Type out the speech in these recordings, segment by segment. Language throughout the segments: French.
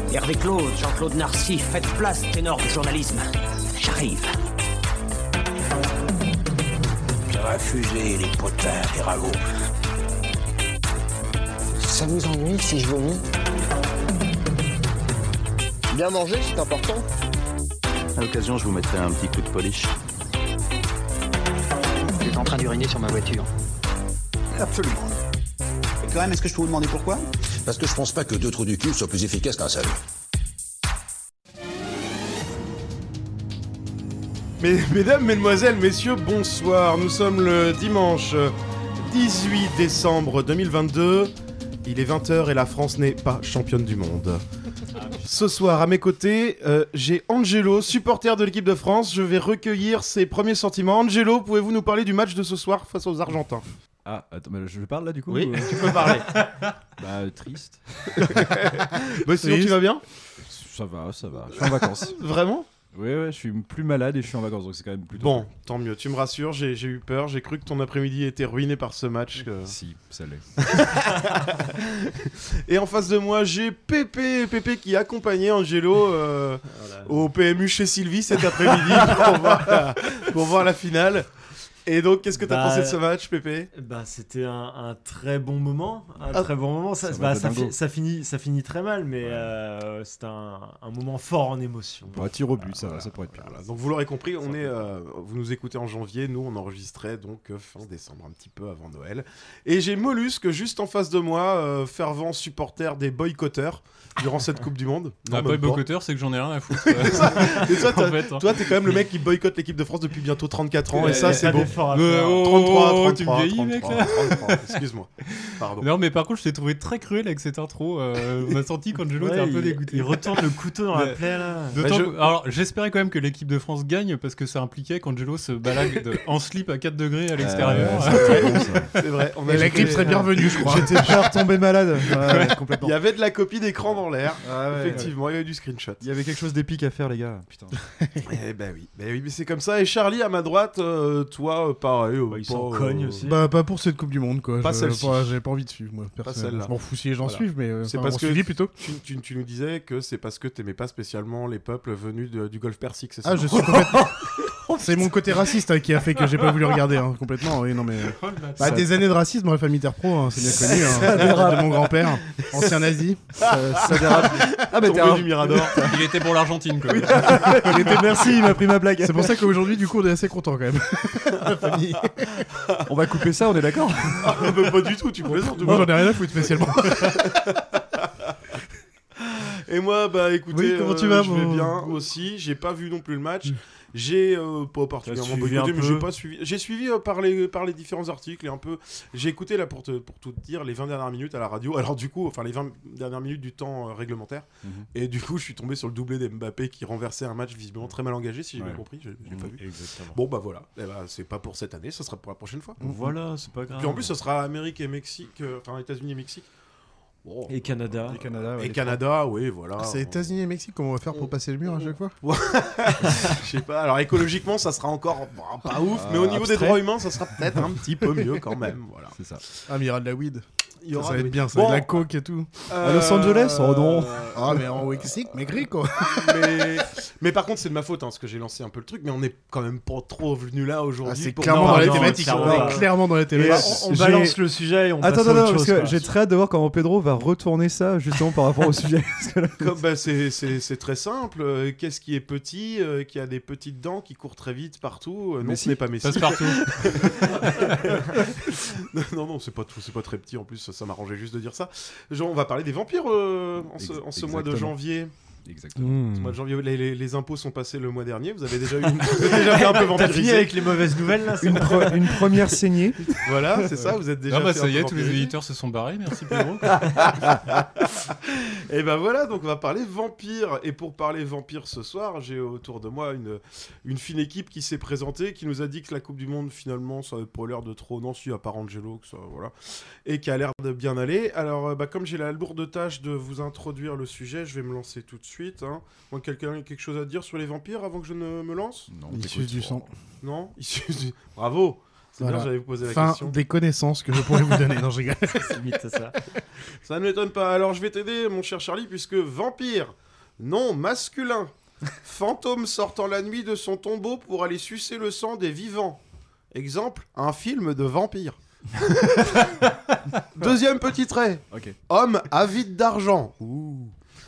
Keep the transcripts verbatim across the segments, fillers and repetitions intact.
Hervé Claude, Jean-Claude Narcy, faites place, ténor du journalisme. J'arrive. Ça va fuser les potins des ragots. Ça vous ennuie si je vomis? Bien manger, c'est important. À l'occasion, je vous mettrai un petit coup de polish. Vous êtes en train d'uriner sur ma voiture. Absolument. Et quand même, est-ce que je peux vous demander pourquoi? Parce que je pense pas que deux trous du cul soient plus efficaces qu'un seul. Mais, mesdames, mesdemoiselles, messieurs, bonsoir. Nous sommes le dimanche dix-huit décembre deux mille vingt-deux. Il est vingt heures et la France n'est pas championne du monde. Ce soir, à mes côtés, euh, j'ai Angelo, supporter de l'équipe de France. Je vais recueillir ses premiers sentiments. Angelo, pouvez-vous nous parler du match de ce soir face aux Argentins? Ah, attends, mais je parle là du coup Oui, ou... tu peux parler. Bah, euh, triste. Bah, sinon, tu vas bien? Ça va, ça va. Je suis en vacances. Vraiment? Oui, ouais, je suis plus malade et je suis en vacances, donc c'est quand même plutôt... Bon, tant mieux, tu me rassures, j'ai, j'ai eu peur, j'ai cru que ton après-midi était ruiné par ce match. Que... Si, ça l'est. Et en face de moi, j'ai Pépé, Pépé qui accompagnait Angelo euh, voilà. au P M U chez Sylvie cet après-midi pour, voir la, pour voir la finale. Et donc, qu'est-ce que t'as bah, pensé de ce match, Pépé? Bah, c'était un, un très bon moment, un ah, très bon moment. Ça, ça, bah, ça, fi- ça finit, ça finit très mal, mais ouais. euh, c'est un, un moment fort en émotion. Bah, tir au but, ça, voilà, ça pourrait être pire. Voilà. Donc, vous l'aurez compris, on est, euh, vous nous écoutez en janvier, nous on enregistrait donc euh, fin décembre, un petit peu avant Noël. Et j'ai Mollusque juste en face de moi, euh, fervent supporter des boycotteurs durant cette Coupe du Monde. Non, pas boycotteur, c'est que j'en ai rien à foutre. et ça, et toi, en fait, hein. toi, t'es quand même le mec qui boycotte l'équipe de France depuis bientôt trente-quatre ans, et, et ça, c'est beau. trente-trois, trente-trois, tu me vieillis, mec, là. trente-trois, excuse-moi. Pardon. Non, mais par contre, je t'ai trouvé très cruel avec cette intro. Euh, on a senti qu'Angelo ouais, était un il, peu dégoûté. Il retourne le couteau dans la plaie, là. Bah, je... que... Alors, j'espérais quand même que l'équipe de France gagne parce que ça impliquait qu'Angelo se balade de... en slip à quatre degrés à l'extérieur. Euh, c'est très bon, ça. C'est vrai. On a la grippe serait bienvenue, je crois. J'étais déjà retombé malade. Ouais, ouais, complètement. Il y avait de la copie d'écran dans l'air. Ah, ouais, effectivement, ouais. Il y avait du screenshot. Il y avait quelque chose d'épique à faire, les gars. Putain. Eh ben oui, ben oui, mais c'est comme ça. Et Charlie à ma droite, euh, toi, euh, pareil. Euh, bah, il pas, s'en cogne euh, aussi. Bah, pas pour cette Coupe du Monde, quoi. Pas je, celle-ci. pas, j'avais pas envie de suivre, moi. Pas celle-là. Je m'en fous si les gens voilà. suivent, mais euh, c'est enfin, parce on que suivi plutôt. Tu, tu, tu nous disais que c'est parce que t'aimais pas spécialement les peuples venus de, du Golfe Persique, c'est ça? Ah, je suis complètement. C'est mon côté raciste hein, qui a fait que j'ai pas voulu regarder hein, complètement. Oui, non mais oh, bah, ça... des années de racisme dans la famille Terpro, hein, c'est bien connu. Hein, de mon grand-père, ancien nazi. Ça, ça dérape. Ah bah t'es un... du Mirador. Il était pour l'Argentine quoi. Oui. Il était merci, il m'a pris ma blague. C'est pour ça qu'aujourd'hui du coup on est assez content quand même. La famille. On va couper ça, on est d'accord? Ah, bah, pas du tout, tu plaisantes. Moi j'en ai rien à foutre spécialement. Et moi, bah écoutez, oui, comment euh, tu vas, je bon... vais bien aussi. J'ai pas vu non plus le match. J'ai euh, pas particulièrement boycotté, mais j'ai pas suivi. J'ai suivi euh, par les par les différents articles et un peu. J'ai écouté là pour te, pour tout te dire les vingt dernières minutes à la radio. Alors du coup, enfin les vingt dernières minutes du temps euh, réglementaire. Mm-hmm. Et du coup, je suis tombé sur le doublé d'Mbappé qui renversait un match visiblement très mal engagé, si j'ai ouais. bien compris. Je, je l'ai mmh, pas vu. Exactement. Bon bah voilà. Et bah, c'est pas pour cette année, ça sera pour la prochaine fois. Voilà, c'est pas grave. Puis en plus, ce sera Amérique et Mexique, euh, enfin États-Unis et Mexique. Oh. Et Canada. Et Canada, ouais, et Canada oui, voilà. C'est États-Unis et Mexique, comment on va faire pour passer le mur à chaque fois? Je sais pas, alors écologiquement, ça sera encore bon, pas ouf, euh, mais au niveau abstrait. des droits humains, ça sera peut-être un petit peu mieux quand même. Voilà. C'est ça. Ah, mais il y aura de la weed. Il y aura ça, ça va de... être bien, ça bon, va être de la coke et tout. Euh... À Los Angeles, oh non. Ah, mais en Mexique, mais gris quoi. mais... mais par contre, c'est de ma faute, hein, parce que j'ai lancé un peu le truc, mais on est quand même pas trop venu là aujourd'hui. Ah, c'est pour... clairement non, dans les non, thématiques. On est clairement dans les thématiques. On, on balance le sujet et on Attends, passe à attends, autre parce chose, que j'ai très hâte de voir comment Pedro va retourner ça justement par rapport au sujet. Comme, bah, c'est, c'est, c'est très simple. Euh, qu'est-ce qui est petit, euh, qui a des petites dents, qui court très vite partout euh, Non, Messi. ce n'est pas Messi. Passe partout. non, non, c'est pas, tout, c'est pas très petit en plus, ça, ça m'arrangeait juste de dire ça. Genre, on va parler des vampires euh, en, ce, en ce mois de janvier. Exactement. Mmh. Ce mois de janvier, les, les, les impôts sont passés le mois dernier. Vous avez déjà eu, une... vous avez déjà fait un peu vampiriser. T'as fini avec les mauvaises nouvelles là. Une, pre- une première saignée. Voilà, c'est ça. Vous êtes déjà. Non bah fait ça un y peu est, tous les vampiriser. éditeurs se sont barrés. Merci Pedro. Et ben voilà, donc on va parler vampires. Et pour parler vampires ce soir, j'ai autour de moi une une fine équipe qui s'est présentée, qui nous a dit que la Coupe du Monde finalement ça avait pas l'air de trop. Non, si à part Angelo, que ça voilà, et qui a l'air de bien aller. Alors bah comme j'ai la lourde tâche de vous introduire le sujet, je vais me lancer tout de suite. Hein. Moi, quelqu'un a quelque chose à dire sur les vampires avant que je ne me lance? Non, issus du sang. Non, issus du... Bravo. C'est bien, j'allais vous poser la fin question. des connaissances que je pourrais vous donner. Non, je rigole. C'est limite ça. Ça ne m'étonne pas. Alors je vais t'aider, mon cher Charlie, puisque vampire, nom masculin, fantôme sortant la nuit de son tombeau pour aller sucer le sang des vivants. Exemple, un film de vampire. Deuxième petit trait. Ok. Homme avide d'argent. Ouh.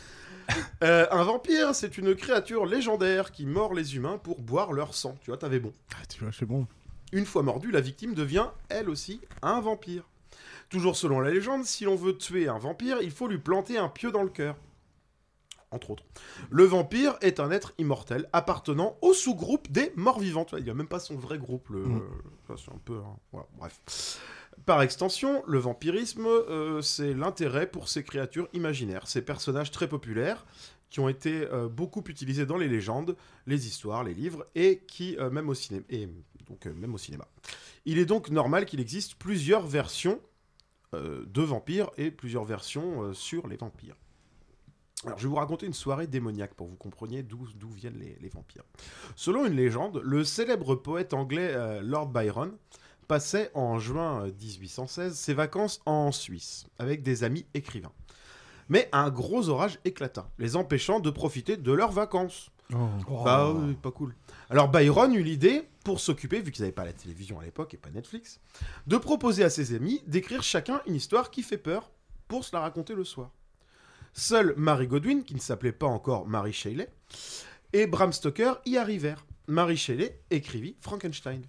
Euh, un vampire, c'est une créature légendaire qui mord les humains pour boire leur sang. Tu vois, t'avais bon. Ah, tu vois, c'est bon. Une fois mordue, la victime devient, elle aussi, un vampire. Toujours selon la légende, si l'on veut tuer un vampire, il faut lui planter un pieu dans le cœur. Entre autres. Le vampire est un être immortel appartenant au sous-groupe des morts-vivants. Tu vois, il n'y a même pas son vrai groupe. Le... Mm. Ça, c'est un peu... Hein, voilà, bref. Par extension, le vampirisme, euh, c'est l'intérêt pour ces créatures imaginaires, ces personnages très populaires qui ont été euh, beaucoup utilisés dans les légendes, les histoires, les livres, et qui, euh, même, au ciné- et, donc, euh, même au cinéma. Il est donc normal qu'il existe plusieurs versions euh, de vampires et plusieurs versions euh, sur les vampires. Alors, je vais vous raconter une soirée démoniaque pour que vous compreniez d'où, d'où viennent les, les vampires. Selon une légende, le célèbre poète anglais euh, Lord Byron passait en juin dix-huit cent seize ses vacances en Suisse avec des amis écrivains. Mais un gros orage éclata, les empêchant de profiter de leurs vacances. Oh. Bah oui, pas cool. Alors Byron eut l'idée, pour s'occuper, vu qu'ils n'avaient pas la télévision à l'époque et pas Netflix, de proposer à ses amis d'écrire chacun une histoire qui fait peur pour se la raconter le soir. Seule Mary Godwin, qui ne s'appelait pas encore Mary Shelley, et Bram Stoker y arrivèrent. Mary Shelley écrivit Frankenstein.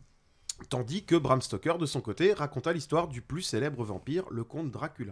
Tandis que Bram Stoker, de son côté, raconta l'histoire du plus célèbre vampire, le comte Dracula.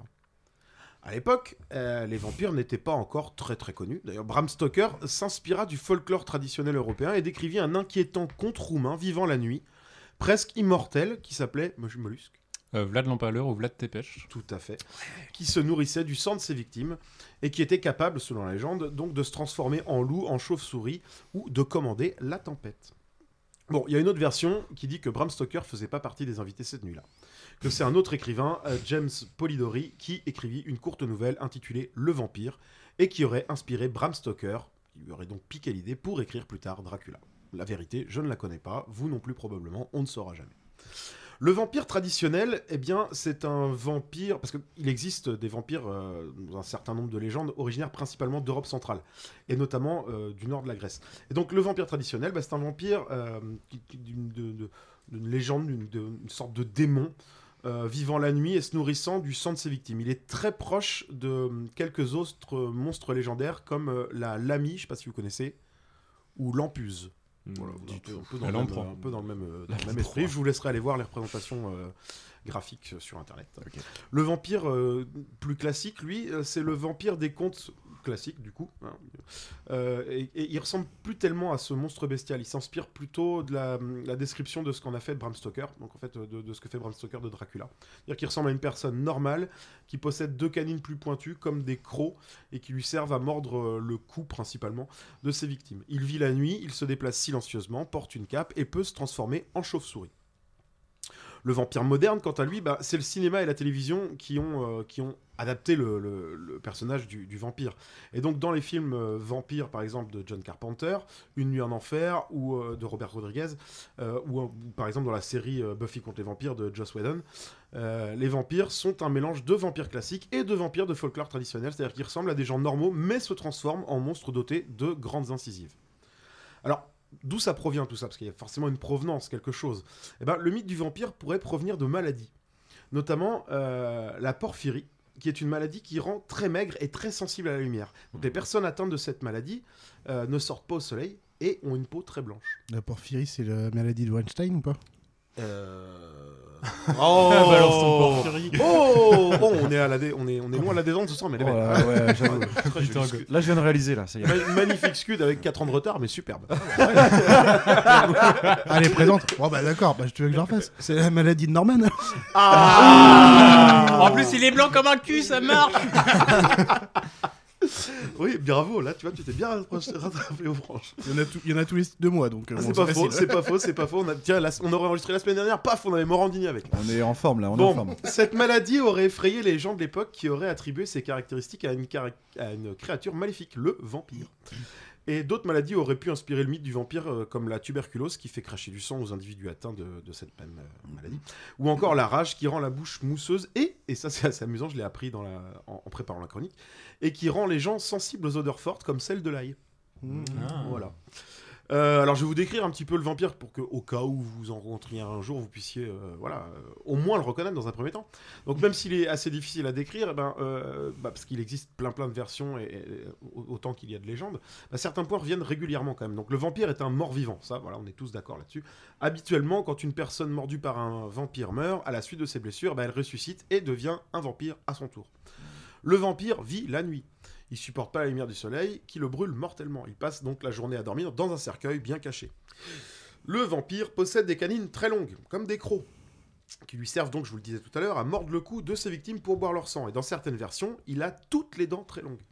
À l'époque, euh, les vampires n'étaient pas encore très très connus. D'ailleurs, Bram Stoker s'inspira du folklore traditionnel européen et décrivit un inquiétant conte roumain vivant la nuit, presque immortel, qui s'appelait Mollusque. Euh, Vlad l'Empaleur ou Vlad Tepes. Tout à fait. Qui se nourrissait du sang de ses victimes et qui était capable, selon la légende, donc de se transformer en loup, en chauve-souris ou de commander la tempête. Bon, il y a une autre version qui dit que Bram Stoker faisait pas partie des invités cette nuit-là. Que c'est un autre écrivain, euh, James Polidori, qui écrivit une courte nouvelle intitulée Le Vampire et qui aurait inspiré Bram Stoker, qui lui aurait donc piqué l'idée pour écrire plus tard Dracula. La vérité, je ne la connais pas, vous non plus probablement, on ne saura jamais. Le vampire traditionnel, eh bien, c'est un vampire... Parce qu'il existe des vampires euh, dans un certain nombre de légendes originaires principalement d'Europe centrale, et notamment euh, du nord de la Grèce. Et donc, le vampire traditionnel, bah, c'est un vampire euh, qui, qui, d'une, de, de, d'une légende, d'une, de, une sorte de démon euh, vivant la nuit et se nourrissant du sang de ses victimes. Il est très proche de quelques autres monstres légendaires, comme euh, la Lamie, je ne sais pas si vous connaissez, ou l'Empuse. Voilà, un, peu, un, peu dans même, un peu dans le même, euh, dans le même esprit. Je vous laisserai aller voir les représentations euh, graphiques sur internet. Okay. Le vampire euh, plus classique, lui, euh, c'est le vampire des contes classiques, du coup. Hein. Euh, et, et il ressemble plus tellement à ce monstre bestial. Il s'inspire plutôt de la, la description de ce qu'en a fait Bram Stoker, donc en fait de, de ce que fait Bram Stoker de Dracula. C'est-à-dire qu'il ressemble à une personne normale qui possède deux canines plus pointues, comme des crocs, et qui lui servent à mordre le cou, principalement, de ses victimes. Il vit la nuit, il se déplace silencieusement, porte une cape et peut se transformer en chauve-souris. Le vampire moderne, quant à lui, bah, c'est le cinéma et la télévision qui ont, euh, qui ont adapté le, le, le personnage du, du vampire. Et donc dans les films euh, vampires, par exemple, de John Carpenter, Une nuit en enfer, ou euh, de Robert Rodriguez, euh, ou, ou par exemple dans la série euh, Buffy contre les vampires de Joss Whedon, euh, les vampires sont un mélange de vampires classiques et de vampires de folklore traditionnel, c'est-à-dire qu'ils ressemblent à des gens normaux, mais se transforment en monstres dotés de grandes incisives. Alors, d'où ça provient tout ça? Parce qu'il y a forcément une provenance, quelque chose. Eh ben, le mythe du vampire pourrait provenir de maladies, notamment euh, la porphyrie, qui est une maladie qui rend très maigre et très sensible à la lumière. Donc les personnes atteintes de cette maladie euh, ne sortent pas au soleil et ont une peau très blanche. La porphyrie, c'est la maladie de Weinstein ou pas? Euh... Oh, balance ton porphyrie. Oh, oh, on est à la dé... on est on est loin à la détente ce soir, mais les oh mecs. là, ouais, j'avoue. Putain, là, je viens de réaliser là. Ça y est. Ma- magnifique scud avec quatre ans de retard, mais superbe. Allez, présente. Bon bah d'accord, bah, tu veux que je la refasse? C'est la maladie de Norman. Ah en plus, il est blanc comme un cul, ça marche. Oui, bravo, là, tu vois, tu t'es bien rattrapé aux branches. Il y en a, tout, il y en a tous les deux mois, donc... Euh, ah, bon, c'est, pas faux, c'est pas faux, c'est pas faux, on a, tiens, la, on aurait enregistré la semaine dernière, paf, on avait Morandini avec. On est en forme, là, on bon, est en forme. Cette maladie aurait effrayé les gens de l'époque qui auraient attribué ses caractéristiques à une, cari- à une créature maléfique, le vampire. Et d'autres maladies auraient pu inspirer le mythe du vampire, euh, comme la tuberculose qui fait cracher du sang aux individus atteints de, de cette même euh, maladie, ou encore la rage qui rend la bouche mousseuse et, et ça c'est assez amusant, je l'ai appris dans la, en, en préparant la chronique, et qui rend les gens sensibles aux odeurs fortes comme celle de l'ail. Mmh. Ah. Voilà. Euh, alors je vais vous décrire un petit peu le vampire pour que, au cas où vous en rencontriez un jour, vous puissiez, euh, voilà, euh, au moins le reconnaître dans un premier temps. Donc même s'il est assez difficile à décrire, eh ben, euh, bah, parce qu'il existe plein plein de versions et, et autant qu'il y a de légendes, bah, certains points reviennent régulièrement quand même. Donc le vampire est un mort-vivant, ça, voilà, on est tous d'accord là-dessus. Habituellement, quand une personne mordue par un vampire meurt, à la suite de ses blessures, bah, elle ressuscite et devient un vampire à son tour. Le vampire vit la nuit. Il supporte pas la lumière du soleil qui le brûle mortellement. Il passe donc la journée à dormir dans un cercueil bien caché. Le vampire possède des canines très longues, comme des crocs, qui lui servent donc, je vous le disais tout à l'heure, à mordre le cou de ses victimes pour boire leur sang. Et dans certaines versions, il a toutes les dents très longues.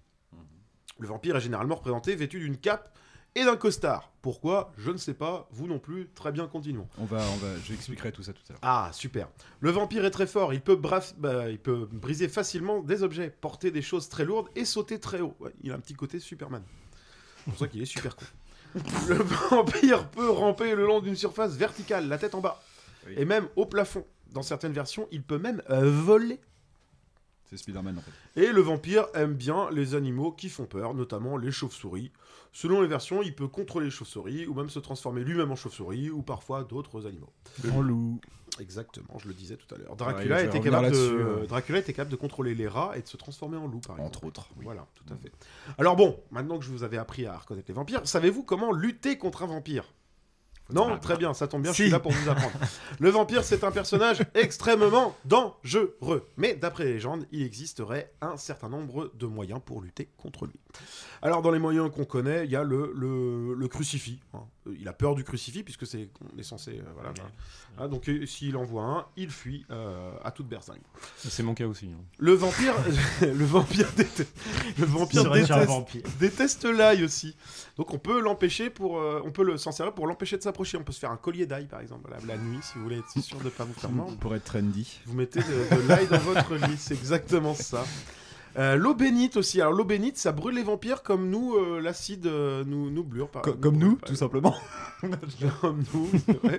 Le vampire est généralement représenté vêtu d'une cape et d'un costard. Pourquoi ? Je ne sais pas, vous non plus. Très bien, continuons. On va, on va, j'expliquerai tout ça tout à l'heure. Ah, super. Le vampire est très fort, il peut, braf... bah, il peut briser facilement des objets, porter des choses très lourdes et sauter très haut. Ouais, il a un petit côté Superman. C'est pour ça qu'il est super con. Le vampire peut ramper le long d'une surface verticale, la tête en bas, oui. Et même au plafond. Dans certaines versions, il peut même euh, voler. C'est Spider-Man en fait. Et le vampire aime bien les animaux qui font peur, notamment les chauves-souris. Selon les versions, il peut contrôler les chauves-souris ou même se transformer lui-même en chauve-souris ou parfois d'autres animaux. En loup. Exactement, je le disais tout à l'heure. Dracula, ouais, était capable de... euh... Dracula était capable de contrôler les rats et de se transformer en loup, par exemple. Entre autres. Oui. Voilà, tout à fait. Alors bon, maintenant que je vous avais appris à reconnaître les vampires, savez-vous comment lutter contre un vampire ? Non, ah, très bien, ça tombe bien, si. Je suis là pour vous apprendre. Le vampire, c'est un personnage extrêmement dangereux. Mais d'après les légendes, il existerait un certain nombre de moyens pour lutter contre lui. Alors, dans les moyens qu'on connaît, il y a le, le, le crucifix. Hein. Il a peur du crucifix, puisque c'est, on est censé... Euh, voilà, voilà. Ah, donc, euh, s'il en voit un, il fuit euh, à toute berzingue. C'est mon cas aussi. Hein. Le vampire... le vampire, déteste, le vampire déteste, vampire. déteste l'ail aussi. Donc, on peut l'empêcher pour... Euh, on peut le, s'en servir pour l'empêcher de s'approcher. On peut se faire un collier d'ail, par exemple, la, la nuit, si vous voulez être sûr de ne pas vous faire mordre. Pour être trendy. Vous mettez de, de l'ail dans votre lit, c'est exactement ça. Euh, l'eau bénite aussi. Alors l'eau bénite, ça brûle les vampires comme nous, euh, l'acide euh, nous, nous brûle. Par, comme nous, comme nous par, tout simplement. Comme nous, c'est vrai.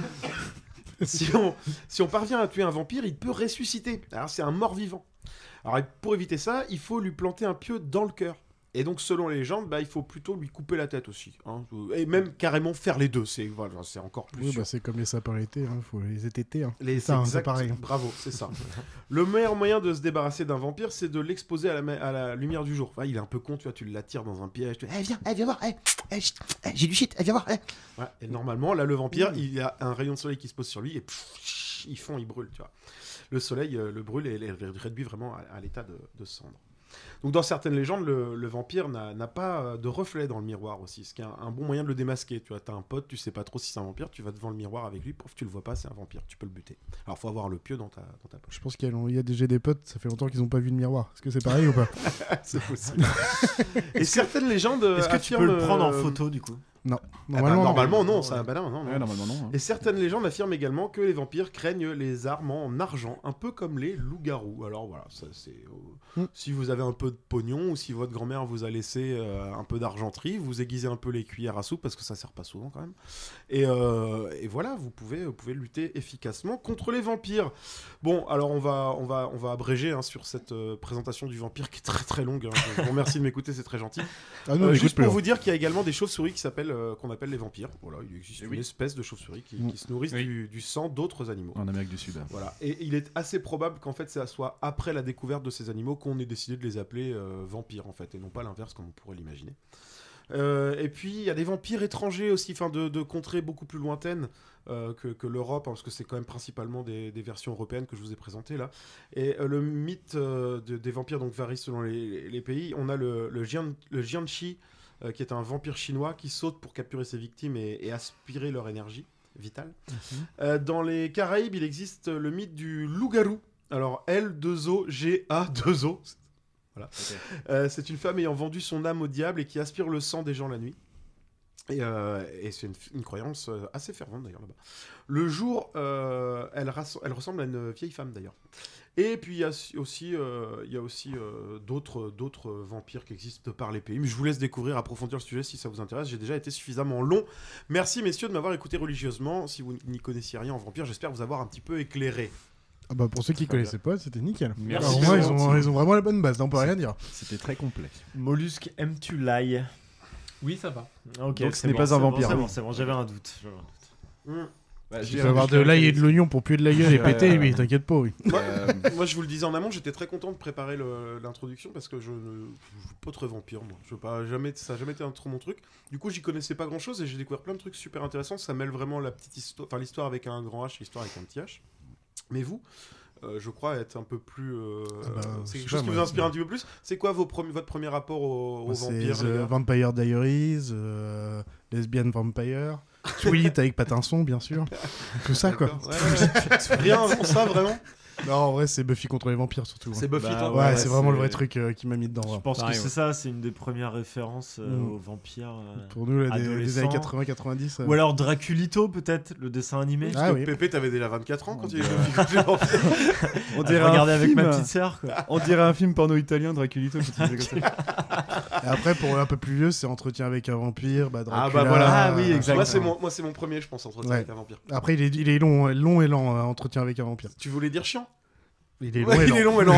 si, on, si on parvient à tuer un vampire, il peut ressusciter. Alors c'est un mort-vivant. Alors pour éviter ça, il faut lui planter un pieu dans le cœur. Et donc, selon les légendes, bah, il faut plutôt lui couper la tête aussi. Hein. Et même carrément faire les deux. C'est, voilà, c'est encore plus oui, sûr. Bah, c'est comme les sapins l'été, il hein. faut les ététer. Hein. Les, c'est, ça, exact, c'est pareil. Bravo, c'est ça. Le meilleur moyen de se débarrasser d'un vampire, c'est de l'exposer à la, à la lumière du jour. Enfin, il est un peu con, tu vois, tu l'attires dans un piège. Tu dis, hey, viens, hey, viens voir, hey, hey, hey, j'ai du shit, hey, viens voir. Hey. Ouais, et normalement, là, le vampire, mmh. il y a un rayon de soleil qui se pose sur lui et pff, il fond, il brûle, tu vois. Le soleil euh, le brûle et le réduit vraiment à, à l'état de, de cendre. Donc dans certaines légendes, le, le vampire n'a, n'a pas de reflet dans le miroir aussi, ce qui est un, un bon moyen de le démasquer. Tu vois, t'as un pote, tu sais pas trop si c'est un vampire, tu vas devant le miroir avec lui, pouf, tu le vois pas, c'est un vampire, tu peux le buter. Alors faut avoir le pieu dans ta, dans ta poche. Je pense qu'il y a, il y a déjà des potes, ça fait longtemps qu'ils ont pas vu le miroir. Est-ce que c'est pareil ou pas? C'est possible. Et certaines légendes Est-ce que affirment, tu peux le prendre en photo du coup? Non. Normalement, ah bah, normalement non, non, ça, bah non, non, non. Ouais, normalement non. Hein. Et certaines légendes affirment également que les vampires craignent les armes en argent, un peu comme les loups-garous. Alors voilà, ça, c'est, euh, mm. si vous avez un peu de pognon ou si votre grand-mère vous a laissé euh, un peu d'argenterie, vous aiguisez un peu les cuillères à soupe parce que ça sert pas souvent quand même. Et, euh, et voilà, vous pouvez, vous pouvez lutter efficacement contre les vampires. Bon, alors on va, on va, on va abréger hein, sur cette euh, présentation du vampire qui est très très longue. Hein. Je vous remercie de m'écouter, c'est très gentil. Ah non, euh, juste pour vous dire qu'il y a également des chauves-souris qui s'appellent euh, qu'on appelle les vampires. Voilà, il existe et une oui. espèce de chauve-souris qui, mmh. qui se nourrissent oui. du, du sang d'autres animaux. En Amérique du Sud. Voilà, et il est assez probable qu'en fait, ça soit après la découverte de ces animaux qu'on ait décidé de les appeler euh, vampires en fait, et non pas l'inverse comme on pourrait l'imaginer. Euh, et puis il y a des vampires étrangers aussi, enfin de, de contrées beaucoup plus lointaines euh, que, que l'Europe, hein, parce que c'est quand même principalement des, des versions européennes que je vous ai présentées là. Et euh, le mythe euh, de, des vampires donc varie selon les, les pays. On a le, le, Jian, le Jianqi, euh, qui est un vampire chinois qui saute pour capturer ses victimes et, et aspirer leur énergie vitale. Mm-hmm. Euh, dans les Caraïbes, il existe le mythe du loup-garou. Alors L deux O G A deux O. Voilà. Okay. Euh, c'est une femme ayant vendu son âme au diable et qui aspire le sang des gens la nuit. Et, euh, et c'est une, une croyance assez fervente d'ailleurs là-bas. Le jour, euh, elle, ras- elle ressemble à une vieille femme d'ailleurs. Et puis il y a aussi, euh, il y a aussi euh, d'autres, d'autres vampires qui existent par les pays. Mais je vous laisse découvrir, approfondir le sujet si ça vous intéresse. J'ai déjà été suffisamment long. Merci messieurs de m'avoir écouté religieusement. Si vous n'y connaissiez rien en vampire, j'espère vous avoir un petit peu éclairé. Ah bah pour ceux qui Très connaissaient bien. pas, c'était nickel. Merci. Alors moi, ils ont, ils ont vraiment la bonne base, là, on peut rien dire. C'était très complet. Mollusque, aimes-tu l'ail? Oui, ça va. Ok, Donc ce c'est n'est bon, pas c'est un bon, vampire. C'est bon, c'est bon, j'avais un doute. J'avais un doute. Mmh. Bah, Tu vas avoir de l'ail et de l'oignon pour puer de la gueule et péter, oui, t'inquiète pas, oui. Moi, Euh, moi, je vous le disais en amont, j'étais très content de préparer le- l'introduction parce que je ne je suis pas très vampire, moi. Je veux pas, jamais, ça n'a jamais été un, trop mon truc. Du coup, j'y connaissais pas grand chose et j'ai découvert plein de trucs super intéressants. Ça mêle vraiment la petite histoire, enfin l'histoire avec un grand H et l'histoire avec un petit H. Mais vous, euh, je crois être un peu plus. euh, Ah bah, c'est je quelque sais chose pas, qui vous moi, inspire c'est- un petit peu plus. C'est quoi vos premi- votre premier rapport aux, aux Moi, c'est vampires, les The gars Vampire Diaries, euh, Lesbian Vampire, Sweet avec Patinson, bien sûr. Tout ça, quoi. D'accord. Ouais, ouais, ouais. Rien avant ça, vraiment. Non, en vrai, c'est Buffy contre les vampires, surtout. C'est hein. Buffy, Bah, toi Ouais, ouais, c'est vraiment le c'est- vrai truc euh, qui m'a mis dedans. Je ouais. pense Pareil, que c'est ouais. ça, c'est une des premières références euh, Mm. aux vampires. euh, Pour nous, là, des, des adolescents. années quatre-vingts quatre-vingt-dix. euh. Ou alors Draculito, peut-être, le dessin animé. Ah oui. Pépé, t'avais déjà vingt-quatre ans quand il Ouais. est Buffy contre les vampires. On Ah, dirait je un regardais avec film, ma petite sœur, quoi. On dirait un film porno italien, Draculito. quand il faisait comme ça. Et après, pour un peu plus vieux, c'est Entretien avec un vampire, bah, Ah Dracula. bah voilà. Ah oui, euh, exact. Moi, c'est mon, moi, c'est mon premier, je pense, entretien Ouais. avec un vampire. Après, il est, il est long, long et lent, euh, Entretien avec un vampire. Tu voulais dire chiant? Il est long Ouais, et il lent. est long et lent.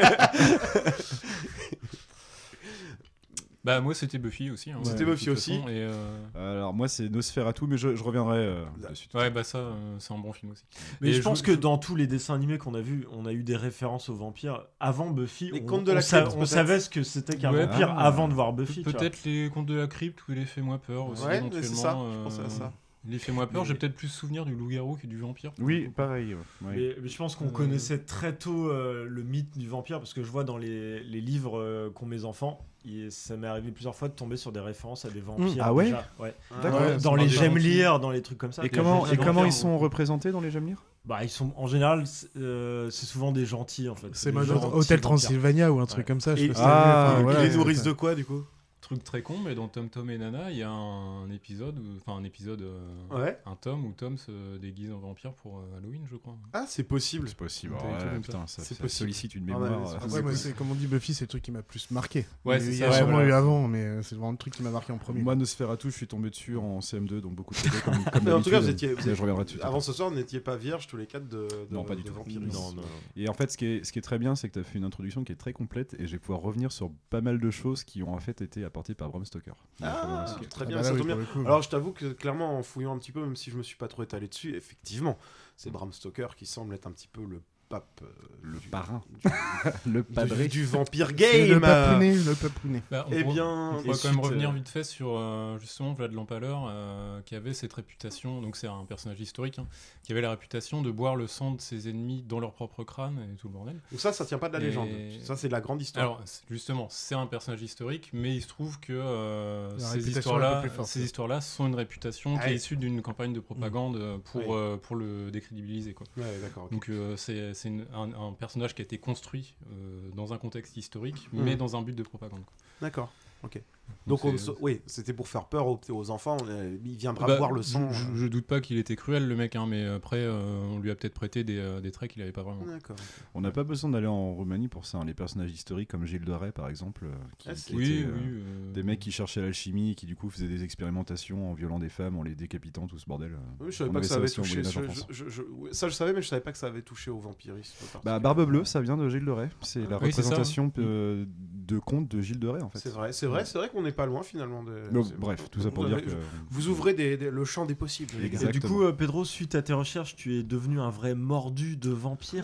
Bah moi c'était Buffy aussi. Hein, C'était de Buffy toute aussi. façon, et, euh, Alors moi c'est Nosferatu, mais je, je reviendrai euh, dessus. Ouais bah ça euh, c'est un bon film aussi. Mais Et je je pense vous- que dans tous les dessins animés qu'on a vus, on a eu des références aux vampires. Avant Buffy, Les on, Contes de on la sa- Crypte, on peut-être. savait ce que c'était qu'un Ouais. vampire Ah. avant de voir Buffy. Pe- tu vois. Peut-être les Contes de la Crypte ou les Fais-moi peur aussi Ouais, éventuellement. c'est ça, je pensais à euh, ça. Les Fais-moi peur, Mais- j'ai peut-être plus souvenir du loup-garou que du vampire. Oui, pareil. ouais. Ouais. Mais, mais je pense qu'on Euh, connaissait très tôt euh, le mythe du vampire parce que je vois dans les, les livres euh, qu'ont mes enfants, et ça m'est arrivé plusieurs fois de tomber sur des références à des vampires. Ah ouais déjà. Ouais. D'accord. Ouais, Ouais, dans c'est les marrant. J'aime lire, dans les trucs comme ça. Et les comment, vrais et comment vampires, ils sont représentés dans les J'aime lire? Bah ils sont en général, c'est euh, c'est souvent des gentils en fait. C'est des mode gentils Hôtel vampires. Transylvania ou un truc Ouais. comme ça. Je sais Et- pas si Ah, t'as vu, enfin, Ils voilà, les c'est- nourrissent de quoi, du coup? Truc très con, mais dans Tom Tom et Nana, il y a un épisode, où- enfin un épisode, euh, Ouais. un tome où Tom se déguise en vampire pour euh, Halloween, je crois. Ah, c'est possible. C'est possible. T'as alors, des trucs ouais, comme ça. putain, ça, C'est ça possible. sollicite une Ah, mémoire. ouais, c'est euh, Après, moi, c'est- comme on dit, Buffy, c'est le truc qui m'a plus marqué. Ouais, il c'est il y ça, a ouais, sûrement voilà. eu avant, mais euh, c'est vraiment le truc qui m'a marqué en premier. Moi, Nosferatu, je suis tombé dessus en C M deux, donc beaucoup de C D comme, comme Mais en tout cas, vous d'habitude. étiez. vous Mais êtes- je reviendrai dessus. Avant ce soir, vous n'étiez pas vierges tous les quatre de, de, Non, pas du de tout. vampirisme. Non, non. Et en fait, ce qui est, ce qui est très bien, c'est que tu as fait une introduction qui est très complète et je vais pouvoir revenir sur pas mal de choses qui ont en fait été apportées par Bram Stoker. Ah, Donc, très Ah bien, bah là, ça oui, tombe bien. pour le coup. Alors, je t'avoue que clairement, en fouillant un petit peu, même si je me suis pas trop étalé dessus, effectivement, c'est Bram Stoker qui semble être un petit peu le pape. euh, le du- parrain, du- le du, padré. du vampire C'est game. le papounet, le papounet. Bah, on Eh pourra- bien, on pourra et quand même suite, revenir euh, vite fait sur euh, justement Vlad l'Empaleur euh, qui avait cette réputation, donc c'est un personnage historique, hein, qui avait la réputation de boire le sang de ses ennemis dans leur propre crâne et tout le bordel. Donc ça, ça tient pas de la Et- légende. Ça, c'est de la grande histoire. Alors c'est- justement, c'est un personnage historique, mais il se trouve que euh, La ces réputation est un histoires-là, peu plus forte. ces histoires-là sont une réputation Ah qui est oui. issue d'une campagne de propagande euh, pour Oui. euh, pour le décrédibiliser, quoi. Ouais, d'accord. ok. Donc euh, c'est c'est une- un, un personnage qui a été construit euh, dans un contexte historique, Mhm. mais dans un but de propagande, quoi. D'accord. Ok. Donc Donc, on ne c'est- sa- oui, c'était pour faire peur aux, aux enfants. euh, il viendra Bah, boire le sang. Je, je- je doute pas qu'il était cruel, le mec, hein, mais après, euh, on lui a peut-être prêté des, euh, des traits qu'il avait pas vraiment. euh, D'accord. On n'a pas besoin d'aller en Roumanie pour ça. hein. Les personnages historiques comme Gilles de Rais, par exemple, euh, qui, Ah, qui c'est- Oui, étaient, oui. euh, euh, des mecs qui cherchaient l'alchimie et qui du coup faisaient des expérimentations en violant des femmes, en les décapitant, tout ce bordel. euh. Oui, je savais On pas que avait ça avait aussi en touché. Moyen-Âge en je- France. je- je- ouais, ça, je savais, mais je savais pas que ça avait touché au vampirisme. Bah, Barbe Bleue, ça vient de Gilles de Rais. C'est la Oui, c'est ça. représentation euh, de conte de Gilles de Rais, en fait. C'est vrai, c'est vrai, c'est vrai qu'on n'est pas loin finalement. De... Mais c'est- bref, tout ça pour vous dire avez- que. Vous ouvrez des- des- le champ des possibles. les gars. Et du Exactement. coup, euh, Pedro, suite à tes recherches, tu es devenu un vrai mordu de vampire.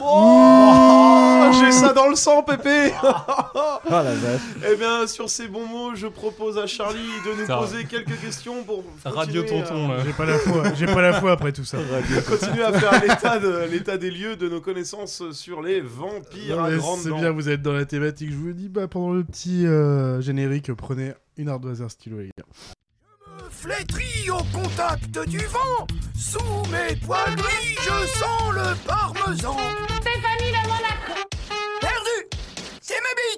Oh, j'ai ça dans le sang, Pépé. Ah la vache. Eh bien, sur ces bons mots, je propose à Charlie de nous Ça- poser quelques questions pour Radio continuer Tonton, à- là. J'ai pas la foi, j'ai pas la foi après tout ça. continuer à faire l'état de- l'état des lieux de nos connaissances sur les vampires Non, à mais grandes c'est dents. bien, vous êtes dans la thématique. Je vous dis, bah, pendant le petit euh, générique, prenez une ardoise et un stylo, les gars. Flétri au contact du vent, sous mes poils gris, je sens le parmesan. Stéphanie de Monaco. Perdu, c'est mes bites.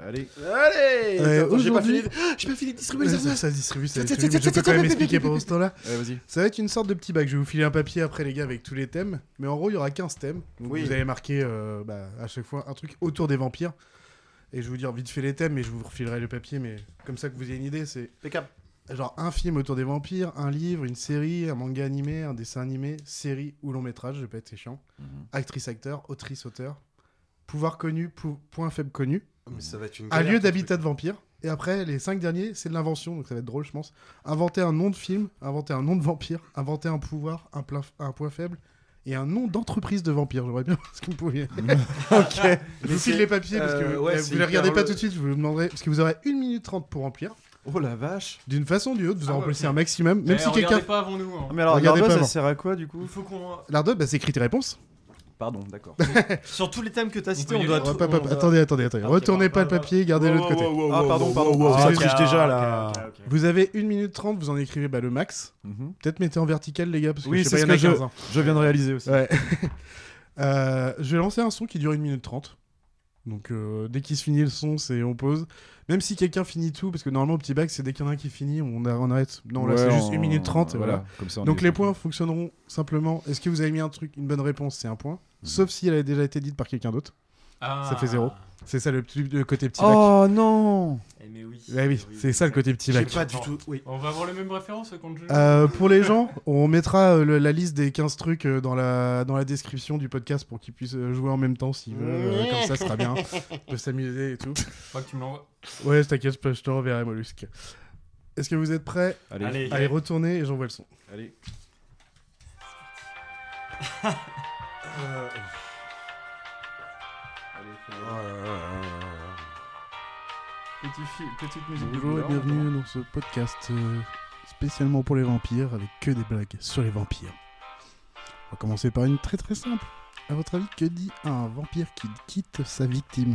Allez. Allez Euh, Attends, J'ai pas aujourd'hui- fini, de- j'ai pas fini de distribuer les Ouais, ça, infos. ça se distribue, ça Tiens, distribue, tiens, mais je tiens, peux quand même tiens, expliquer tiens, pendant ce temps-là. Allez, vas-y. Ça va être une sorte de petit bac. Je vais vous filer un papier après, les gars, avec tous les thèmes. Mais en gros, il y aura quinze thèmes. Donc Oui. vous avez marqué euh, bah, à chaque fois un truc autour des vampires. Et je vais vous dire vite fait les thèmes, mais je vous refilerai le papier. Mais comme ça que vous ayez une idée, c'est Impeccable. genre un film autour des vampires, un livre, une série, un manga animé, un dessin animé, série ou long métrage. Je vais pas être chiant. Mhm. Actrice, acteur, autrice, auteur. Pouvoir connu, pou- point faible connu. Mais ça va être une Un galère, lieu ton d'habitat de vampire. Et après, les cinq derniers, c'est de l'invention, donc ça va être drôle, je pense. Inventer un nom de film, inventer un nom de vampire, inventer un pouvoir, un, plein- un point faible, et un nom d'entreprise de vampire. J'aimerais bien ce que vous pouviez. Ok. Je vous file c'est- les papiers, parce que euh, vous ouais, ne c'est les regardez hyper pas le- tout de suite, je vous le demanderai, parce que vous aurez une minute trente pour remplir. Oh la vache. D'une façon ou d'une autre, vous en Ah ouais, remplissez ok. un maximum. Même Mais si regardez quelqu'un. pas avant nous. hein. Ah, mais alors, Regardez l'ardoise, pas ça avant. sert à quoi du coup Il faut qu'on. L'ardoise, bah, c'est écrit tes réponses. Pardon, d'accord. Sur tous les thèmes que t'as cités, peut on y doit. aller. Oh, tr- pas- pas- on doit- Attendez, attendez, attendez. Ok, Retournez bah, pas le bah, papier, gardez de l'autre côté. Ah, pardon, pardon. wow, Ah, ça Ok, triche déjà ok, là. ok, ok. Vous avez une minute trente, vous en écrivez bah, le max. Mhm. Peut-être mettez en vertical, les gars, parce que Oui, je sais c'est pas, ce il y en que a je, quinze. hein. je viens de réaliser aussi. Ouais. Euh, je vais lancer un son qui dure une minute trente. Donc euh, dès qu'il se finit le son, c'est on pause. Même si quelqu'un finit tout, parce que normalement au petit bac, c'est dès qu'il y en a un qui finit, on, a- on arrête. Non, là Ouais, c'est juste on- une minute trente. Et voilà. Comme ça, on Donc est- les points fonctionneront simplement. Est-ce que vous avez mis un truc, une bonne réponse, c'est un point. Sauf si elle a déjà été dite par quelqu'un d'autre. Ah. Ça fait zéro. C'est ça le, petit- le côté petit bac. Oh non. Eh, mais oui. Ouais, oui, c'est ça le côté petit J'ai bac. pas du tout. Oui. On va avoir les mêmes références quand je. Euh, pour les gens, on mettra euh, le- la liste des quinze trucs euh, dans, la, dans la description du podcast pour qu'ils puissent euh, jouer en même temps s'ils veulent. euh, comme ça, ce sera bien. Ils peuvent s'amuser et tout. Faut que tu me l'envoies. Ouais, t'inquiète, je te- je te reverrai, Mollusque. Est-ce que vous êtes prêts? Allez. Allez. Allez, retournez et j'envoie le son. Allez. Euh, Petit fi- petite musique de Bonjour et couleur, bienvenue dans ce podcast euh, spécialement pour les vampires avec que des blagues sur les vampires. On va commencer par une très très simple. À votre avis, que dit un vampire qui quitte sa victime?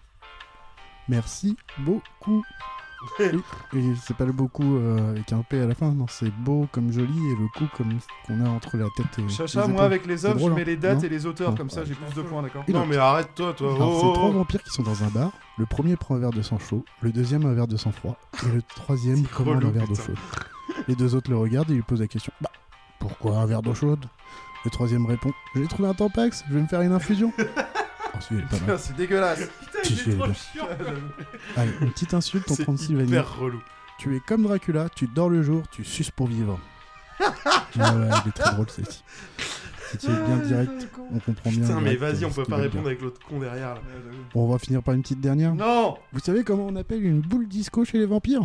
Merci beaucoup. Oui, et c'est pas le beaucoup euh, avec un P à la fin, non, c'est beau comme joli et le coup comme qu'on a entre la tête et Chacha, les moi épaules. avec les C'est œuvres, je drôle, mets hein, les dates non et les auteurs, Non. comme ça j'ai plus de points, d'accord Et Non donc- mais arrête-toi, toi. Alors, Oh, c'est oh, trois oh. vampires qui sont dans un bar. Le premier prend un verre de sang chaud, le deuxième un verre de sang froid, et le troisième commande relou, un verre d'eau putain. chaude. Les deux autres le regardent et lui posent la question. Bah, pourquoi un verre d'eau chaude? Le troisième répond. J'ai trouvé un Tampax, je vais me faire une infusion. Oh, celui-là, il est pas mal. C'est dégueulasse. Si, si, il est bien. Allez, une petite insulte en C'est trente-six vanilles. hyper relou. Tu es comme Dracula, tu dors le jour, tu suces pour vivre. Ah ouais, il est très drôle celle-ci. Si tu es bien direct, on comprend bien. Putain, mais direct, vas-y, euh, on ce peut qu'ils pas veulent répondre dire. avec l'autre con derrière là. Bon, on va finir par une petite dernière. Non. Vous savez comment on appelle une boule disco chez les vampires?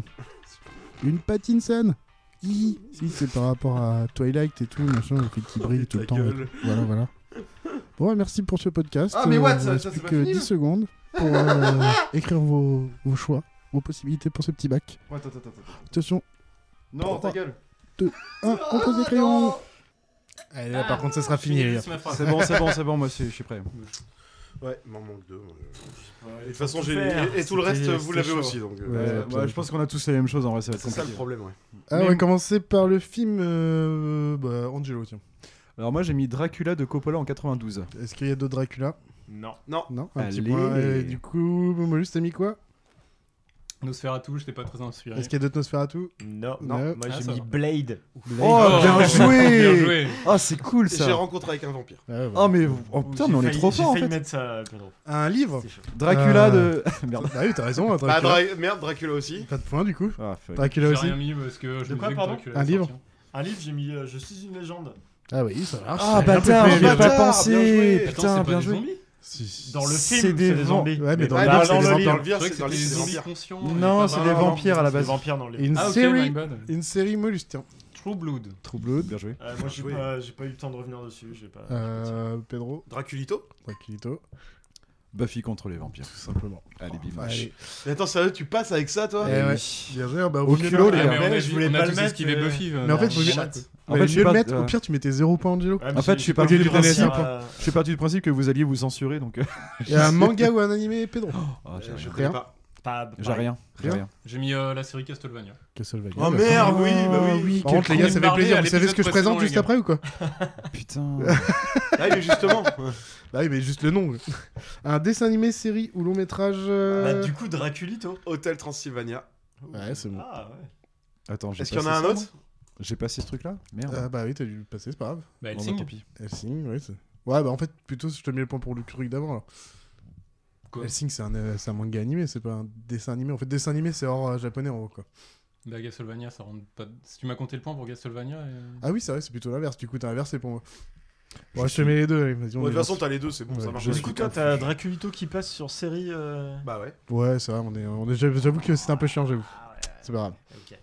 Une Pattinson. Hi. Si, c'est par rapport à Twilight et tout, machin, le fait qu'il brille tout Ta le temps. gueule. et tout. Voilà, voilà. Bon, ouais, merci pour ce podcast. Ah, mais what, il ça- reste ça, c'est plus pas que fini, dix là secondes pour euh, écrire vos, vos choix, vos possibilités pour ce petit bac. Ouais, attends, attends, attends. Attention, Non, ta gueule. un, on pose les crayons. Allez, là, par contre, ça sera fini, les gars. C'est bon, c'est bon, c'est bon, moi je suis prêt. Ouais, il m'en manque deux. moi. Ouais, Et de toute façon, faut j'ai faire. et, et tout le C'était- reste, vous c'était l'avez chaud. aussi. Donc, euh, Ouais, Euh, puis- ouais, je pense qu'on a tous les mêmes choses en vrai, ça va être c'est ça le compliqué. problème, ouais. Ah, on va commencer par le film euh, bah, Angelo, tiens. Alors moi j'ai mis Dracula de Coppola en quatre-vingt-douze. Est-ce qu'il y a d'autres Dracula? Non. Non. Non, un petit Allez. point. Et du coup, Molus, t'as mis quoi? Nosferatu, j'étais pas très inspiré. Est-ce qu'il y a d'autres Nosferatu? Non. Non. Moi Ah, j'ai ça mis va. Blade. Oh, bien joué. Bien joué. Ah c'est cool J'ai ça. rencontré avec un vampire. Ouais, ouais. Oh mais oh, putain J'ai mais on est failli- trop fort en J'ai failli fait. mettre ça, Pedro. Un livre? C'est chaud. Dracula Euh, de merde. Ah oui, t'as raison, un Bah, Dracula. Dra- merde, Dracula aussi. Pas de point du coup. Ah, fuck. Dracula J'ai aussi. rien mis parce que je De me quoi, disais que pardon Dracula Un allait livre sortir. Un livre, j'ai mis euh, Je suis une légende. Ah oui, ça marche. Ah Bien bâtard, fait, j'y bien ai fait. pas Bien pensé. joué. Attends, Putain, c'est pas bien des joué. zombies. Si, si. Dans le C'est film, des c'est des vents- zombies. Ouais, mais dans Ouais, le dans, livre, dans c'est des le livre, vampires. dans le livre, Je c'est dans croyais les que c'est c'était des des zombies vampires. conscients. Non, et c'est pas- des non, vampires à la C'est des base. vampires dans les. Une Ah ok, série, my bad. une série Molus, tiens. True Blood. True Blood. Bien joué. Euh, moi j'ai joué. pas, j'ai pas eu le temps de revenir dessus. J'ai pas. Euh, Pedro. Draculito. Draculito. Buffy contre les vampires. Tout simplement. Allez, Allez. bimache. Mais attends, sérieux, tu passes avec ça, toi Eh ouais. Bien joué, bah, au Au mieux culot, de- les Ah, gars. mais on a, Ouais, je voulais on a pas tous le mettre, esquivé mais- Buffy. Mais en fait, vous Chatte. En Ouais, fait, mieux je suis le pas- mettre, euh, au pire, tu mettais zéro point, Angelo. Ouais, mais En fait, j'ai- je suis j'ai pas pas obligé eu de le donner principe, ça. euh, Je suis parti du principe que vous alliez vous censurer donc. euh, Il y a un manga ou un animé, Pedro. ah, j'ai Je rien. connais Rien. pas. Pas, J'ai rien. J'ai rien. J'ai mis euh, la série Castlevania. Castlevania. Oh merde, oui, bah oui. oui. Par Quel contre, les gars, con. ça On fait est plaisir. marré Vous à savez ce que je l'épisode présente juste précédent, après ou quoi? Putain. Ah oui, justement. Bah oui, mais juste le nom. Un dessin animé, série ou long métrage. euh, Bah, du coup, Draculito. Hôtel Transylvania. Ouais, c'est bon. Ah ouais. Attends, j'ai Est-ce qu'il y en a passé un ça, autre moi J'ai passé ce truc-là Merde. Ah bah oui, t'as dû le passer, c'est pas grave. Bah, Bon, Helsing. bah, tant pis. Helsing, ouais. c'est- Ouais, bah en fait, plutôt, je te mets le point pour le truc d'avant alors. Quoi Helsing, c'est un, euh, c'est un manga animé, c'est pas un dessin animé. En fait, dessin animé, c'est hors euh, japonais en gros quoi. Bah, Castlevania, ça rentre pas. Si tu m'as compté le point pour Castlevania. Et... Ah oui, c'est vrai, c'est plutôt l'inverse. Du coup, t'as inversé pour moi. Bon, je te mets les deux. allez, vas-y, on Ouais, de y toute va. façon, t'as les deux, c'est bon, Ouais, ça marche. je Du suis coup, toi, t'as Draculito qui passe sur série. Euh... Bah ouais. Ouais, c'est vrai, on est, on est, j'avoue que c'est un peu chiant, j'avoue. Ah ouais. C'est pas grave. Ok.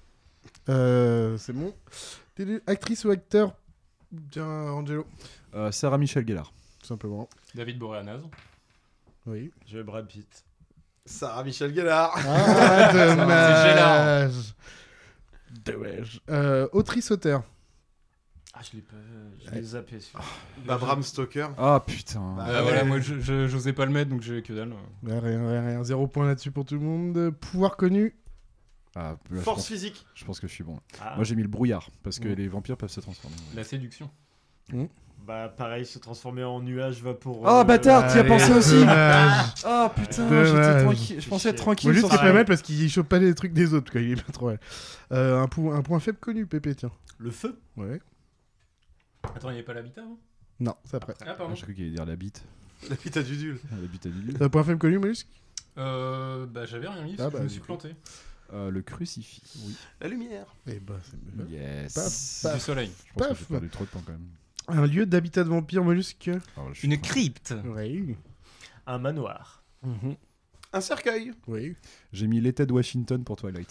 Euh, c'est bon. Télé- Actrice ou acteur? Tiens, Angelo, Euh, Sarah Michel Gellar. tout simplement. David Boreanaz. Oui. Je vais Brad Pitt. Sarah Michel Gellar. Ah, C'est Gélard. dommage. Dommage. Euh, autrice auteur. Ah, je l'ai pas. Je l'ai zappé celui-là. Bah, Bram Stoker. Ah putain. Bah, Euh, ouais. Voilà, moi je- je- j'osais pas le mettre donc j'ai que dalle. Ouais, rien, rien, rien. Zéro point là-dessus pour tout le monde. Pouvoir connu. Ah, là, je Force pense- physique. Je pense que je suis bon. Ah. Moi j'ai mis le brouillard parce que Mm. les vampires peuvent se transformer. La séduction. Bah, pareil, se transformer en nuage vaporeux. Oh bâtard, t'y as Allez, pensé aussi. dommage. Ah putain, Dommage. j'étais tranquille. Je pensais être Moi, tranquille. Moi, lui, sur c'est ça. pas mal parce qu'il chope pas les trucs des autres, quoi. Il est pas trop mal. Euh, un, point, un point faible connu, Pépé, tiens. Le feu. Ouais. Attends, il n'y avait pas l'habitat avant Non, c'est après. Ah, Ah, pardon. j'ai cru qu'il allait dire la bite. La bite à Dudule. Ah, la bite à Lulu. Un point faible connu, Mollusque? Euh. Bah, j'avais rien mis Ah, parce que bah, je me du suis coup. planté. Euh, le crucifix. Oui. La lumière. Eh bah, c'est Yes. Paf, Du soleil. Je pense Paf. que j'ai perdu trop de temps quand même. un lieu d'habitat de vampire, Mollusque. Alors, là, je suis Une tranquille. crypte. Oui. Un manoir. Un cercueil. Oui. J'ai mis l'été de Washington pour Twilight.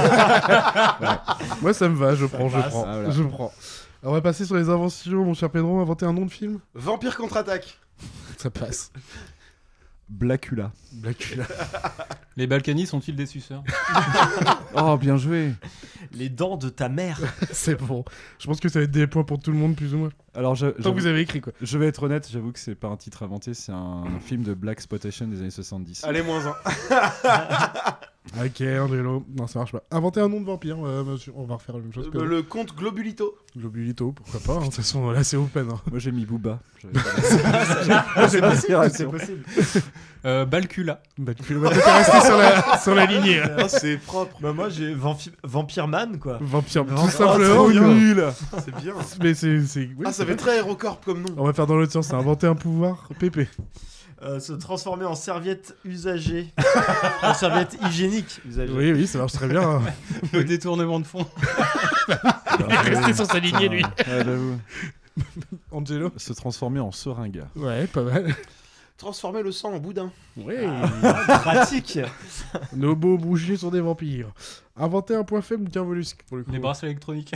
Moi, ça me va, je prends, je passe. prends. Ah, voilà. Je prends. Alors, on va passer sur les inventions, mon cher Pedro. Inventer un nom de film? Vampire contre-attaque. Ça passe. Blackula. Blackula. Les Balkany sont-ils des suceurs? Oh, bien joué. Les dents de ta mère. C'est bon. Je pense que ça va être des points pour tout le monde, plus ou moins. Alors, je, Tant que j'avoue- vous avez écrit, quoi. je vais être honnête, j'avoue que c'est pas un titre inventé, c'est un, un film de Black Exploitation des années soixante-dix. Allez, moins un. Ok, Angelo. Non, ça marche pas. Inventer un nom de vampire. euh, monsieur, on va refaire la même chose. Euh, le comte Globulito. Globulito, pourquoi pas. hein. De toute façon, là, c'est open. hein. Moi j'ai mis Booba. J'avais pas Ah, c'est possible, la- c'est possible. Euh, Balcula. Bah, tu vas t'es resté sur la, sur la lignée. Ah, c'est propre. Bah, moi, j'ai Vampi- Vampire Man, quoi. Vampire, tout Vampire- simplement. Oh, trop nul. C'est bien. Mais c'est. c'est- oui, Ah, c'est ça fait vrai. très Aérocorp comme nom. On va faire dans l'autre sens. C'est inventer un pouvoir. Pépé. Euh, se transformer en serviette usagée. En serviette hygiénique usagée. Oui, oui, ça marche très bien. hein. Le détournement de fond. Il est resté sur sa lignée, lui. Ouais, j'avoue. Angelo. Se transformer en seringa. Ouais, pas mal. Transformer le sang en boudin. Ouais. Pratique. Nos beaux bougies sont des vampires. Inventer un point faible qu'un mollusque, pour le coup. Les bracelets électroniques.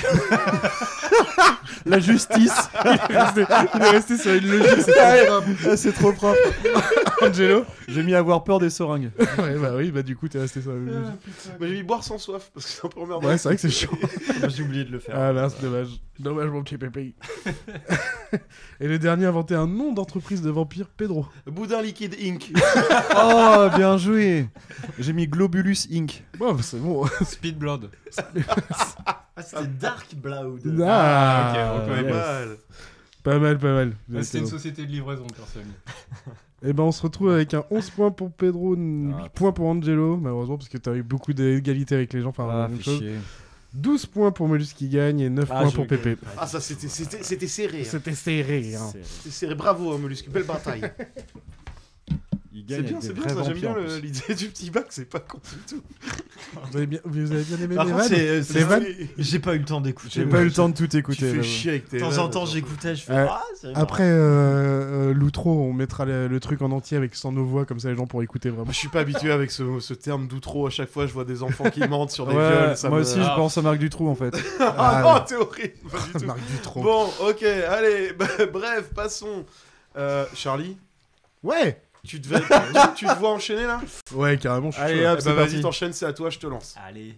La justice. il, est resté, il est resté sur une logique. C'est très propre. Ah, c'est trop propre. Angelo. J'ai mis avoir peur des seringues. Ouais, bah oui, bah du coup, t'es resté sur la logique. Moi, j'ai mis boire sans soif parce que c'est un peu emmerdant. Ouais, c'est vrai que c'est chaud. Moi, j'ai oublié de le faire. Ah là, c'est dommage. Dommage, mon petit pépé. Et le dernier, inventer un nom d'entreprise de vampire, Pedro. Boudin liquide Inc. Oh, bien joué. J'ai mis Globulus Incorporated. Bon, bah, c'est bon. Speed Blood. Ah, c'était Dark Blood. Ah, ok, on connaît yes. Mal. Pas mal, pas mal. Ah, C'était une Excellent. société de livraison, personne. Et ben on se retrouve avec un onze points pour Pedro, huit Ah, points pour Angelo, malheureusement parce que t'as eu beaucoup d'égalité avec les gens, enfin la Ah, même fait chose. chier. douze points pour Molus qui gagne et neuf Ah, points je pour Pépé. gagne. Ah, ça, c'était c'était- c'était serré. hein. C'était serré. Hein. C'était serré. Bravo, hein, Mollusque. Belle bataille. Il gagne C'est bien, avec c'est des bien. vrais Ça, j'aime vampires, bien en le- plus. l'idée du petit bac. C'est pas con du tout. Vous avez bien, vous avez bien aimé Par les contre, vannes c'est- c'est- Les vannes j'ai pas eu le temps d'écouter. J'ai moi. pas eu le temps de tout Tu écouter. fais là, chier avec tes De temps en vannes, temps, attends. j'écoutais, je fais Euh, ah, c'est Après euh, euh, l'outro, on mettra le, le truc en entier avec sans nos voix, comme ça les gens pourront écouter vraiment. Moi, je suis pas habitué avec ce, ce terme d'outro. À chaque fois, je vois des enfants qui mentent sur des Ouais, viols. Ça moi me... aussi, je pense à Marc Dutroux en fait. Ah Ah, non, ouais. t'es horrible. Pas du tout. Marc Dutroux. Bon, ok, allez. bah, bref, passons. Euh, Charlie, Ouais. tu, devais, tu, tu te vois enchaîner là? Ouais, carrément. Je suis Allez, chaud, là. hop, Eh c'est bah, vas-y, parti. t'enchaînes, c'est à toi, je te lance. Allez.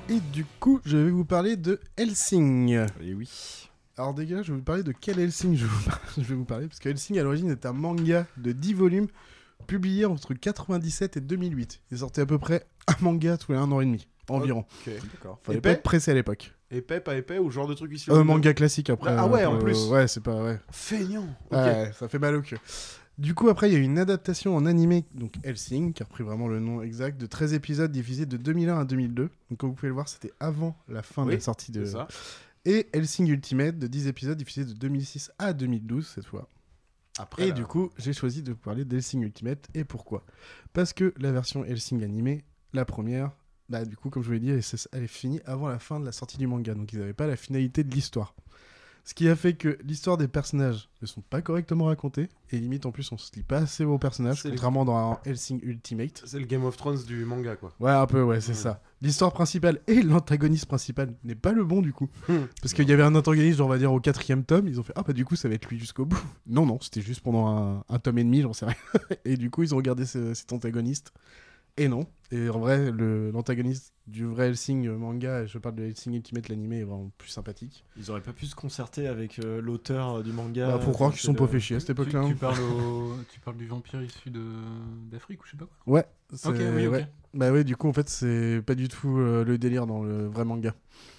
Et du coup, je vais vous parler de Hellsing. Et oui. Alors déjà, je vais vous parler de quel Hellsing je, vous par- je vais vous parler, parce que Hellsing à l'origine est un manga de dix volumes publié entre quatre-vingt-dix-sept et deux mille huit. Il sortait à peu près un manga tous les un an et demi, environ. Ok, d'accord. Fallait Épais pas être pressé à l'époque. Épais, pas épais, ou genre de truc ici Euh, manga classique après. Ah ouais, en euh, plus. Ouais, c'est pas... Ouais. Feignant. Ok. Ouais, ça fait mal au cul. Du coup, après, il y a eu une adaptation en animé, donc Hellsing, qui a repris vraiment le nom exact, de treize épisodes diffusés de deux mille un à deux mille deux. Donc, comme vous pouvez le voir, c'était avant la fin Oui, de la sortie de... c'est ça. Et Hellsing Ultimate, de dix épisodes diffusés de deux mille six à deux mille douze, cette fois. Après, et là- du coup, j'ai choisi de vous parler d'Hellsing Ultimate. Et pourquoi ? Parce que la version Hellsing animée, la première, bah du coup, comme je vous l'ai dit, elle, est- elle est finie avant la fin de la sortie du manga. Donc, ils n'avaient pas la finalité de l'histoire. Ce qui a fait que l'histoire des personnages ne sont pas correctement racontées. Et limite, en plus, on se lie pas assez aux personnages, C'est le- contrairement dans Hellsing Ultimate. C'est le Game of Thrones du manga, quoi. Ouais, un peu, ouais, c'est Mm. ça. L'histoire principale et l'antagoniste principal n'est pas le bon, du coup. Mm. Parce qu'il y avait un antagoniste, genre, on va dire, au quatrième tome. Ils ont fait, ah bah du coup, ça va être lui jusqu'au bout. Non, non, c'était juste pendant un, un tome et demi, j'en sais rien. Et du coup, ils ont regardé ce- cet antagoniste. Et non. Et en vrai, le- l'antagoniste du vrai Hellsing manga, et je parle de Hellsing Ultimate, l'animé, est vraiment plus sympathique. Ils auraient pas pu se concerter avec euh, l'auteur euh, du manga. Bah, pour croire euh, qu'ils sont c'est pas le- fait chier à cette Tu, époque-là. tu hein. parles au- tu parles du vampire issu de d'Afrique ou je sais pas quoi. Ouais. c'est- Ok, oui, ok. ouais. Bah ouais, du coup, en fait, c'est pas du tout euh, le délire dans le vrai manga.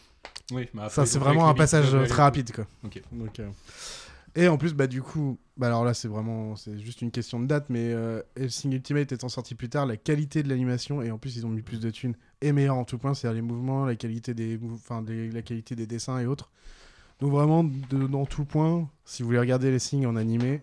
Oui, bah après, Ça, ils c'est ont fait vraiment un avec les passage visuels et très tout. rapide, quoi. Ok. Donc, euh, Et en plus, bah du coup, bah alors là, c'est vraiment, c'est juste une question de date, mais euh, Hellsing Ultimate étant sorti plus tard, la qualité de l'animation, et en plus, ils ont mis plus de thunes, est meilleure en tout point, c'est-à-dire les mouvements, la qualité des, mou- enfin, des- la qualité des dessins et autres. Donc vraiment, de- dans tout point, si vous voulez regarder Hellsing en animé,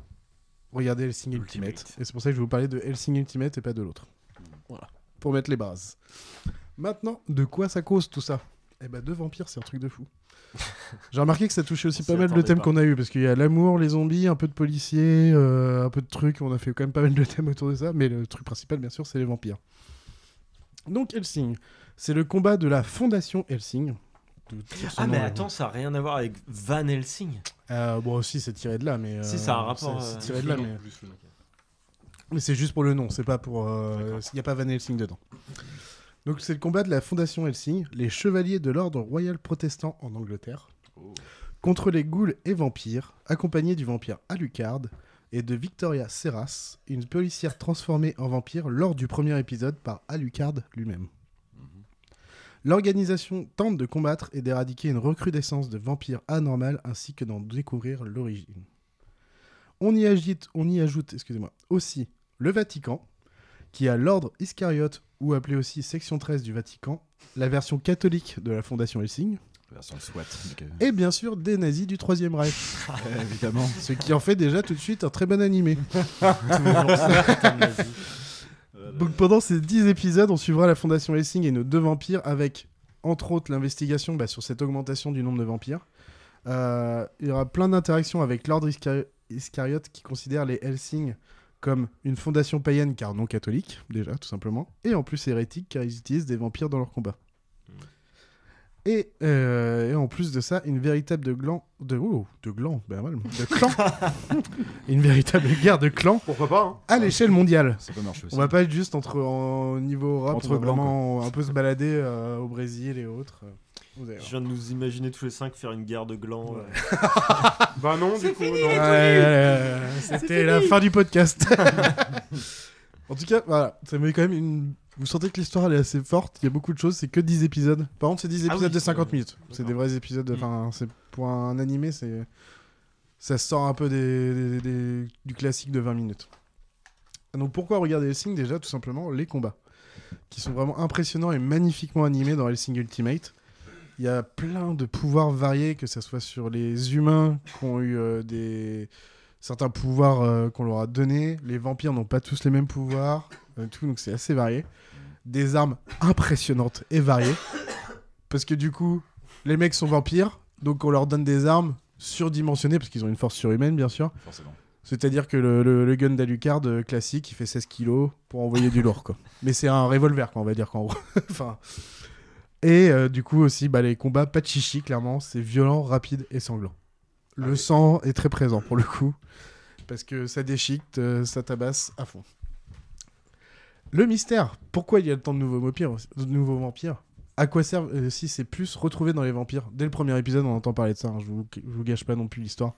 regardez Hellsing Ultimate. Ultimate. Et c'est pour ça que je vais vous parler de Hellsing Ultimate et pas de l'autre. Voilà. Pour mettre les bases. Maintenant, de quoi ça cause tout ça ? Eh bah, de vampires, c'est un truc de fou. J'ai remarqué que ça touchait aussi On pas s'y mal de attendait thèmes pas. qu'on a eu, parce qu'il y a l'amour, les zombies, un peu de policiers, euh, un peu de trucs, on a fait quand même pas mal de thèmes autour de ça, mais le truc principal, bien sûr, c'est les vampires. Donc Hellsing, c'est le combat de la fondation Hellsing. De- sur son Ah, mais nom, attends, ça a rien à voir avec Van Helsing. euh, bon, aussi, c'est tiré de là, mais... euh, Si, ça a un rapport, C'est, c'est euh, tiré de Juste là, le nom, mais... juste le nom. Mais c'est juste pour le nom, c'est pas pour... Il n'y a pas Van Helsing dedans. Donc c'est le combat de la fondation Hellsing, les chevaliers de l'ordre royal protestant en Angleterre, contre les ghouls et vampires, accompagnés du vampire Alucard et de Victoria Serras, une policière transformée en vampire lors du premier épisode par Alucard lui-même. L'organisation tente de combattre et d'éradiquer une recrudescence de vampires anormales ainsi que d'en découvrir l'origine. On y, agite, on y ajoute excusez-moi, aussi le Vatican, qui a l'ordre Iscariote, ou appelé aussi section treize du Vatican, la version catholique de la fondation Hellsing, La version SWAT. donc, euh, et bien sûr des nazis du Troisième Reich. euh, évidemment. Ce qui en fait déjà tout de suite un très bon animé. Donc pendant ces dix épisodes, on suivra la fondation Hellsing et nos deux vampires avec, entre autres, l'investigation bah, sur cette augmentation du nombre de vampires. Euh, il y aura plein d'interactions avec l'ordre Iscari- Iscariote qui considère les Hellsing comme une fondation païenne car non catholique, déjà, tout simplement, et en plus hérétique car ils utilisent des vampires dans leur combat. Et, euh, et en plus de ça, une véritable de gland, de oh, de gland, ben mal, de clan, une véritable guerre de clans. Pourquoi pas hein. À l'échelle mondiale. Ça peut marcher aussi. On va pas être juste entre en niveau Europe, Entre on va blancs, vraiment un peu se balader euh, au Brésil et autres. Vous allez Je voir. viens de nous imaginer tous les cinq faire une guerre de glands. euh. Bah non, du coup, non. Ouais, euh, C'était la fin du podcast. En tout cas, voilà, ça met quand même une. Vous sentez que l'histoire elle est assez forte, il y a beaucoup de choses, c'est que dix épisodes. Par contre, c'est dix Ah épisodes oui, de c'est- cinquante minutes. C'est d'accord. des vrais épisodes, Mm. enfin, c'est pour un animé, c'est ça sort un peu des, des- des- du classique de vingt minutes. Donc pourquoi regarder Hellsing déjà? Tout simplement les combats, qui sont vraiment impressionnants et magnifiquement animés dans Hellsing Ultimate. Il y a plein de pouvoirs variés, que ce soit sur les humains qui ont eu euh, des... certains pouvoirs euh, qu'on leur a donnés. Les vampires n'ont pas tous les mêmes pouvoirs, euh, tout, donc c'est assez varié. Des armes impressionnantes et variées. Parce que du coup, les mecs sont vampires, donc on leur donne des armes surdimensionnées, parce qu'ils ont une force surhumaine, bien sûr. Forcément. C'est-à-dire que le, le- le gun d'Alucard euh, classique, il fait seize kilos pour envoyer du lourd, quoi. Mais c'est un revolver, quoi, on va dire, qu'en gros. Enfin... Et euh, du coup aussi, bah, les combats, pas de chichi, clairement, c'est violent, rapide et sanglant. Le Ah oui. sang est très présent pour le coup, parce que ça déchiquette, euh, ça tabasse à fond. Le mystère, pourquoi il y a tant de nouveaux vampires, de nouveaux vampires à quoi servent euh, si c'est plus retrouvé dans les vampires. Dès le premier épisode, on entend parler de ça. Hein, je vous, je vous gâche pas non plus l'histoire.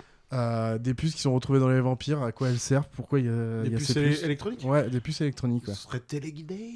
Euh, des puces qui sont retrouvées dans les vampires, à quoi elles servent, pourquoi il y a, Des y a puces ces élé- puces électroniques Ouais, des puces électroniques. Ouais. Ce serait téléguidé.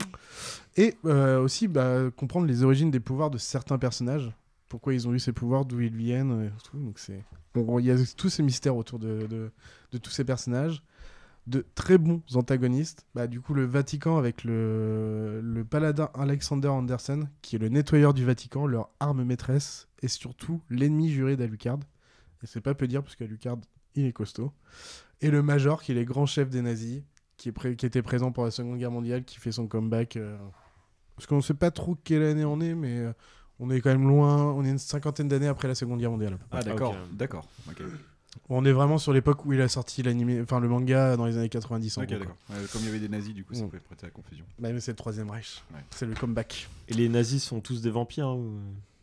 Et euh, aussi bah, comprendre les origines des pouvoirs de certains personnages, pourquoi ils ont eu ces pouvoirs, d'où ils viennent, euh, tout. Donc c'est, bon, il y a tous ces mystères autour de, de, de tous ces personnages, de très bons antagonistes. Bah, du coup, le Vatican avec le, le paladin Alexander Anderson, qui est le nettoyeur du Vatican, leur arme maîtresse, et surtout l'ennemi juré d'Alucard. Et c'est pas peu dire parce qu'Alucard, il est costaud. Et le Major, qui est le grand chef des nazis, qui, est pré- qui était présent pour la Seconde Guerre mondiale, qui fait son comeback. Euh... Parce qu'on sait pas trop quelle année on est, mais euh, on est quand même loin. On est une cinquantaine d'années après la Seconde Guerre mondiale. Ah d'accord, Ok. d'accord. ok. On est vraiment sur l'époque où il a sorti l'animé, enfin le manga dans les années quatre-vingt-dix. En Ok, gros, d'accord. Ouais, comme il y avait des nazis, du coup, ça Mm. peut prêter à confusion. Bah, mais c'est le Troisième Reich. Ouais. C'est le comeback. Et les nazis sont tous des vampires ou...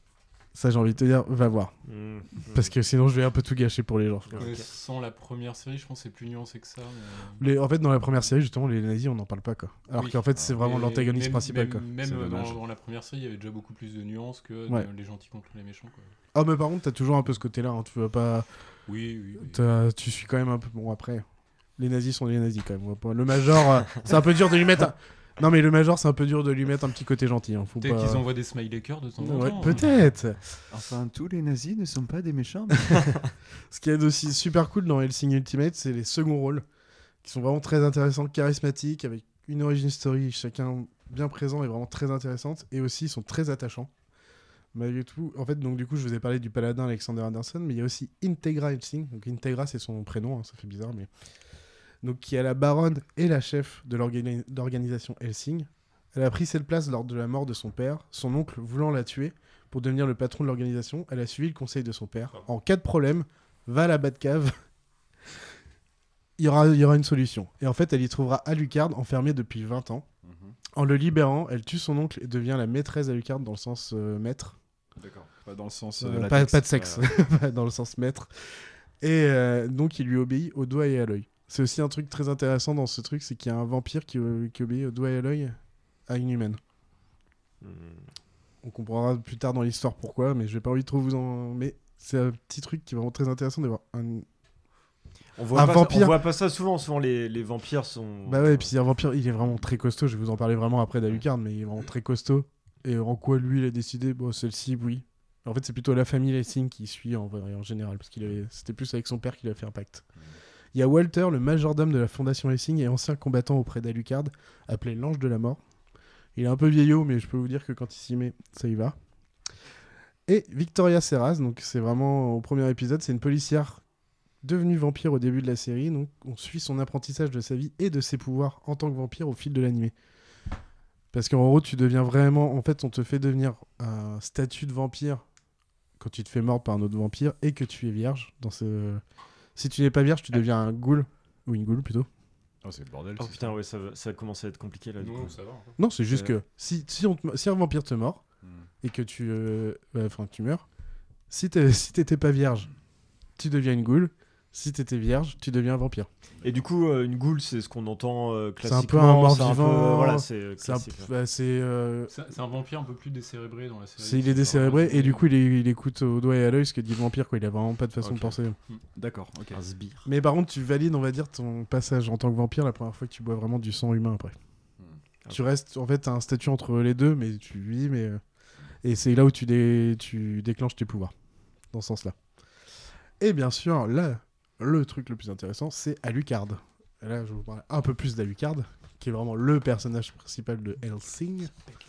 Ça, j'ai envie de te dire, va voir. Mmh. Parce que sinon, je vais un peu tout gâcher pour les gens. Connaissant la première série, je pense que c'est plus nuancé que ça. Mais... Les, en fait, dans la première série, justement, les nazis, on n'en parle pas, quoi. Alors Oui. qu'en fait, c'est vraiment Mais l'antagoniste même- principal, même, quoi. Même C'est euh, dommage. dans, dans la première série, il y avait déjà beaucoup plus de nuances que Ouais. de- les gentils contre les méchants. Quoi. Ah, mais par contre, t'as toujours un peu ce côté-là. Hein. Tu vas pas. Oui, oui. oui. T'as- Tu suis quand même un peu. Bon, après, les nazis sont les nazis, quand même. On va pas- Le Major, euh, c'est un peu dur de lui mettre. un- Non, mais le Major, c'est un peu dur de lui mettre un petit côté gentil. Hein. Faut Peut-être pas... qu'ils envoient des smiley cœurs de temps en Ouais, temps. peut-être. Enfin, tous les nazis ne sont pas des méchants. Ce qui est aussi super cool dans Hellsing Ultimate, c'est les seconds rôles, qui sont vraiment très intéressants, charismatiques, avec une origin story, chacun bien présent et vraiment très intéressante, et aussi ils sont très attachants. Malgré tout, en fait, donc du coup, je vous ai parlé du paladin Alexander Anderson, mais il y a aussi Integra Helsing. Donc Integra, c'est son prénom, hein, ça fait bizarre, mais donc qui est la baronne et la chef de l'organi- l'organisation Helsing. Elle a pris cette place lors de la mort de son père, son oncle voulant la tuer pour devenir le patron de l'organisation. Elle a suivi le conseil de son père. En cas de problème, va à la Batcave. il, y aura, il y aura une solution. Et en fait, elle y trouvera Alucard enfermé depuis vingt ans. En le libérant, elle tue son oncle et devient la maîtresse d'Alucard dans le sens euh, maître. D'accord. Pas dans le sens. Euh, euh, pas, latex. pas de sexe, Ouais. Pas dans le sens maître. Et euh, donc il lui obéit au doigt et à l'œil. C'est aussi un truc très intéressant dans ce truc, c'est qu'il y a un vampire qui, euh, qui obéit au doigt et à l'œil à une humaine. Mmh. On comprendra plus tard dans l'histoire pourquoi, mais je vais pas envie de trop vous en... Mais c'est un petit truc qui est vraiment très intéressant d'avoir un... On voit, un pas, vampire. on voit pas ça souvent. Souvent, les, les vampires sont. Bah ouais, et puis un vampire, il est vraiment très costaud. Je vais vous en parler vraiment après d'Alucard, mais il est vraiment très costaud. Et en quoi lui, il a décidé, bon, celle-ci, oui. En fait, c'est plutôt la famille Helsing qui suit en, vrai, en général, parce qu'il avait... c'était plus avec son père qu'il a fait un pacte. Il y a Walter, le majordome de la fondation Helsing et ancien combattant auprès d'Alucard, appelé l'Ange de la Mort. Il est un peu vieillot, mais je peux vous dire que quand il s'y met, ça y va. Et Victoria Serraz, donc c'est vraiment au premier épisode, c'est une policière devenue vampire au début de la série. Donc on suit son apprentissage de sa vie et de ses pouvoirs en tant que vampire au fil de l'animé. Parce qu'en gros, tu deviens vraiment... En fait, on te fait devenir un statut de vampire quand tu te fais mordre par un autre vampire et que tu es vierge. Dans ce... Si tu n'es pas vierge, tu deviens un ghoul. Ou une ghoul, plutôt. Oh, c'est le bordel. Oh c'est putain, ça. ouais, ça, va- ça commence à être compliqué là. Du Non, coup. ça va. en fait. Non, c'est juste Euh. que si, si, on te- si un vampire te mord Hmm. et que tu, euh, bah, enfin, tu meurs, si t'es- si t'étais pas vierge, tu deviens une ghoul. Si t'étais vierge, tu deviens un vampire. Et du coup, euh, une ghoul, c'est ce qu'on entend euh, C'est classiquement. un peu un mort c'est un peu- vivant. Voilà, c'est euh, C'est un- classique. là. bah, c'est, euh, C'est c'est un vampire un peu plus décérébré dans la série. c'est- il est décérébré et du coup il, est- il écoute au doigt et à l'œil ce que dit le vampire, quoi. Il a vraiment pas de façon Ok. de penser. D'accord, ok. Un sbire. Mais par contre, tu valides, on va dire, ton passage en tant que vampire la première fois que tu bois vraiment du sang humain après. Tu restes, en fait, t'as un statut entre les deux, mais tu vis, mais. euh, Et c'est là où tu, dé... tu déclenches tes pouvoirs. Dans ce sens-là. Et bien sûr, là, le truc le plus intéressant, c'est Alucard. Et là, je vais vous parler un peu plus d'Alucard, qui est vraiment le personnage principal de Hellsing.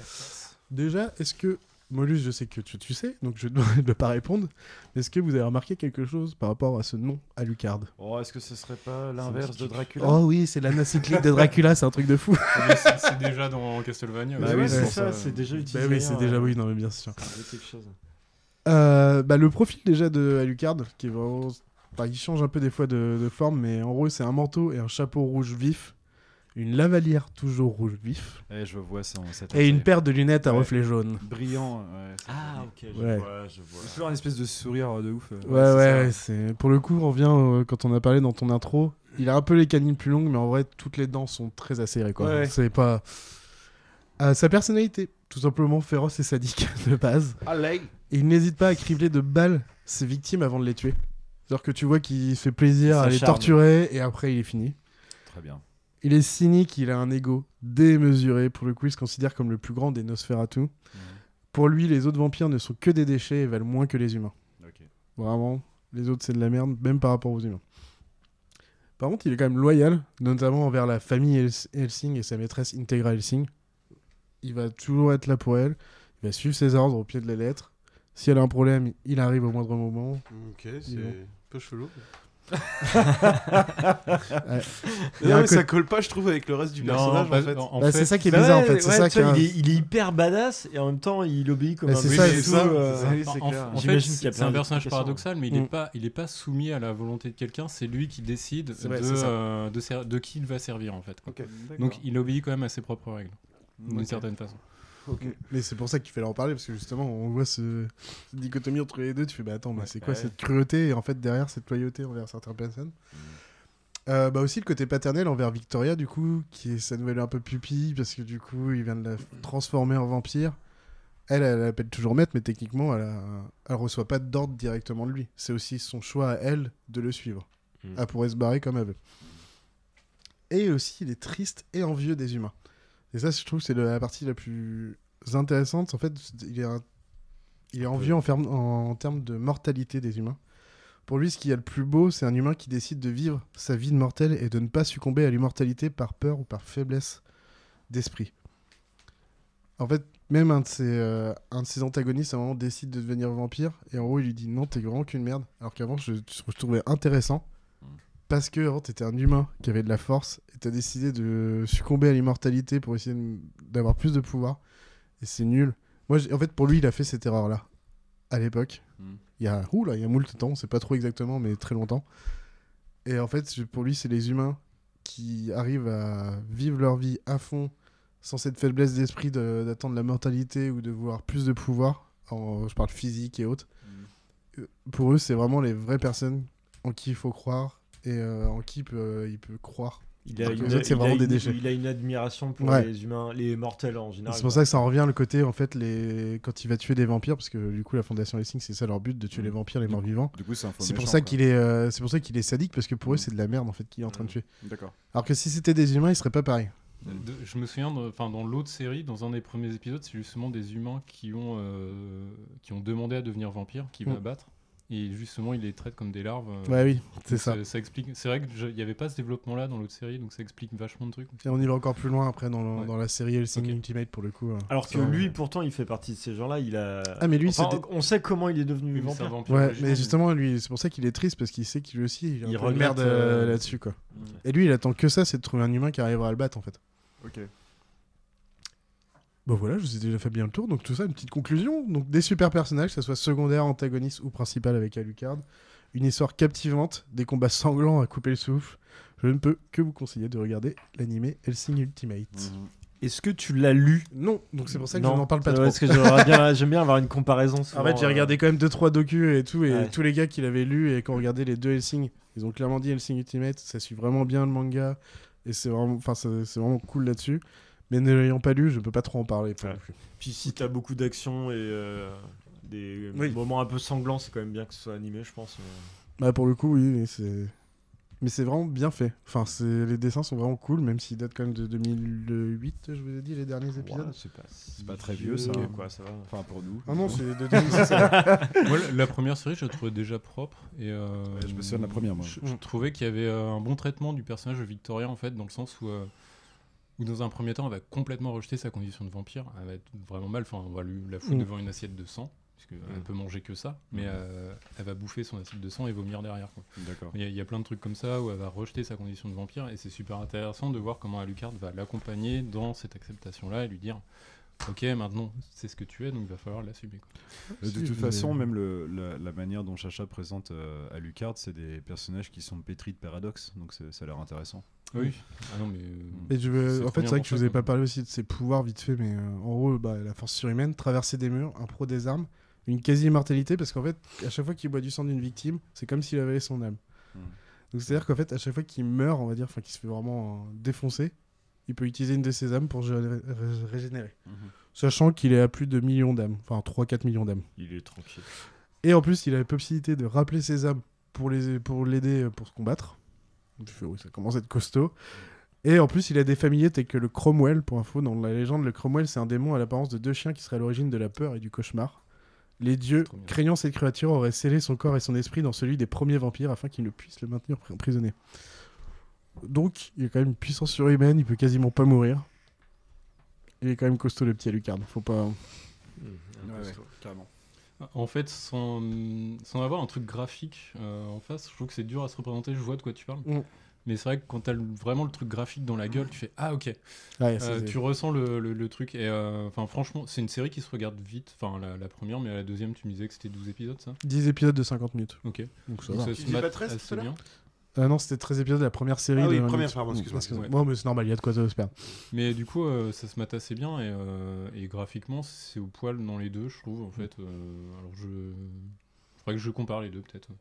Déjà, est-ce que. Molus, je sais que tu, tu sais, donc je ne dois pas répondre. Est-ce que vous avez remarqué quelque chose par rapport à ce nom, Alucard? Oh, est-ce que ce serait pas l'inverse de Dracula? Oh oui, c'est l'anacyclique de Dracula, c'est un truc de fou. Mais c'est c'est déjà dans Castlevania. Bah aussi. oui, ouais, c'est ouais, ça, ça, c'est déjà utilisé. Bah oui, c'est ailleurs, déjà, euh, oui, non mais bien sûr. ça veut dire quelque chose. Euh, bah, le profil déjà de Alucard, qui est vraiment... Enfin, il change un peu des fois de, de forme, mais en gros c'est un manteau et un chapeau rouge vif, une lavalière toujours rouge vif, Eh, je vois ça en cette et une paire de lunettes à Ouais. reflets jaunes. brillant. Ouais, c'est- Ah, ok, je Ouais. vois, je vois. C'est toujours une espèce de sourire de ouf. euh. Ouais, c'est ouais, ça. c'est... Pour le coup, on revient, euh, quand on a parlé dans ton intro, il a un peu les canines plus longues, mais en vrai, toutes les dents sont très acérées, quoi. Ouais. C'est pas... À sa personnalité, tout simplement féroce et sadique de base. Allez. Et il n'hésite pas à cribler de balles ses victimes avant de les tuer. C'est-à-dire que tu vois qu'il fait plaisir Ça à les charme. torturer et après il est fini. Très bien. Il est cynique, il a un ego démesuré. Pour le coup, il se considère comme le plus grand des Nosferatu. Mmh. Pour lui, les autres vampires ne sont que des déchets et valent moins que les humains. Okay. Vraiment, les autres c'est de la merde, même par rapport aux humains. Par contre, il est quand même loyal, notamment envers la famille Hels- Helsing et sa maîtresse Integra Helsing. Il va toujours être là pour elle, il va suivre ses ordres au pied de la lettre. Si elle a un problème, il arrive au moindre moment. Ok, c'est bon. un peu chelou. Ouais. Non, mais ça colle pas, je trouve, avec le reste du Non, personnage bah, en fait. en Bah, fait- c'est ça qui est Bah bizarre ouais, en fait. C'est ouais, ça tu vois, qui est- il, est, il est hyper badass et en même temps il obéit comme Bah, un c'est bébé ça, et c'est tout, ça, euh, c'est ça. Oui, En, c'est en- clair. en fait, J'imagine qu'il y a c'est plein un de personnage questions. paradoxal, mais il Mm. n'est pas, il est pas soumis à la volonté de quelqu'un. C'est lui qui décide C'est vrai, de, c'est ça. euh, de, ser- de qui il va servir en fait. quoi. Ok. Donc il obéit quand même à ses propres règles, d'une Ok. certaine façon. Ok. Mais c'est pour ça qu'il fallait en parler, parce que justement, on voit ce... cette dichotomie entre les deux. Tu fais, bah attends, bah, Ouais. c'est quoi Ouais. cette cruauté et en fait derrière cette loyauté envers certaines personnes. Euh, bah aussi le côté paternel envers Victoria, du coup, qui est sa nouvelle un peu pupille, parce que du coup, il vient de la transformer en vampire. Elle, elle l'appelle toujours maître, mais techniquement, elle, a... elle reçoit pas d'ordre directement de lui. C'est aussi son choix à elle de le suivre. Mm. Elle pourrait se barrer comme elle veut. Et aussi, il est triste et envieux des humains. Et ça, je trouve que c'est le- la partie la plus intéressante. En fait, il est, un- il est envieux en, ferme- en, en termes de mortalité des humains. Pour lui, ce qu'il y a le plus beau, c'est un humain qui décide de vivre sa vie de mortel et de ne pas succomber à l'immortalité par peur ou par faiblesse d'esprit. En fait, même un de ses, euh, un de ses antagonistes, à un moment, décide de devenir vampire. Et en gros, il lui dit non, t'es vraiment qu'une merde. Alors qu'avant, je, je trouvais intéressant. Parce que avant, t'étais un humain qui avait de la force et t'as décidé de succomber à l'immortalité pour essayer de- d'avoir plus de pouvoir. Et c'est nul. Moi, j'ai- en fait, pour lui, il a fait cette erreur-là à l'époque. Mm. Il y a, ouh là, il y a moult temps, on sait pas trop exactement, mais très longtemps. Et en fait, je- pour lui, c'est les humains qui arrivent à vivre leur vie à fond, sans cette faiblesse d'esprit de- d'attendre la mortalité ou de vouloir plus de pouvoir. En- je parle physique et autres. Euh, Pour eux, c'est vraiment les vraies personnes en qui il faut croire et euh, en qui il peut, il peut croire. Il a, Alors que une, les autres, c'est il a vraiment des une- déchets. il a une admiration pour Ouais. les humains, les mortels en Et général. c'est pour ça que ça en revient le côté, en fait, les... quand il va tuer des vampires, parce que du coup, la Fondation Helsing, c'est ça leur but, de tuer les vampires, les morts vivants. Du coup, c'est un faux C'est pour méchant, ça quoi. qu'il est, euh, c'est pour ça qu'il est sadique, parce que pour eux, c'est de la merde, en fait, qu'il est en train de tuer. D'accord. Alors que si c'était des humains, ils seraient pas pareils. De- je me souviens, de- enfin dans l'autre série, dans un des premiers épisodes, c'est justement des humains qui ont, euh, qui ont demandé à devenir vampires, qui va Mm. abattre. Et justement, il les traite comme des larves. euh, Ouais, oui, c'est donc ça. Ça explique. C'est vrai qu'il n'y avait pas ce développement-là dans l'autre série, donc ça explique vachement de trucs. Et on y va encore plus loin après dans, le- Ouais. dans la série Helsing Ultimate, pour le coup. euh. Alors que Ça, lui, pourtant, il fait partie de ces gens-là. Il a. Ah, mais lui, Enfin, c'était- on sait comment il est devenu Oui, mais c'est un vampire. vampire Ouais, original, mais justement, lui, c'est pour ça qu'il est triste, parce qu'il sait qu'il lui aussi, il, a un Il peu de regrette, merde euh, euh, là-dessus, quoi. Mm. Et lui, il attend que ça, c'est de trouver un humain qui arrivera à le battre, en fait. Ok. Bon voilà, je vous ai déjà fait bien le tour, donc tout ça, une petite conclusion. Donc des super personnages, que ce soit secondaire, antagoniste ou principal avec Alucard. Une histoire captivante, des combats sanglants à couper le souffle. Je ne peux que vous conseiller de regarder l'animé Helsing Ultimate. Est-ce que tu l'as lu? Non, donc c'est pour ça que Non, je n'en parle pas c'est trop. vrai, parce que j'aimerais bien, j'aime bien avoir une comparaison. En souvent, fait, j'ai euh, regardé quand même deux trois docus et tout, et Ouais. tous les gars qui l'avaient lu et qui ont regardé les deux Helsing, ils ont clairement dit Helsing Ultimate, ça suit vraiment bien le manga, et c'est vraiment, enfin, c'est c'est vraiment cool là-dessus. Mais ne l'ayant pas lu, je peux pas trop en parler. pour Ouais. le coup. Puis si t'as beaucoup d'action et euh, des Oui. moments un peu sanglants, c'est quand même bien que ce soit animé, je pense. mais- Bah pour le coup, oui, mais c'est. Mais c'est vraiment bien fait. Enfin, c'est... les dessins sont vraiment cool, même s'ils datent quand même de deux mille huit, je vous ai dit, les derniers épisodes. Ouais, c'est pas, C'est pas très vieux, ça. vieux, hein. quoi, ça va. Enfin, pour nous. Ah non, c'est de deux mille six. Moi, la, la première série, je la trouvais déjà propre. Et, euh, Ouais, je me souviens de la première, moi. Je, je trouvais qu'il y avait euh, un bon traitement du personnage de Victoria, en fait, dans le sens où, euh, où dans un premier temps, elle va complètement rejeter sa condition de vampire. Elle va être vraiment mal. Enfin, on va lui la foutre Mm. devant une assiette de sang, puisqu'elle Mm. ne peut manger que ça. Mais euh, elle va bouffer son assiette de sang et vomir derrière, quoi. D'accord. Il y, a- il y a plein de trucs comme ça où elle va rejeter sa condition de vampire, et c'est super intéressant de voir comment Alucard va l'accompagner dans cette acceptation-là et lui dire ok, maintenant c'est ce que tu es, donc il va falloir l'assumer, quoi. Euh, De Si, toute mais- façon, même le, la, la manière dont Chacha présente euh, Alucard, c'est des personnages qui sont pétris de paradoxes, donc c'est- ça a l'air intéressant. Oui. Ah non, mais. euh, Et je veux- c'est En trop fait, bien c'est vrai pour que je ça, vous ai quoi. pas parlé aussi de ses pouvoirs vite fait, mais euh, en gros, bah, la force surhumaine, traverser des murs, un pro des armes, une quasi-immortalité, parce qu'en fait, à chaque fois qu'il boit du sang d'une victime, c'est comme s'il avalait son âme. Mm. Donc c'est-à-dire qu'en fait, à chaque fois qu'il meurt, on va dire, enfin qu'il se fait vraiment euh, défoncer, il peut utiliser une de ses âmes pour se ré- ré- régénérer. Mhm. Sachant qu'il est à plus de millions d'âmes, enfin trois à quatre millions d'âmes. Il est tranquille. Et en plus, il a la possibilité de rappeler ses âmes pour les pour l'aider pour se combattre. Donc, tu fais, oui, ça commence à être costaud. Et en plus, il a des familiers tels que le Cromwell, pour info. Dans la légende, le Cromwell, c'est un démon à l'apparence de deux chiens qui serait à l'origine de la peur et du cauchemar. Les dieux, craignant cette créature, auraient scellé son corps et son esprit dans celui des premiers vampires afin qu'ils ne puissent le maintenir pr- emprisonné. Donc, il a quand même une puissance surhumaine, il peut quasiment pas mourir. Il est quand même costaud, le petit Alucard. Faut pas... Mmh, Ouais, ouais, carrément. En fait, sans, sans avoir un truc graphique euh, en face, je trouve que c'est dur à se représenter. Je vois de quoi tu parles. Mm. Mais c'est vrai que quand t'as le- vraiment le truc graphique dans la gueule, tu fais ah ok. Ouais, c'est- Euh, c'est- tu ressens le, le, le truc. Et euh, enfin, franchement, c'est une série qui se regarde vite. Enfin, la, la première, mais la deuxième, tu me disais que c'était douze épisodes, ça dix épisodes de cinquante minutes. Ok. Donc ça Donc va. ça Tu se disais mate pas treize tout assez à l'heure bien. Ah non, c'était treize épisodes de la première série. Ah oui, de vingt première, minutes. pardon, excuse-moi. Excuse-moi. Ouais. Ouais, mais c'est normal, il y a de quoi se perdre. Mais du coup, euh, ça se mate assez bien et, euh, et graphiquement, c'est au poil dans les deux, je trouve. En fait, euh, alors je, faudrait que je compare les deux peut-être.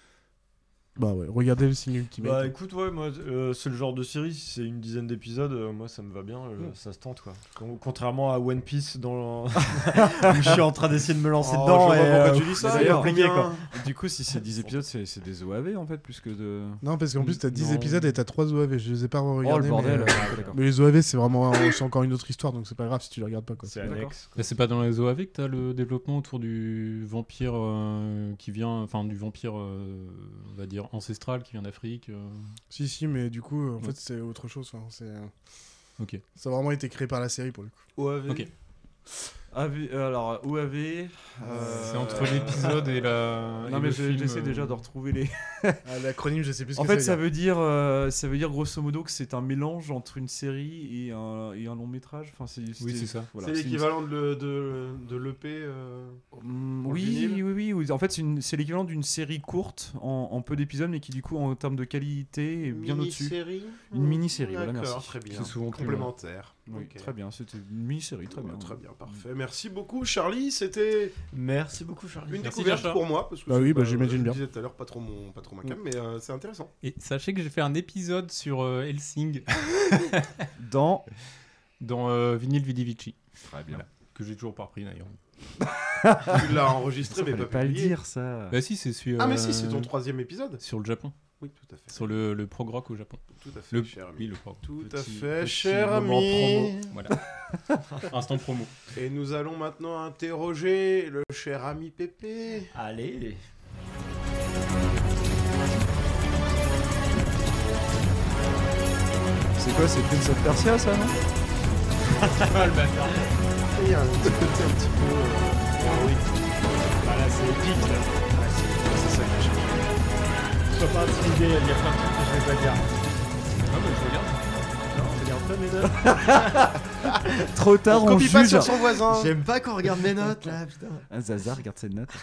Bah ouais, regardez le signe Ultimate. Bah écoute, ouais, moi, euh, c'est le genre de série, si c'est une dizaine d'épisodes, euh, moi ça me va bien, euh, Mm. ça se tente quoi. Con- contrairement à One Piece, dans... où je suis en train d'essayer de me lancer Oh, dedans. je vois et, pourquoi euh, tu dis ça, c'est d'ailleurs, compliqué, bien. quoi. Du coup, si c'est dix épisodes, c'est c'est des O A V en fait, plus que de. Non, parce qu'en plus, t'as dix Non. épisodes et t'as trois O A V. Je les ai pas Oh regardés. le bordel. mais, euh, Ah, d'accord. mais les O A V, c'est vraiment c'est encore une autre histoire, donc c'est pas grave si tu les regardes pas. Quoi. C'est D'accord. annexe. Bah, c'est pas dans les O A V que t'as le développement autour du vampire euh, qui vient, enfin du vampire, euh, on va dire ancestral qui vient d'Afrique. euh. Si, si, mais du coup, en Ouais. fait, c'est autre chose. Enfin, c'est... Ok. Ça a vraiment été créé par la série pour le coup. O A V. Ok. A V, euh, alors O A V. euh, C'est entre l'épisode et la. Non et mais le je- film, j'essaie euh. déjà de retrouver les. Ah, l'acronyme, je sais plus ce En que fait, ça ça veut veut dire, euh, ça veut dire grosso modo que c'est un mélange entre une série et un, et un long métrage. Enfin, c'est, Oui, c'était- c'est ça. voilà, C'est c'est une- l'équivalent de, le- de, de l'E P. Euh... Mm, pour le oui, vinyle. oui, oui, oui. En fait, c'est, une- c'est l'équivalent d'une série courte en, en peu d'épisodes, mais qui du coup, en termes de qualité, est bien au-dessus. Mini-série Une mini-série, voilà, D'accord, merci. très bien. C'est souvent plus complémentaire. Oui, Ok. très bien. C'était une mini-série, très bien. Très bien, parfait. Merci beaucoup, Charlie. C'était Merci beaucoup, Charlie. une Merci, découverte Sacha. pour moi. Parce que Bah c'est oui, bah pas- j'imagine je bien. le disais tout à l'heure, pas trop mon, pas trop ma cam, mais euh, c'est intéressant. Et sachez que j'ai fait un épisode sur euh, Helsing Dans. dans euh, Vinyl Vidi Vici. Très bien. Voilà. Que j'ai toujours pas repris d'ailleurs. Tu l'as enregistré, mais Fallait pas pas le publié. dire ça. Bah si, c'est sur. Ah, mais si, c'est euh, ton troisième épisode. Sur le Japon. Oui, tout à fait. Sur le, le prog rock au Japon. Tout à fait, Le, cher ami. oui, le prog. Tout à Petit- fait, petit cher moment ami. Voilà. Instant promo. Et nous allons maintenant interroger le cher ami Pépé. Allez. C'est quoi, c'est Prince of Persia ça, non Ah le bâtard. Il y a un petit côté un petit peu euh, héroïque. Voilà, c'est épique là. C'est ça que j'aime. Sois pas intimidé, il y a plein de trucs que je vais pas dire. Ah bah je regarde. Non, regarde pas mes notes. Trop tard, On on copie pas juge. sur son voisin. J'aime pas qu'on regarde mes notes là, putain. Ah, Zaza, regarde ses notes.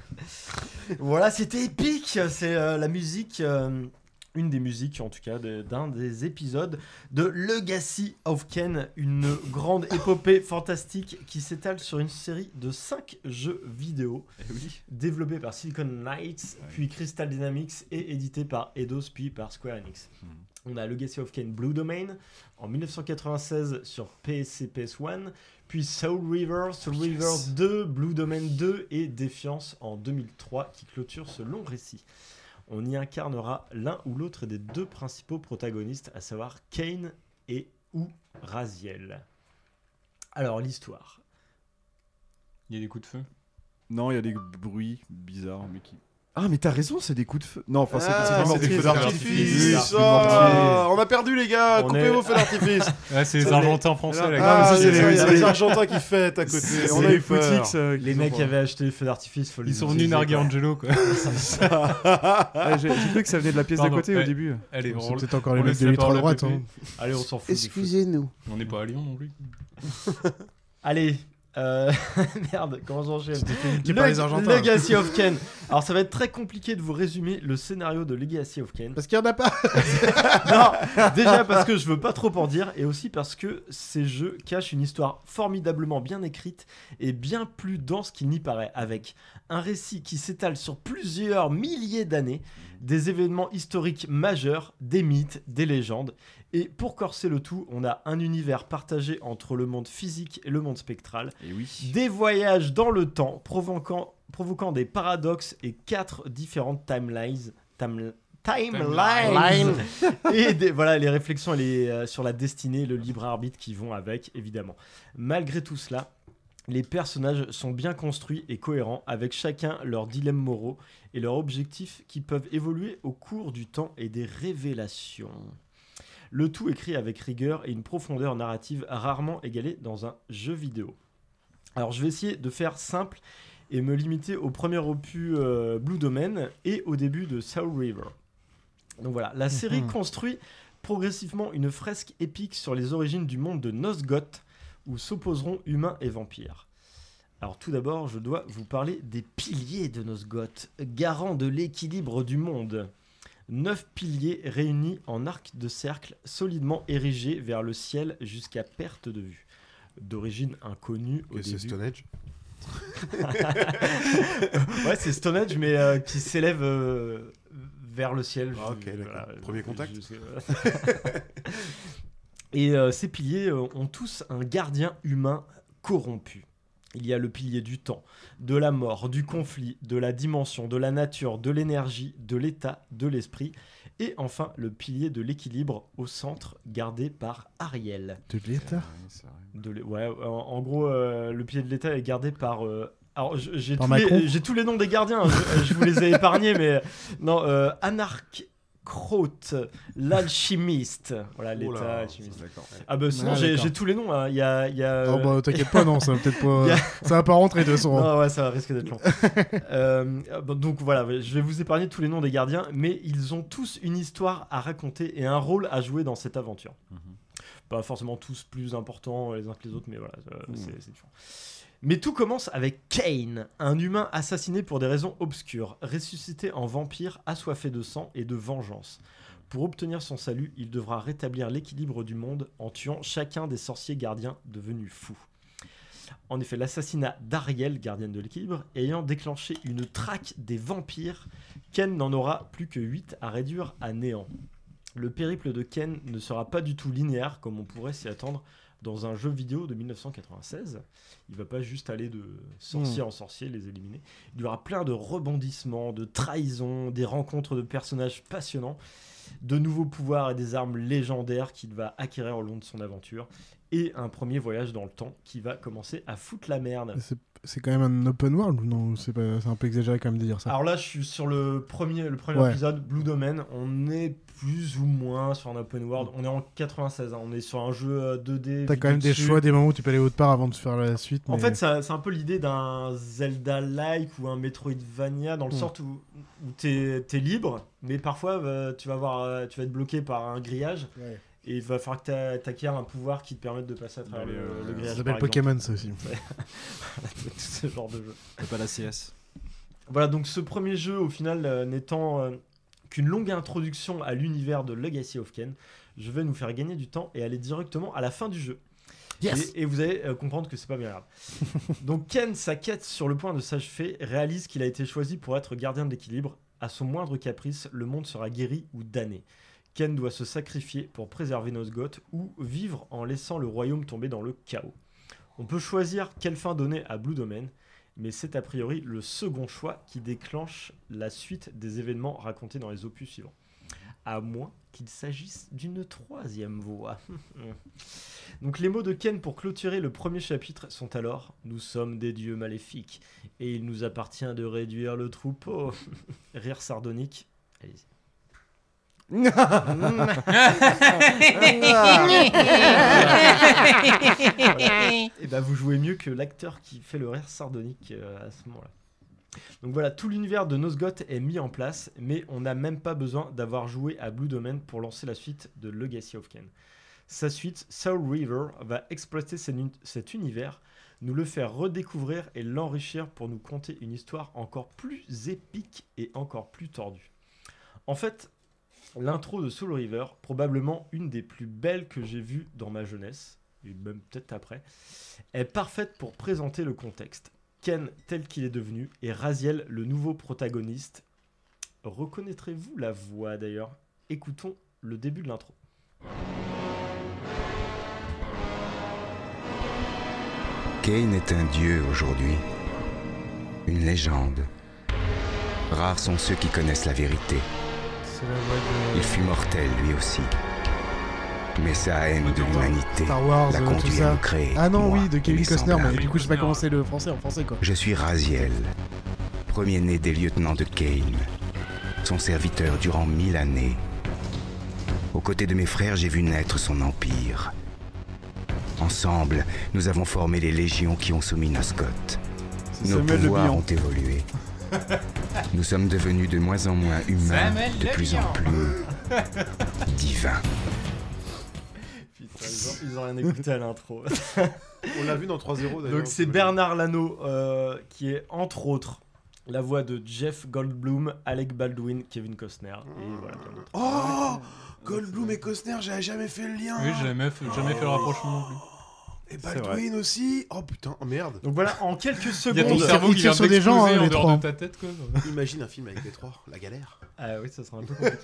Voilà, c'était épique. C'est euh, la musique, euh, une des musiques en tout cas de- d'un des épisodes de Legacy of Kain, une grande épopée fantastique qui s'étale sur une série de cinq jeux vidéo développés par Silicon Knights, puis Crystal Dynamics et édités par Eidos puis par Square Enix. On a Legacy of Kain Blue Domain en dix-neuf cent quatre-vingt-seize sur P C, P S un, puis Soul River, Soul River deux, Blue Domain deux et Défiance en deux mille trois qui clôture ce long récit. On y incarnera l'un ou l'autre des deux principaux protagonistes, à savoir Kain et ou Raziel. Alors l'histoire. Il y a des coups de feu. Non, il y a des bruits bizarres, mais qui. Ah, mais t'as raison, c'est des coups de feu. Non, enfin, c'est Ah, c'est c'est des des feux d'artifice. d'artifice. C'est Ah, on a perdu les gars. On Coupez est- vos feux d'artifice. Ouais, c'est les Ça, Argentins français Ah, là. ah, ça, c'est c'est les, les- c'est c'est les les- Argentins qui fêtent à côté. C'est On a les eu peur. footix. euh, Les qui mecs sont- qui avaient acheté les feux d'artifice, faut les Ils sont venus utiliser, narguer quoi. Angelo quoi. Ah, J'ai j'ai cru que ça venait de la pièce Pardon, d'à côté ouais. au début. Allez, C'est on, peut-être encore on les mecs laisse de la l'ultra parole à droite. Pépé. Hein. Allez, on s'en fout. des feux. Excusez-nous. On n'est pas à Lyon non plus. Allez. Euh... Merde, comment j'enchaîne niqué par les Argentins. Legacy of Kain. Alors ça va être très compliqué de vous résumer le scénario de Legacy of Kain. Parce qu'il y en a pas. Non, déjà parce que je veux pas trop en dire et aussi parce que ces jeux cachent une histoire formidablement bien écrite et bien plus dense qu'il n'y paraît, avec un récit qui s'étale sur plusieurs milliers d'années, des événements historiques majeurs, des mythes, des légendes. Et pour corser le tout, on a un univers partagé entre le monde physique et le monde spectral. Et oui. Des voyages dans le temps, provoquant, provoquant des paradoxes et quatre différentes timelines. Time, timelines et des, voilà, les réflexions et les, euh, sur la destinée, le libre arbitre qui vont avec, évidemment. Malgré tout cela, les personnages sont bien construits et cohérents, avec chacun leurs dilemmes moraux et leurs objectifs qui peuvent évoluer au cours du temps et des révélations. Le tout écrit avec rigueur et une profondeur narrative rarement égalée dans un jeu vidéo. Alors je vais essayer de faire simple et me limiter au premier opus euh, Blue Domain et au début de Soul River. Donc voilà, la série Mhm. construit progressivement une fresque épique sur les origines du monde de Nosgoth, où s'opposeront humains et vampires. Alors tout d'abord, je dois vous parler des piliers de Nosgoth, garants de l'équilibre du monde. Neuf piliers réunis en arc de cercle, solidement érigés vers le ciel jusqu'à perte de vue. D'origine inconnue au Et c'est début. Stone Age. Ouais, c'est Stone Age, mais euh, qui s'élève euh, vers le ciel. Ah, ok, Je- d'accord. Premier contact. je- Et euh, ces piliers euh, ont tous un gardien humain corrompu. Il y a le pilier du temps, de la mort, du conflit, de la dimension, de la nature, de l'énergie, de l'état, de l'esprit. Et enfin, le pilier de l'équilibre au centre, gardé par Ariel. De l'état De l'é- ouais, en, en gros, euh, le pilier de l'état est gardé par... euh, alors, je- j'ai Par tous, les- Macron j'ai tous les noms des gardiens, je, je vous les ai épargnés, mais... Non, euh, Anarch... Crote, l'alchimiste. Voilà, Oh l'état là, alchimiste. d'accord. Ah bah sinon, Ah, j'ai, d'accord. j'ai tous les noms. hein. Il y a... Il y a Oh euh, bah t'inquiète pas, non, ça va peut-être pas. Il y a- Ça va pas rentrer de son. Non, ouais, ça va risque d'être long. Euh, bon, donc voilà, je vais vous épargner tous les noms des gardiens, mais ils ont tous une histoire à raconter et un rôle à jouer dans cette aventure. Pas forcément tous plus importants les uns que les autres, mais voilà, euh, c'est, c'est différent. Mais tout commence avec Kane, un humain assassiné pour des raisons obscures, ressuscité en vampire, assoiffé de sang et de vengeance. Pour obtenir son salut, il devra rétablir l'équilibre du monde en tuant chacun des sorciers gardiens devenus fous. En effet, l'assassinat d'Ariel, gardienne de l'équilibre, ayant déclenché une traque des vampires, Ken n'en aura plus que huit à réduire à néant. Le périple de Ken ne sera pas du tout linéaire comme on pourrait s'y attendre dans un jeu vidéo de mille neuf cent quatre-vingt-seize. Il va pas juste aller de sorcier Mmh. en sorcier, les éliminer. Il y aura plein de rebondissements, de trahisons, des rencontres de personnages passionnants, de nouveaux pouvoirs et des armes légendaires qu'il va acquérir au long de son aventure, et un premier voyage dans le temps qui va commencer à foutre la merde. C'est, c'est quand même un open world ou non? C'est, pas, c'est un peu exagéré quand même de dire ça. Alors là, je suis sur le premier, le premier Ouais. épisode, Blue Domain. On est plus ou moins sur un open world. On est en quatre-vingt-seize, hein. On est sur un jeu euh, deux D. T'as quand vidéo même des dessus. choix, des moments où tu peux aller autre part avant de faire la suite. En mais- fait, ça- c'est un peu l'idée d'un Zelda-like ou un Metroidvania, dans le Mm. sort où, où t'es es libre, mais parfois euh, tu, vas avoir, euh, tu vas être bloqué par un grillage. Ouais. Et il va falloir que t'a- t'acquières un pouvoir qui te permette de passer à travers Ouais, le, euh, le grillage. ça s'appelle par exemple. Pokémon, ça aussi. Ouais. Voilà, tout ce genre de jeu. Et pas la C S. Voilà, donc ce premier jeu, au final, euh, n'étant euh, qu'une longue introduction à l'univers de Legacy of Kain, je vais nous faire gagner du temps et aller directement à la fin du jeu. Yes. Et, et vous allez euh, comprendre que c'est pas bien grave. Donc Ken, sa quête sur le point de s'achever, réalise qu'il a été choisi pour être gardien de l'équilibre. À son moindre caprice, le monde sera guéri ou damné. Ken doit se sacrifier pour préserver Nosgoth ou vivre en laissant le royaume tomber dans le chaos. On peut choisir quelle fin donner à Blue Domain, mais c'est a priori le second choix qui déclenche la suite des événements racontés dans les opus suivants. À moins qu'il s'agisse d'une troisième voie. Donc les mots de Ken pour clôturer le premier chapitre sont alors « Nous sommes des dieux maléfiques, et il nous appartient de réduire le troupeau. » Rire sardonique. Allez-y. Et bah vous jouez mieux que l'acteur qui fait le rire sardonique euh, à ce moment-là. Donc voilà, tout l'univers de Nosgoth est mis en place, mais on n'a même pas besoin d'avoir joué à Blue Domain pour lancer la suite de Legacy of Kain. Sa suite, Soul River, va exploiter cet univers, nous le faire redécouvrir et l'enrichir pour nous conter une histoire encore plus épique et encore plus tordue. En fait, l'intro de Soul River, probablement une des plus belles que j'ai vues dans ma jeunesse, et même peut-être après, est parfaite pour présenter le contexte. Ken tel qu'il est devenu et Raziel le nouveau protagoniste Reconnaîtrez-vous la voix d'ailleurs? Écoutons le début de l'intro. Kane est un dieu aujourd'hui, une légende. Rares sont ceux qui connaissent la vérité. C'est la voix de... Il fut mortel lui aussi. Mais sa haine de l'humanité Star Wars, l'a euh, conduit tout à ça. nous créer. Ah non, moi oui, de et Kevin mes Costner, mais semblables. du coup, j'ai pas commencé le français en français, quoi. Je suis Raziel, premier-né des lieutenants de Kane, son serviteur durant mille années. Aux côtés de mes frères, j'ai vu naître son empire. Ensemble, nous avons formé les légions qui ont soumis Nosgoth. Nos Samuel Le pouvoirs Bihan. ont évolué. Nous sommes devenus de moins en moins humains, Samuel de Le plus en Bihan. plus divins. Putain, ils ont, ils ont rien écouté à l'intro. On l'a vu dans trois zéro d'ailleurs. Donc c'est Bernard Lano euh, qui est entre autres la voix de Jeff Goldblum, Alec Baldwin, Kevin Costner et voilà plein d'autres. Oh, Goldblum et Costner, j'avais jamais fait le lien. Oui, j'ai jamais fait, jamais fait le rapprochement non plus. Et Baldwin aussi. Oh putain, oh merde. Donc voilà, en quelques Il y a ton secondes. cerveau ils qui vient tirent sur des gens, d'exploser hein, en les dehors trois. de ta tête, quoi. Imagine un film avec les trois, la galère. Ah oui, ça sera un peu compliqué.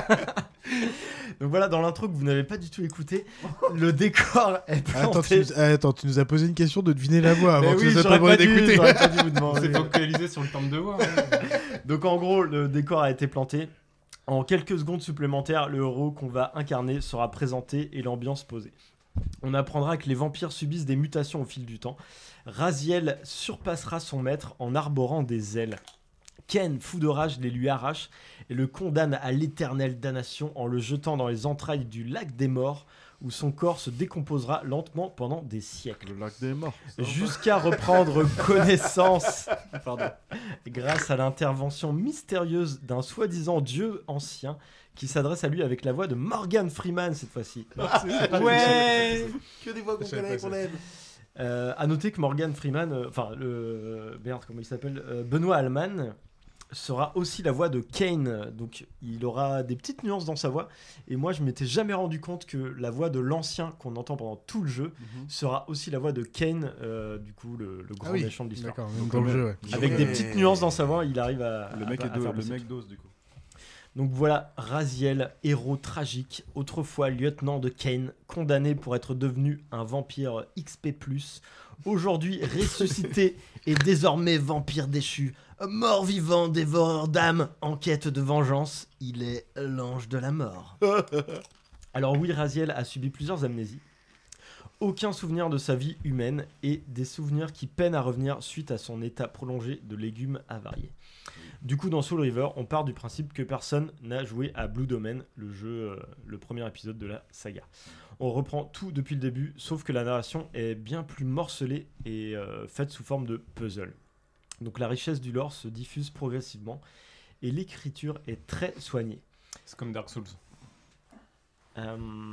Donc voilà, dans l'intro que vous n'avez pas du tout écouté, le décor est Attends tu, planté. nous... Attends, tu nous as posé une question de deviner la voix avant Mais que oui, tu nous as j'aurais pas demandé pas dû, d'écouter. j'aurais pas dû vous demander. C'est focalisé sur le timbre de voix. hein. Donc en gros, le décor a été planté. En quelques secondes supplémentaires, le héros qu'on va incarner sera présenté et l'ambiance posée. On apprendra que les vampires subissent des mutations au fil du temps. Raziel surpassera son maître en arborant des ailes. Ken, fou de rage, les lui arrache et le condamne à l'éternelle damnation en le jetant dans les entrailles du lac des morts où son corps se décomposera lentement pendant des siècles. Le lac des morts. Jusqu'à reprendre connaissance pardon, grâce à l'intervention mystérieuse d'un soi-disant dieu ancien qui s'adresse à lui avec la voix de Morgan Freeman cette fois-ci. Ouais. Que des voix qu'on connaît et qu'on aime. Euh, à noter que Morgan Freeman, euh, enfin le euh, merde, comment il s'appelle, euh, Benoît Alman sera aussi la voix de Kane, donc il aura des petites nuances dans sa voix. Et moi, je m'étais jamais rendu compte que la voix de l'ancien qu'on entend pendant tout le jeu Mhm. sera aussi la voix de Kane, euh, du coup le, le grand Ah oui, méchant de l'histoire. d'accord, même dans le jeu, ouais. Avec Ouais. des petites nuances dans sa voix, il arrive à Le à- mec, à est do- faire le passer mec tout. dose, du coup. Donc voilà, Raziel, héros tragique, autrefois lieutenant de Kane, condamné pour être devenu un vampire X P plus, aujourd'hui ressuscité et désormais vampire déchu, mort-vivant, dévoreur d'âmes, en quête de vengeance, il est l'ange de la mort. Alors oui, Raziel a subi plusieurs amnésies, aucun souvenir de sa vie humaine et des souvenirs qui peinent à revenir suite à son état prolongé de légumes avariés. Du coup, dans Soul River, on part du principe que personne n'a joué à Blue Domain, le jeu, euh, le premier épisode de la saga. On reprend tout depuis le début, sauf que la narration est bien plus morcelée et euh, faite sous forme de puzzle. Donc la richesse du lore se diffuse progressivement et l'écriture est très soignée. C'est comme Dark Souls. Euh,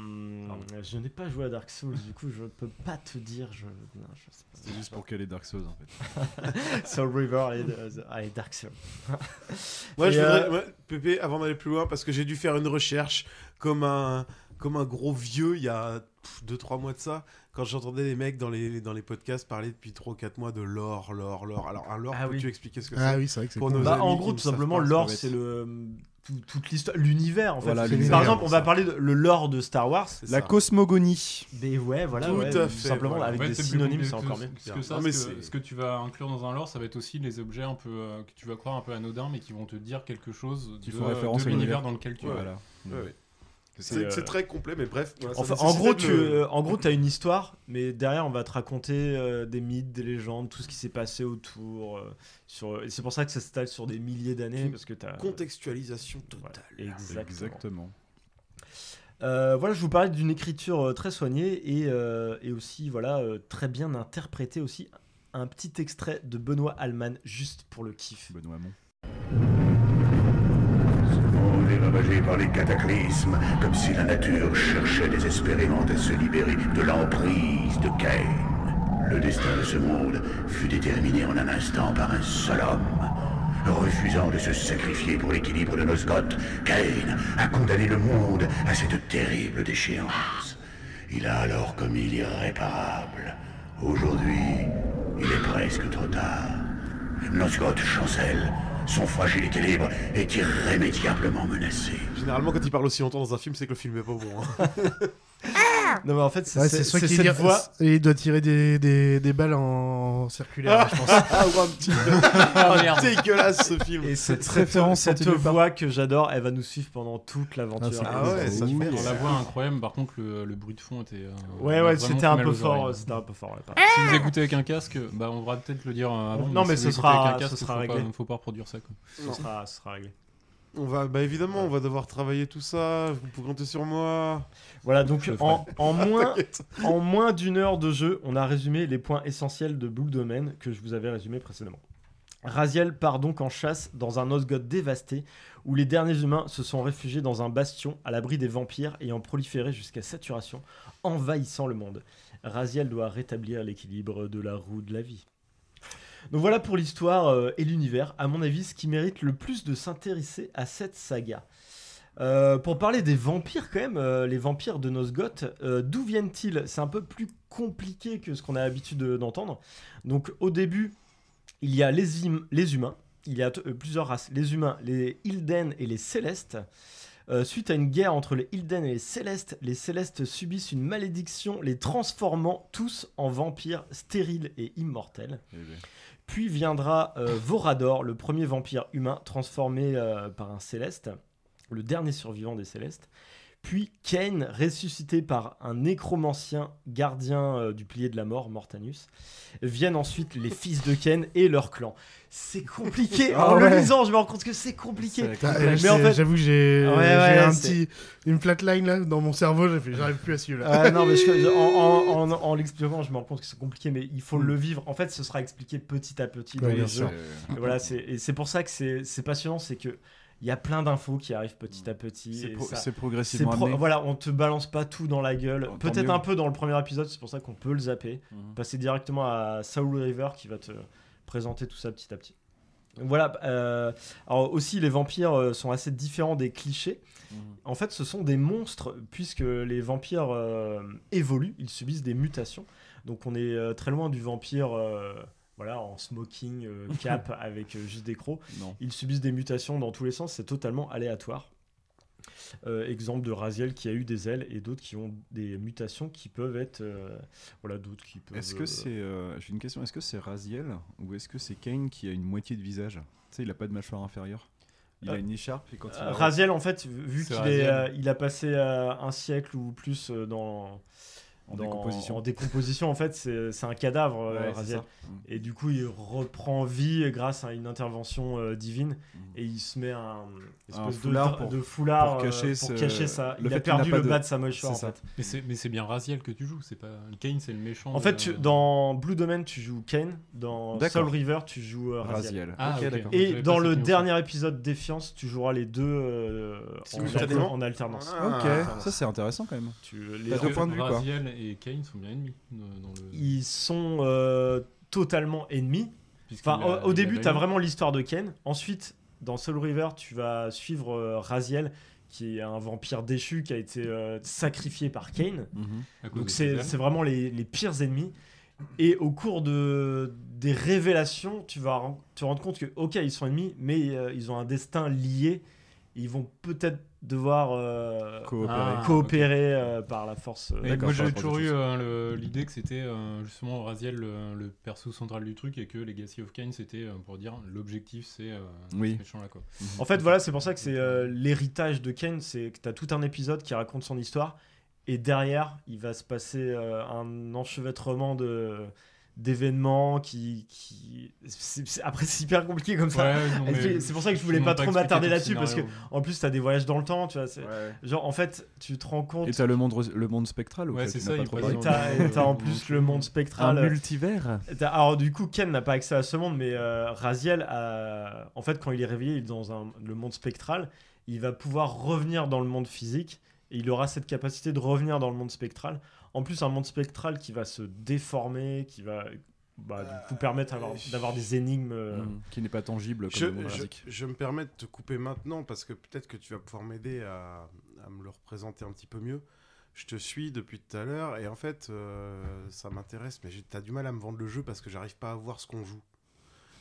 je n'ai pas joué à Dark Souls, du coup je peux pas te dire. Je... non, je sais pas. C'est juste pour caler Dark Souls en fait. Soul River et, et Dark Souls. Moi, Et je euh, voudrais, moi, Pépé, avant d'aller plus loin, parce que j'ai dû faire une recherche comme un, comme un gros vieux il y a deux trois mois de ça, quand j'entendais les mecs dans les, dans les podcasts parler depuis trois ou quatre mois de lore, lore, lore. Alors, un lore, Ah peux-tu oui. expliquer ce que Ah c'est oui, c'est vrai que c'est Pour cool. nos Bah, amis en qui gros, ne tout savent simplement, pas, ça l'or, va être- c'est le tout- toute l'histoire, l'univers en fait. Voilà, Par l'univers, exemple, on c'est va ça. parler de le lore de Star Wars. C'est La ça. cosmogonie. Mais ouais, voilà, Tout ouais, à tout fait, simplement voilà. avec En fait, des c'est plus synonymes, compliqué c'est que- encore mieux. Parce que ça, Non, ce, mais que, c'est- ce que tu vas inclure dans un lore, ça va être aussi les objets un peu euh, que tu vas croire un peu anodins, mais qui vont te dire quelque chose Qui de, font référence de à l'univers l'univers. dans lequel tu es. Ouais. Voilà. Ouais, ouais. C'est, C'est euh, c'est très complet, mais bref. voilà, ça Enfin, en nécessitait gros, de tu, le- euh, en gros, t'as une histoire, mais derrière, on va te raconter euh, des mythes, des légendes, tout ce qui s'est passé autour. euh, sur... Et c'est pour ça que ça s'étale sur des milliers d'années, Une parce que t'as contextualisation totale. exactement. Exactement. Euh, voilà, je vous parlais d'une écriture euh, très soignée et, euh, et aussi voilà euh, très bien interprétée aussi. Un petit extrait de Benoît Alman juste pour le kiff. Benoît Hamon. Ce monde est ravagé par les cataclysmes, comme si la nature cherchait désespérément à se libérer de l'emprise de Cain. Le destin de ce monde fut déterminé en un instant par un seul homme. Refusant de se sacrifier pour l'équilibre de Nosgoth, Cain a condamné le monde à cette terrible déchéance. Il a alors commis l'irréparable. Aujourd'hui, il est presque trop tard. Nosgoth chancelle, son fragile équilibre est irrémédiablement menacé. Généralement, quand il parle aussi longtemps dans un film, c'est que le film est pas bon. Hein. Non mais en fait c'est, Ouais, c'est, c'est soit c'est qu'il cette y a- voix. et il doit tirer des, des, des balles en circulaire, je pense. Ah, ou un petit. Ah, merde. Dégueulasse ce film. Et cette, Cette cette, référence cette sortie nulle part. voix que j'adore, elle va nous suivre pendant toute l'aventure. Ah, Ah ouais, ça Oui, fait. alors, la voix incroyable, par contre le, le bruit de fond était. euh, Ouais m'a ouais, vraiment c'était fait un mal peu aux fort, oreilles. c'était un peu fort. Ouais, pas- Si vous écoutez avec un casque, bah on va peut-être le dire euh, avant. Non, mais si ce vous écoutez sera- avec un casque, ce sera faut réglé. Pas, faut pas reproduire ça. Quoi. Ce sera, ce sera réglé. On va, bah évidemment, on va devoir travailler tout ça. Vous pouvez compter sur moi. Voilà, donc Je le en, en moins, T'inquiète. en moins d'une heure de jeu, on a résumé les points essentiels de Blue Domain que je vous avais résumé précédemment. Raziel part donc en chasse dans un Osgoth dévasté où les derniers humains se sont réfugiés dans un bastion à l'abri des vampires ayant proliféré jusqu'à saturation, envahissant le monde. Raziel doit rétablir l'équilibre de la roue de la vie. Donc voilà pour l'histoire euh, et l'univers, à mon avis, ce qui mérite le plus de s'intéresser à cette saga. Euh, pour parler des vampires quand même, euh, les vampires de Nosgoth, euh, d'où viennent-ils? C'est un peu plus compliqué que ce qu'on a l'habitude de- d'entendre. Donc au début, il y a les, hum- les humains, il y a t- euh, plusieurs races, les humains, les Ilden et les Célestes. Euh, suite à une guerre entre les Ilden et les Célestes, les Célestes subissent une malédiction les transformant tous en vampires stériles et immortels. Eh ben. Puis viendra euh, Vorador, le premier vampire humain transformé euh, par un Céleste, le dernier survivant des Célestes. Puis Kane, ressuscité par un nécromancien gardien euh, du pilier de la mort, Mortanus. Viennent ensuite les fils de Kane et leur clan. C'est compliqué. Ah en ouais. le lisant, je me rends compte que c'est compliqué. C'est Putain, Mais c'est- en fait- J'avoue que j'ai Ouais, j'ai ouais, un c'est- petit, une flatline là dans mon cerveau, j'ai fait, j'arrive plus à suivre là. Ah non, mais je- je- en, en, en, en l'expliquant, je me rends compte que c'est compliqué, mais il faut le vivre. En fait, ce sera expliqué petit à petit dans Ouais, le bien jeu. sûr. Et voilà, c'est, et c'est pour ça que c'est, c'est passionnant, c'est que il y a plein d'infos qui arrivent petit à petit. C'est et pro- ça- c'est c'est progressivement pro- amené. Voilà, on te balance pas tout dans la gueule. Tant Peut-être mieux. un peu dans le premier épisode, c'est pour ça qu'on peut le zapper. Mhm. Passer directement à Soul River qui va te présenter tout ça petit à petit. Donc voilà, euh, alors aussi les vampires euh, sont assez différents des clichés. Mhm. En fait, ce sont des monstres puisque les vampires euh, évoluent, ils subissent des mutations. Donc on est euh, très loin du vampire euh, voilà, en smoking, euh, cap avec euh, juste des crocs. Non. Ils subissent des mutations dans tous les sens, c'est totalement aléatoire. Euh, exemple de Raziel qui a eu des ailes et d'autres qui ont des mutations qui peuvent être euh, voilà, d'autres qui peuvent Est-ce que euh, c'est. euh, J'ai une question. Est-ce que c'est Raziel ou est-ce que c'est Kane qui a une moitié de visage? Tu sais, il a pas de mâchoire inférieure. Il a Euh, une écharpe et quand il Euh, la- Raziel, en fait, vu C'est qu'il Raziel. est, euh, il a passé euh, un siècle ou plus euh, dans, En dans- décomposition. en décomposition, en fait, c'est c'est un cadavre, euh, Ouais, c'est Raziel. ça. Mm. Et du coup, il reprend vie grâce à une intervention euh, divine et il se met un, espèce Un de- foulard pour- de, foulard pour cacher euh, ce- pour cacher ça. le Il a fait qu'il n'a perdu pas le de- bas de sa mâchoire, en c'est ça. fait. Mais c'est, mais c'est bien Raziel que tu joues, c'est pas Kane, c'est le méchant. En de- fait, tu- dans Blue Domain, tu joues Kane. Dans D'accord. Soul River, tu joues euh, Raziel. Raziel. Ah, Ok, ok. d'accord. Et J'avais dans pas le cette nuance. dernier épisode Défiance, tu joueras les deux euh, en, Simultanément. en alternance. Ah. Ok, ça c'est intéressant quand même. Tu, les T'as Parce deux que points de vue, quoi. Raziel et Kane sont bien ennemis euh, dans le. Ils sont euh, totalement ennemis. puisqu'il Enfin, a- au, au il début, a tu as gagné. vraiment l'histoire de Ken. Ensuite, dans Soul River, tu vas suivre euh, Raziel, qui est un vampire déchu qui a été euh, sacrifié par Kane. Mhm. À cause Donc de c'est ses ailes. c'est vraiment les, les pires ennemis. Et au cours de, des révélations, tu vas ren- te rendre compte que, ok, ils sont ennemis, mais euh, ils ont un destin lié. Et ils vont peut-être devoir euh, Coopérer. ah, coopérer euh, par la force. euh, Et D'accord, moi par j'ai rapport toujours aux eu choses. euh, le- l'idée que c'était euh, justement Raziel le, le perso central du truc et que Legacy of Kain c'était euh, pour dire l'objectif c'est euh, Oui. ce méchant là quoi. En fait, voilà, c'est pour ça que c'est euh, l'héritage de Kane, c'est que tu as tout un épisode qui raconte son histoire, et derrière, il va se passer euh, un enchevêtrement de d'événements qui, qui... c'est- c'est- après c'est hyper compliqué comme ça. Ouais, non, Et mais puis, c'est pour ça que je voulais ils pas m'ont pas trop expliqué m'attarder tout le là-dessus, parce que scénario. en plus t'as des voyages dans le temps, tu vois, c'est- Ouais. genre en fait tu te rends compte Et t'as le monde, le monde spectral Ouais, auquel c'est tu ça, n'as pas il trop passe et parlé. dans- t'as, et t'as en Euh, plus le monde spectral. Un multivers. T'as- Alors du coup, Ken n'a pas accès à ce monde, mais euh, Raziel, a... en fait, quand il est réveillé, il est dans un... le monde spectral, il va pouvoir revenir dans le monde physique, et il aura cette capacité de revenir dans le monde spectral. En plus, un monde spectral qui va se déformer, qui va bah, du coup permettre d'avoir, d'avoir des énigmes. euh, Mhm. Qui n'est pas tangible comme Je, le monde je, physique. je me permets de te couper maintenant parce que peut-être que tu vas pouvoir m'aider à, à me le représenter un petit peu mieux. Je te suis depuis tout à l'heure et en fait, euh, ça m'intéresse, mais j'ai- t'as du mal à me vendre le jeu parce que j'arrive pas à voir ce qu'on joue.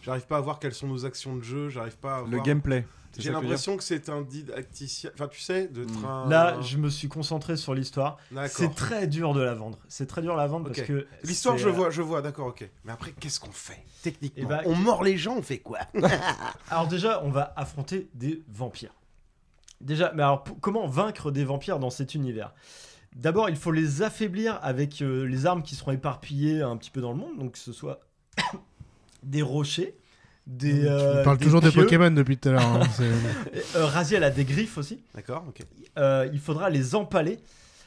J'arrive pas à voir quelles sont nos actions de jeu, j'arrive pas à Le voir... gameplay. C'est J'ai ça que tu veux l'impression que c'est un didacticien... Enfin, tu sais, de Mm. train... Là, je me suis concentré sur l'histoire. D'accord. C'est très dur de la vendre. C'est très dur de la vendre Ok. parce que... L'histoire, c'est, je euh, vois, je vois, d'accord, ok. Mais après, qu'est-ce qu'on fait, techniquement Eh ben, On mord les gens, on fait quoi? Alors déjà, on va affronter des vampires. Déjà, mais alors p- comment vaincre des vampires dans cet univers? D'abord, il faut les affaiblir avec euh, les armes qui seront éparpillées un petit peu dans le monde, donc que ce soit des rochers, des. Tu euh, parles des toujours de pieux. Pokémon depuis tout à l'heure. hein, c'est- Euh, Raziel a des griffes aussi. D'accord, ok. Euh, il faudra les empaler.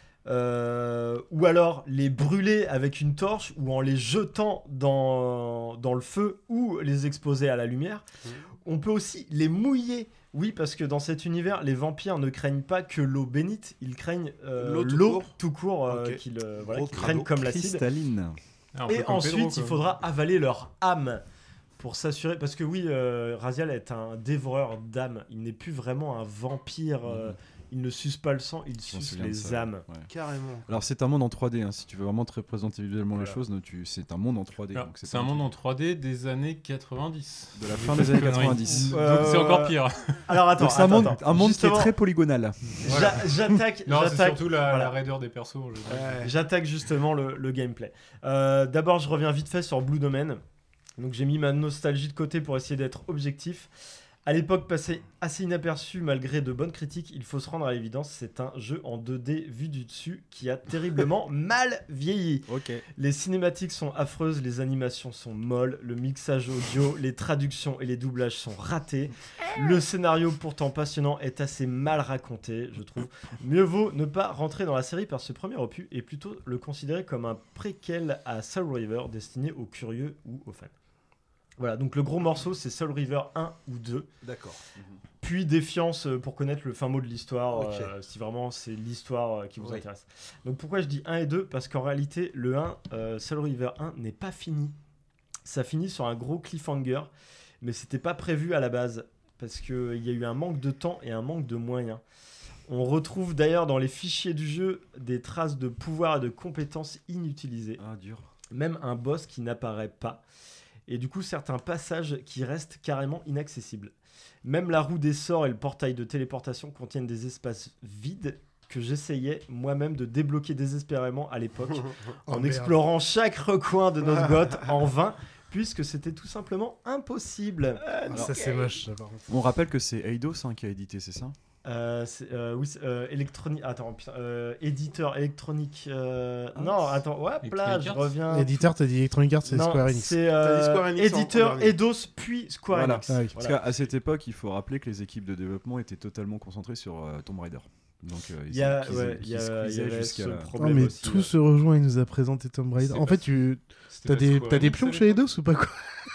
euh, ou alors les brûler avec une torche ou en les jetant dans, dans le feu ou les exposer à la lumière. Mmh. On peut aussi les mouiller. Oui, parce que dans cet univers, les vampires ne craignent pas que l'eau bénite, ils craignent euh, L'eau tout l'eau court. tout court, euh, Ok. qu'ils euh, voilà, Gros qu'ils craignent crado. comme l'acide. Cristalline. Ah, un peu Et comme ensuite, Pedro, il quoi. faudra avaler leur âme pour s'assurer. Parce que oui, euh, Raziel est un dévoreur d'âmes. Il n'est plus vraiment un vampire. euh, Il ne suce pas le sang, il Je m'en suce souviens de les ça, âmes. ouais. Carrément. Alors c'est un monde en trois D, hein, si tu veux vraiment te représenter visuellement Voilà. les choses, no, tu... c'est un monde en trois D. Alors, donc c'est pas un monde truc- en trois D des années quatre-vingt-dix. De la fin des années quatre-vingt-dix. Donc Euh, c'est encore pire. Alors attends, Donc c'est un attends, monde, attends. un monde qui Justement, est très polygonal. j'a- J'attaque, Non, c'est j'attaque, surtout la, voilà. la raideur des persos. en général. Ouais. J'attaque justement le, le gameplay. Euh, D'abord, je reviens vite fait sur Blue Domain. Donc j'ai mis ma nostalgie de côté pour essayer d'être objectif. À l'époque, passé assez inaperçu malgré de bonnes critiques, il faut se rendre à l'évidence, c'est un jeu en deux D vu du dessus qui a terriblement mal vieilli. Ok. Les cinématiques sont affreuses, les animations sont molles, le mixage audio, les traductions et les doublages sont ratés. Le scénario, pourtant passionnant, est assez mal raconté, je trouve. Mieux vaut ne pas rentrer dans la série par ce premier opus et plutôt le considérer comme un préquel à Soul River destiné aux curieux ou aux fans. Voilà, donc le gros morceau, c'est Soul River un ou deux. D'accord. Puis Défiance euh, pour connaître le fin mot de l'histoire, Ok. euh, si vraiment c'est l'histoire euh, qui vous Oui. intéresse. Donc pourquoi je dis un et deux? Parce qu'en réalité, le un, euh, Soul River un, n'est pas fini. Ça finit sur un gros cliffhanger, mais c'était pas prévu à la base, parce qu'il y a eu un manque de temps et un manque de moyens. On retrouve d'ailleurs dans les fichiers du jeu des traces de pouvoir et de compétences inutilisées. Ah, dur. Même un boss qui n'apparaît pas. Et du coup, certains passages qui restent carrément inaccessibles. Même la roue des sorts et le portail de téléportation contiennent des espaces vides que j'essayais moi-même de débloquer désespérément à l'époque, Oh, en merde. explorant chaque recoin de notre grotte en vain, puisque c'était tout simplement impossible. Ça, c'est moche, ça, par contre. On rappelle que c'est Eidos hein, qui a édité, c'est ça? Euh, c'est- euh, oui, c'est, euh, électronique. Attends, putain, euh, éditeur électronique. euh, Ah, non, attends, hop là, Electronic je Arts reviens. Éditeur, t'as dit Electronic Arts, c'est Non, Square Enix. C'est T'as dit euh, Square Enix en éditeur dernier. Eidos puis Square Voilà. Enix. Ah oui. Parce Voilà. qu'à cette époque, il faut rappeler que les équipes de développement étaient totalement concentrées sur euh, Tomb Raider. Donc euh, ils Il y a, qu'ils- ouais, qu'ils il y a- il y squeezaient avait jusqu'à ce la- Non, problème mais aussi. tout ouais. se rejoint, il nous a présenté Tomb Raider. C'est En pas- fait, tu C'était t'as pas des, Square t'as des Enix à pions chez l'époque Eidos ou pas quoi?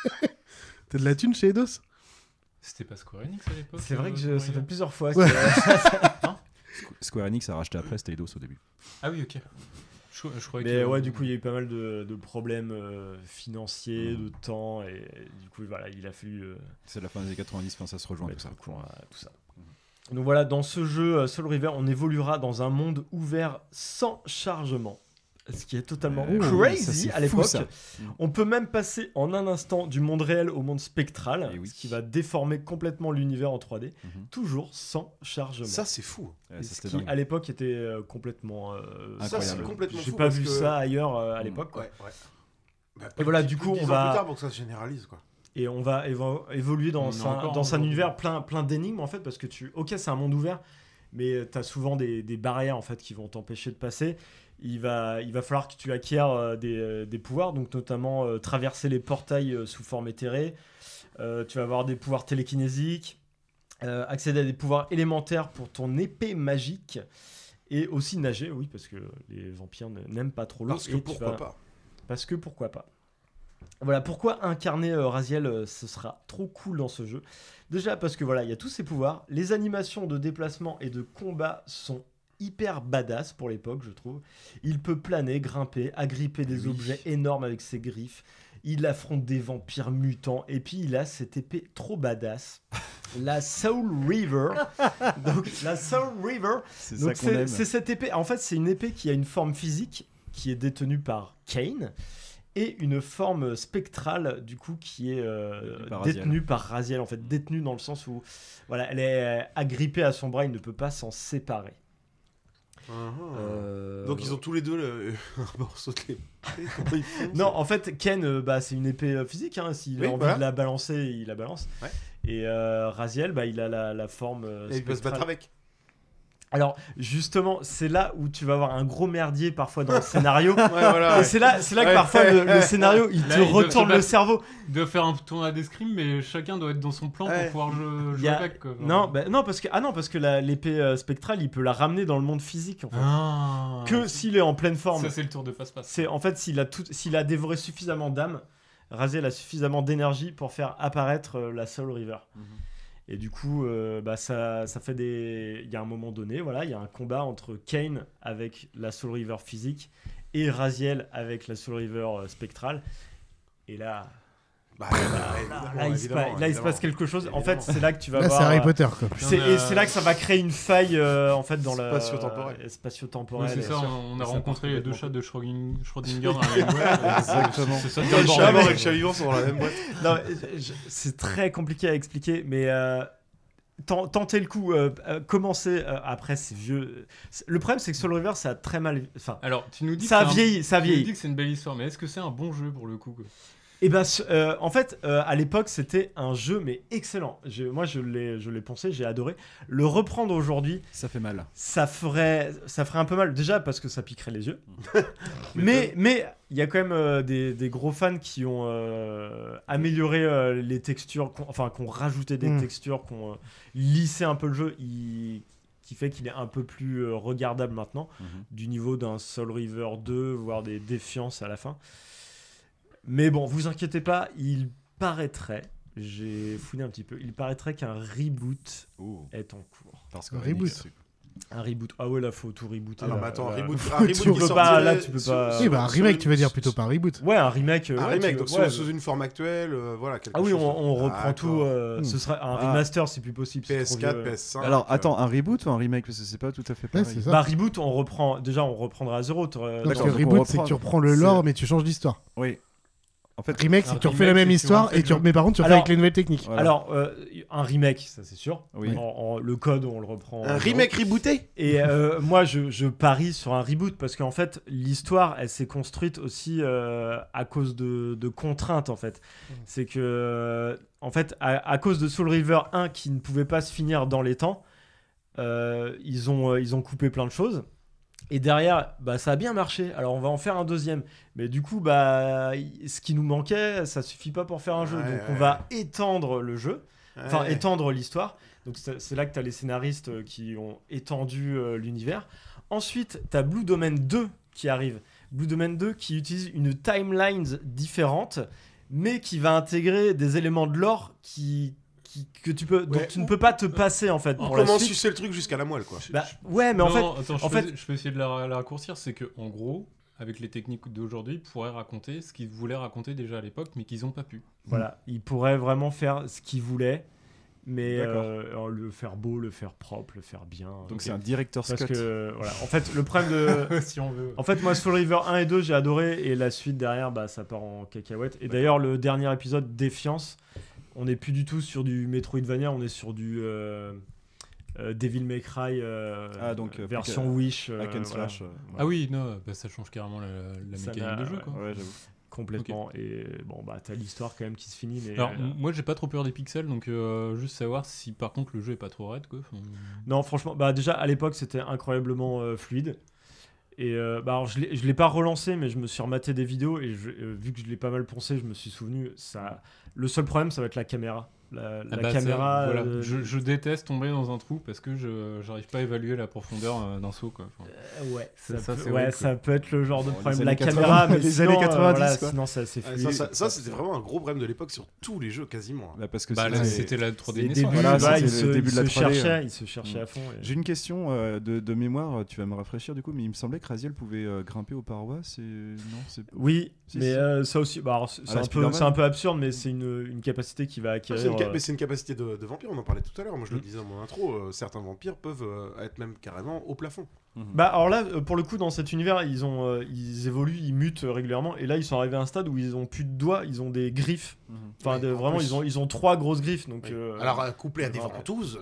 T'as de la thune chez Eidos? C'était pas Square Enix à l'époque. C'est vrai que euh, je- Tomb ça fait Raider plusieurs fois. Ouais. que- Square Enix a racheté après, c'était Eidos au début. Ah oui, ok. Je, je croyais Mais que. ouais, du coup, il y a eu pas mal de, de problèmes euh, financiers, de temps, et du coup, voilà, il a fallu. euh, C'est la fin des années quatre-vingt-dix, enfin, ça se rejoint tout mettre ça. un coup à tout ça. Donc voilà, dans ce jeu euh, Soul River, on évoluera dans un monde ouvert sans chargement. Ce qui est totalement Euh, crazy ça, c'est à fou, l'époque. ça. On peut même passer en un instant du monde réel au monde spectral, Eh oui. ce qui va déformer complètement l'univers en trois D, Mhm. toujours sans chargement. Ça, c'est fou. Ouais, Et ça, ce c'était qui, dingue. à l'époque, était euh, complètement. euh, Ça, c'est Incroyable. complètement J'ai fou. pas parce vu que- ça ailleurs euh, à Mm. l'époque. quoi. Ouais, ouais. Bah, Et voilà, plus- du plus coup, de dix on ans va- plus tard pour que ça se généralise, quoi. Et on va évo- évoluer dans, On est un, encore dans un aujourd'hui. univers plein, plein d'énigmes en fait, parce que tu, ok, c'est un monde ouvert, mais tu as souvent des, des barrières en fait qui vont t'empêcher de passer. Il va, il va falloir que tu acquières euh, des, euh, des pouvoirs, donc notamment euh, traverser les portails euh, sous forme éthérée. Euh, tu vas avoir des pouvoirs télékinésiques, euh, accéder à des pouvoirs élémentaires pour ton épée magique, et aussi nager, oui, parce que les vampires ne- n'aiment pas trop l'eau. Parce que et tu pourquoi vas- pas. Parce que pourquoi pas. Voilà, pourquoi incarner euh, Raziel, euh, ce sera trop cool dans ce jeu. Déjà parce que voilà, il y a tous ces pouvoirs, les animations de déplacement et de combat sont hyper badass pour l'époque, je trouve. Il peut planer, grimper, agripper des Oui. objets énormes avec ses griffes. Il affronte des vampires mutants et puis il a cette épée trop badass, la Soul River. Donc la Soul River, C'est donc ça qu'on c'est aime. c'est cette épée. En fait, c'est une épée qui a une forme physique qui est détenue par Kane. et une forme spectrale du coup qui est euh, par détenue par Raziel, en fait détenue dans le sens où voilà, elle est agrippée à son bras, il ne peut pas s'en séparer. Uh-huh. Euh... Donc ils ont tous les deux le... un morceau de l'épée. Comment ils font, non, en fait, Ken, euh, bah, c'est une épée euh, physique. Hein, S'il oui, a envie voilà. de la balancer, il la balance. Ouais. Et euh, Raziel, bah, il a la, la forme. Euh, Et il peut se battre avec. Alors, justement, c'est là où tu vas avoir un gros merdier parfois dans le scénario. Ouais, voilà, et ouais. c'est là, c'est là que Ouais. parfois le, le scénario il Là, te ils doivent retourne se le battre- cerveau. Ils doivent faire un tournoi d'escrime, mais chacun doit être dans son plan Ouais. pour pouvoir jouer, Il jouer y a- avec. Quoi. Non, bah, non, parce que ah non, parce que la- l'épée euh, spectrale, il peut la ramener dans le monde physique en fait. Ah. Que s'il est en pleine forme. Ça, c'est le tour de passe-passe. C'est en fait s'il a tout, s'il a dévoré suffisamment d'âme, Raziel a suffisamment d'énergie pour faire apparaître euh, la Soul River. Mhm. Et du coup, euh, bah ça, ça fait des. Il y a un moment donné, voilà, il y a un combat entre Kane avec la Soul River physique et Raziel avec la Soul River euh, spectrale. Et là. Bah, là, ouais, là, évidemment, là, il se, évidemment, pa- là, il se évidemment. passe quelque chose. En fait, c'est là que tu vas Là, voir. c'est Harry euh, Potter, quoi. C'est, On a- et c'est là que ça va créer une faille euh, en fait dans la Spatio-temporelle. euh, Oui, spatio-temporelle. c'est ça, Et- on, on a et ça rencontré part les deux complètement. chats de Schröding- Schrödinger dans la même boîte. Exactement. C'est ça, Le c'est chat le mort et bordel. le chat vivant sont dans la même boîte. Non, mais je- c'est très compliqué à expliquer, mais euh, ten- tentez le coup. Euh, euh, commencez. euh, après, c'est vieux. C'est- Le problème, c'est que Soul River, ça a très mal. Enfin, Alors, tu nous dis ça que a c'est un- vieilli, ça a tu nous vieilli. dis que c'est une belle histoire, mais est-ce que c'est un bon jeu pour le coup quoi Et ben, ce- euh, en fait, euh, à l'époque, c'était un jeu, mais excellent. Je- moi, je l'ai, je l'ai poncé, j'ai adoré. Le reprendre aujourd'hui, Ça fait mal. ça ferait, ça ferait un peu mal. Déjà parce que ça piquerait les yeux. mais, mais il y a quand même euh, des, des gros fans qui ont euh, amélioré euh, les textures, qu'on- enfin, qui ont rajouté des Mm. textures, qui ont euh, lissé un peu le jeu, il- qui fait qu'il est un peu plus euh, regardable maintenant, Mhm. du niveau d'un Soul River deux, voire des Défiances à la fin. Mais bon, vous inquiétez pas, il paraîtrait, j'ai fouillé un petit peu, il paraîtrait qu'un reboot Oh. est en cours. Parce que Reboot. Un reboot. Ah ouais, là, faut tout rebooter. Ah non, là. mais attends, Là, reboot, faut- un reboot tu qui peux pas, sortirait là, tu peux sur- pas. Oui, bah un sur remake, une- tu veux dire plutôt pas un reboot. Ouais, un remake. euh, Un ouais, remake, tu- donc ouais, sous, sous une forme actuelle, euh, voilà. quelque Ah oui, chose on, de- on reprend Ah, tout. d'accord. euh, Hmm. Ce serait un Ah. remaster, c'est plus possible. c'est P S trop quatre, vieux. P S cinq. Alors, euh, attends, un reboot ou un remake Parce que c'est pas tout à fait Ouais, pareil. c'est ça. Bah reboot, on reprend. Déjà, on reprendra à zéro. t'aurais- Non, parce D'accord, que donc on reboot, c'est que reprend- tu reprends le lore, c'est- mais tu changes d'histoire. Oui. En fait, Remake, c'est un que tu refais remake, la même c'est que tu histoire, refais et le tu... jeu. mais par contre, tu refais Alors- avec les nouvelles techniques. Voilà. Alors, euh, un remake, ça c'est sûr. Oui. En- en- le code, on le reprend. Un à zéro. remake rebooté. Et euh, moi, je, je parie sur un reboot parce qu'en fait, l'histoire, elle s'est construite aussi euh, à cause de, de contraintes, en fait. C'est que, euh, en fait, à, à cause de Soul River un qui ne pouvait pas se finir dans les temps, euh, ils, ont, euh, ils ont coupé plein de choses. Et derrière, bah, ça a bien marché. Alors, on va en faire un deuxième. Mais du coup, bah, y- ce qui nous manquait, ça suffit pas pour faire un jeu. Ouais, Donc, on ouais. va étendre le jeu. Enfin, Ouais. étendre l'histoire. Donc, c'est c'est là que tu as les scénaristes euh, qui ont étendu euh, l'univers. Ensuite, tu as Blue Domain deux qui arrive. Blue Domain deux qui utilise une timeline différente, mais qui va intégrer des éléments de lore qui, qui- que tu peux, dont Ouais. tu ne peux pas te passer en fait. On pour la commence suite. sucer le truc jusqu'à la moelle, quoi. Bah, ouais, mais en Non, fait, attends, je, en peux, fait, je peux essayer de la, la raccourcir. C'est que, en gros, avec les techniques d'aujourd'hui, ils pourraient raconter ce qu'ils voulaient raconter déjà à l'époque, mais qu'ils n'ont pas pu. voilà, il pourrait vraiment faire ce qu'il voulait, mais D'accord. euh, le faire beau, le faire propre, le faire bien. Donc Ok. c'est un director's Parce cut. que voilà, en fait, le problème de si on veut. En fait, moi, Soul River un et deux, j'ai adoré, et la suite derrière, bah, ça part en cacahuète. Et d'ailleurs, le dernier épisode, Défiance, on n'est plus du tout sur du Metroidvania, on est sur du euh, euh, Devil May Cry euh, Ah, donc, euh, version plus que- Wish. euh, hack and voilà. slash, euh. Ah oui, non, bah, ça change carrément la, la Ça mécanique n'a- de jeu. Quoi. Ouais, j'avoue. Complètement. Et bon, bah, t'as l'histoire quand même qui se finit. Mais, Alors, euh, m- moi, j'ai pas trop peur des pixels, donc euh, juste savoir si par contre le jeu est pas trop raide. Quoi. Enfin, Non, franchement, bah, déjà à l'époque, c'était incroyablement euh, fluide. Et euh, bah, alors, je l'ai- je l'ai pas relancé, mais je me suis rematé des vidéos et je- euh, vu que je l'ai pas mal poncé, je me suis souvenu. Ça, le seul problème, ça va être la caméra. La, Ah la bah, ça, caméra. voilà. euh, je, je déteste tomber dans un trou parce que je j'arrive pas à évaluer la profondeur euh, d'un saut. Quoi. Enfin, Euh, ouais, ça, ça, ça, peut, c'est ouais, horrible, ça quoi. peut être le genre de Bon, les problème. années La quatre-vingts, caméra, mais les sinon, années euh, quatre-vingt-dix, voilà, quoi. sinon c'est assez Ouais, fluide. ça, ça, ça, c'était vraiment un gros problème de l'époque sur tous les jeux quasiment. Bah, parce que Bah, c'est- là, c'est- c'était la trois D Les naissance. débuts, Voilà, voilà, c'était il le se, début il de la se trois D, cherchait, ouais. il se cherchait Mm. à fond. et- J'ai une question euh, de, de mémoire, tu vas me rafraîchir du coup, mais il me semblait que Raziel pouvait euh, grimper aux parois. C'est non, c'est Oui, Si, mais si. euh, ça aussi, bah, alors, c'est À c'est la un, peu, Spider-Man. c'est un peu absurde, mais c'est une, une capacité qui va Ah, acquérir. c'est une, ca- euh, mais c'est une capacité de, de vampire, on en parlait tout à l'heure. Moi, je le Mm. disais dans mon intro. euh, certains vampires peuvent euh, être même carrément au plafond. Bah alors là, euh, pour le coup, dans cet univers, ils ont, euh, ils évoluent, ils mutent euh, régulièrement, et là, ils sont arrivés à un stade où ils ont plus de doigts, ils ont des griffes. Mhm. Enfin, Oui, de- en vraiment, plus. ils ont, ils ont trois grosses griffes. Donc, Oui. euh, Alors, euh, couplé à des voilà. ventouses.